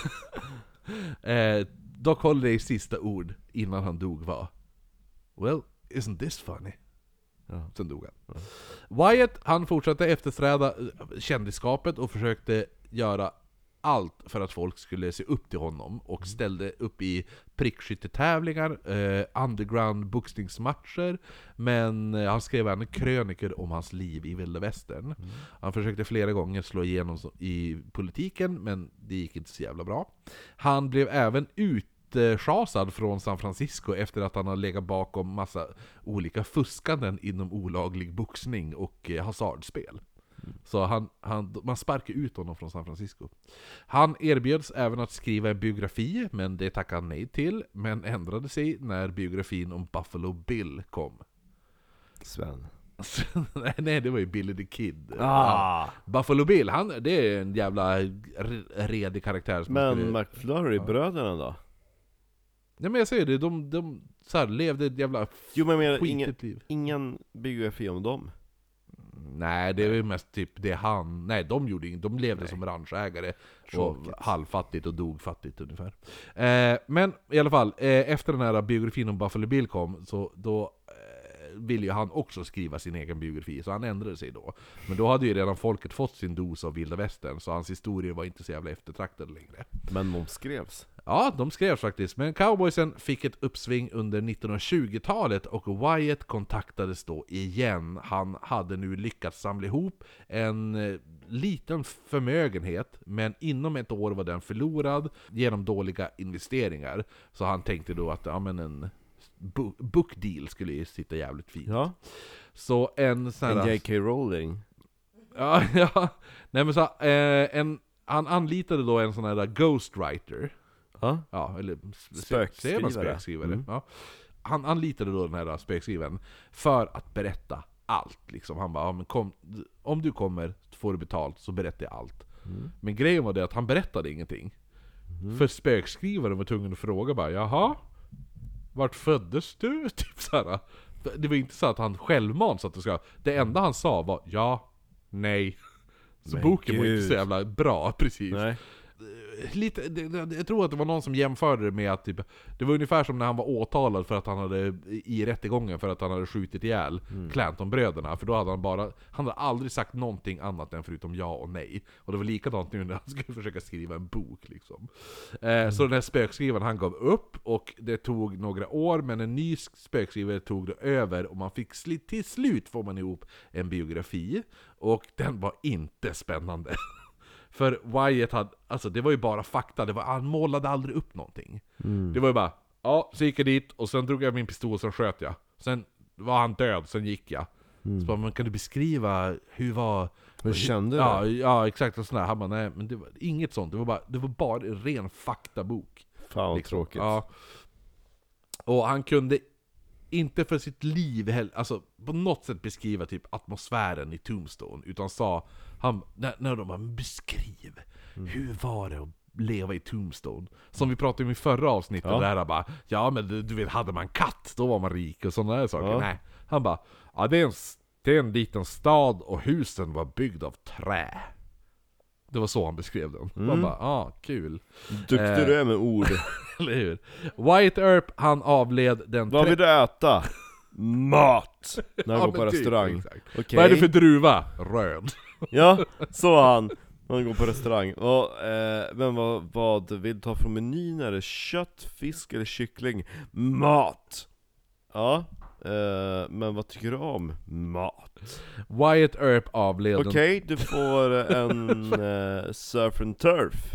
eh, eh, Doc Hollidays sista ord innan han dog var "Well, isn't this funny?" Ja. Sen dog han. Ja. Wyatt, han fortsatte eftersträva kändisskapet och försökte göra allt för att folk skulle se upp till honom, och ställde upp i prickskyttetävlingar, eh, underground boxningsmatcher, men eh, han skrev även kröniker om hans liv i vilda västern. Mm. Han försökte flera gånger slå igenom i politiken, men det gick inte så jävla bra. Han blev även utschasad från San Francisco efter att han har legat bakom massa olika fuskanden inom olaglig boxning och eh, hasardspel. Så han, han, man sparkar ut honom från San Francisco. Han erbjöds även att skriva en biografi, men det tackade han nej till. Men ändrade sig när biografin om Buffalo Bill kom. Sven. nej, nej, det var ju Billy the Kid. Ah. Ja. Buffalo Bill, han, det är en jävla redig karaktär. Som Men skulle... McFlurry-bröderna då? Nej, men jag säger det, de, de så här, levde ett jävla Jo, men jag menar, skitigt ingen, liv. ingen biografi om dem. Nej, det är ju mest typ det han... Nej, de gjorde inget. De levde Nej. som ranchägare. Och Tråkigt. halvfattigt och dog fattigt ungefär. Eh, men i alla fall, eh, efter den här biografin om Buffalo Bill kom, så då eh, ville ju han också skriva sin egen biografi. Så han ändrade sig då. Men då hade ju redan folket fått sin dos av vilda västern. Så hans historier var inte så jävla eftertraktade längre. Men de skrevs. Ja, de skrevs faktiskt. Men cowboysen fick ett uppsving under nittonhundratjugotalet och Wyatt kontaktades då igen. Han hade nu lyckats samla ihop en eh, liten förmögenhet, men inom ett år var den förlorad genom dåliga investeringar. Så han tänkte då att ja, men en bo- book deal skulle ju sitta jävligt fint. Ja. Så en sån här... En J K Rowling. Ja, ja. Nej, men så, eh, en, han anlitade då en sån här ghostwriter. Ja. Ja, eller Spökskrivare. spökskrivare. Mm. Ja. Han anlitade då den här spökskrivaren för att berätta allt. Liksom. Han bara, ja, men kom, om du kommer får du betalt så berättar jag allt. Mm. Men grejen var det att han berättade ingenting. Mm. För spökskrivaren var tvungen att fråga bara, jaha, vart föddes du? Typ såhär. Det var inte så att han självmant satt och ska. Det enda han sa var ja, nej. Så Men boken var gud. inte så jävla bra, precis. Nej. Lite, det, det, jag tror att det var någon som jämförde det med att typ, det var ungefär som när han var åtalad för att han hade i rättegången för att han hade skjutit ihjäl Mm. Clanton-bröderna. För då hade han bara, han hade aldrig sagt någonting annat än förutom ja och nej. Och det var likadant nu när han skulle försöka skriva en bok liksom. eh, Så den här spökskrivaren, han gav upp och det tog några år, men en ny spökskrivare tog det över och man fick sli- till slut får man ihop en biografi. Och den var inte spännande. För Wyatt hade, alltså det var ju bara fakta, det var, han målade aldrig upp någonting. Mm. Det var ju bara, ja, så gick jag dit och sen drog jag min pistol och sen sköt jag. Sen var han död, sen gick jag. Mm. Så bara, men kan du beskriva hur var... Hur kände du? Ja, ja, exakt och sådär. Han bara, nej, men det var inget sånt. Det var bara, det var bara en ren faktabok. Fan vad liksom. tråkigt. Ja. Och han kunde inte för sitt liv heller, alltså på något sätt beskriva typ atmosfären i Tombstone, utan sa han, när, när de bara beskriv Mm. hur var det att leva i Tombstone, som vi pratade om i förra avsnittet, Ja. där han bara, ja men du, du vet, hade man katt då var man rik och sådana där saker. Ja. Nej, han bara, ja det är, en, det är en liten stad och husen var byggda av trä. Det var så han beskrev den. Mm. Man bara, ja, ah, kul. Duktig Eh. du är med ord. Eller hur? Wyatt Earp, han avled den... Vad tre- vill du äta? Mat! När han Ja, går på men typ, restaurang. exakt. Okej. Vad är det för druva? Röd. Ja, så han. Han går på restaurang. Och, eh, men vad, vad vill du ta från menyn? Är det kött, fisk eller kyckling? Mat! Ja, eh, men vad tycker du om? Mat. Wyatt Earp avled Okej, den... du får en eh, surf and turf.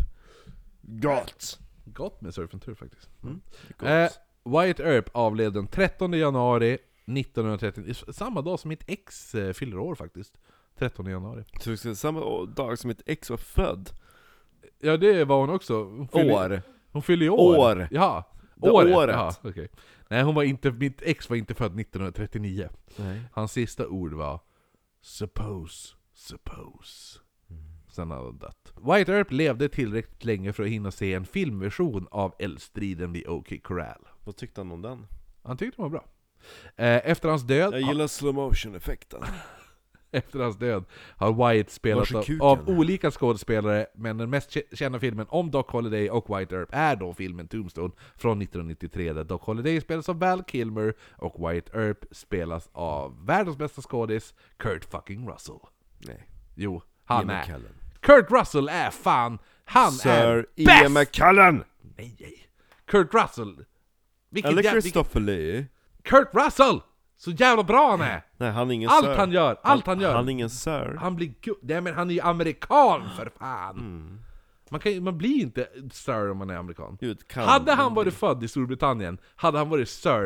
Gott! Gott med surf and turf faktiskt. Mm, gott. Eh, Wyatt Earp avled den trettonde januari nittonhundratrettio, samma dag som mitt ex eh, fyller år faktiskt. trettonde januari. Så vi ska samma å- dag som mitt ex var född. Ja, det var hon också. Hon fyller, År. Hon fyller ju år. År. Ja, Det året. året. Ja, okej. Nej, hon var inte, mitt ex var inte född nittonhundratrettionio. Nej. Hans sista ord var suppose, suppose. Sen hade han dött. Wyatt Earp levde tillräckligt länge för att hinna se en filmversion av eldstriden vid O K Corral. Vad tyckte han om den? Han tyckte den var bra. Eh, Efter hans död Jag gillar slow motion effekten. Efter hans död har Wyatt spelat Vars är av, kuken? av olika skådespelare, men den mest kä- kända filmen om Doc Holliday och Wyatt Earp är då filmen Tombstone från nittonhundranittiotre, där Doc Holliday spelas av Val Kilmer och Wyatt Earp spelas av världens bästa skådis, Kurt fucking Russell. Nej. Jo, han Ian är... McKellen. Kurt Russell är fan... Han Sir är Ian bäst! McKellen! Nej, nej. Kurt Russell! Vilken Eller jä- vilken- Christopher Lee. Kurt Russell! Så jävla bra han är! Nej, han är ingen Allt sir. han gör, allt han gör. Han är ingen sir. Han blir gu- Nej men han är ju amerikan för fan! Mm. Man, kan, man blir inte sir om man är amerikan. Gud, kan Hade han varit född i Storbritannien, hade han varit sir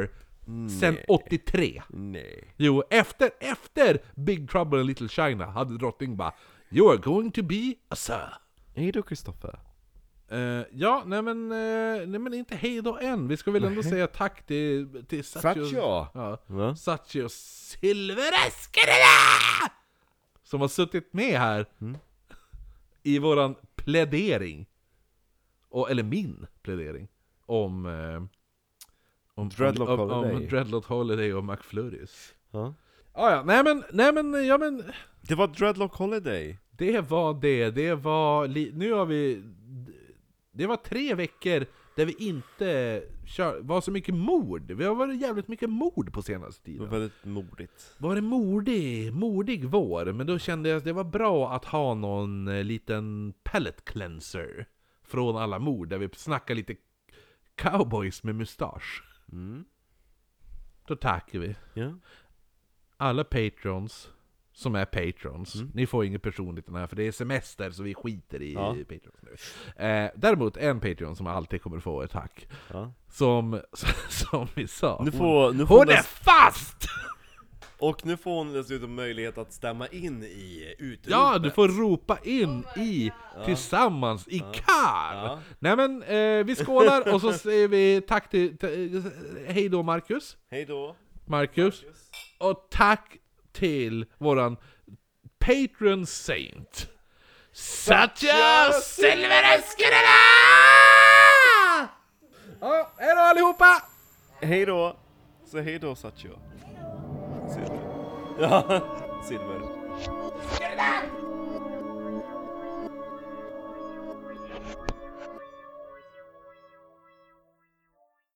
sen Nej. åttiotre. Nej. Jo, efter, efter Big Trouble in Little China hade drottning bara You are going to be a sir. Hej då, Kristoffer. Uh, ja, nej men, uh, nej men inte hej då än. Vi ska väl ändå säga tack till, till Satcho, Satcho. ja, Va? Satcho Silvereskerela! Som har suttit med här Mm. i våran plädering. Och, eller min plädering. Om... Uh, om Dreadlock om, om, Holiday. om Dreadlock Holiday och McFlurries. Ja. Ah, ja, nej men, nej men, ja men... Det var Dreadlock Holiday. Det var det, det var... Li- nu har vi... Det var tre veckor där vi inte kör, var så mycket mord. Vi har varit jävligt mycket mord på senaste Det tiden. var väldigt modigt. Var det mordig, mordig vår, men då kände jag att det var bra att ha någon eh, liten palette cleanser från alla mord, där vi snackar lite cowboys med mustasch. Mm. Då tackar vi Ja. alla patrons som är patrons. Mm. Ni får inget personligt den här, för det är semester så vi skiter i Ja. patrons nu. Eh, däremot en patron som alltid kommer få ett tack. Ja. Som, som vi sa. Nu hon, får, nu får hon är dess- fast! Och nu får hon dessutom möjlighet att stämma in i utropet. Ja, du får ropa in Oh my i God. tillsammans i kar. Ja. Nej men, eh, vi skålar och så säger vi tack till, till hej då Marcus. Hej då. Marcus. Och tack till våran Patron Saint Satya Silvereskerela! Ja, hej då allihopa! Hej då. Så hej då, Satcho. Silver. Ja, Silver.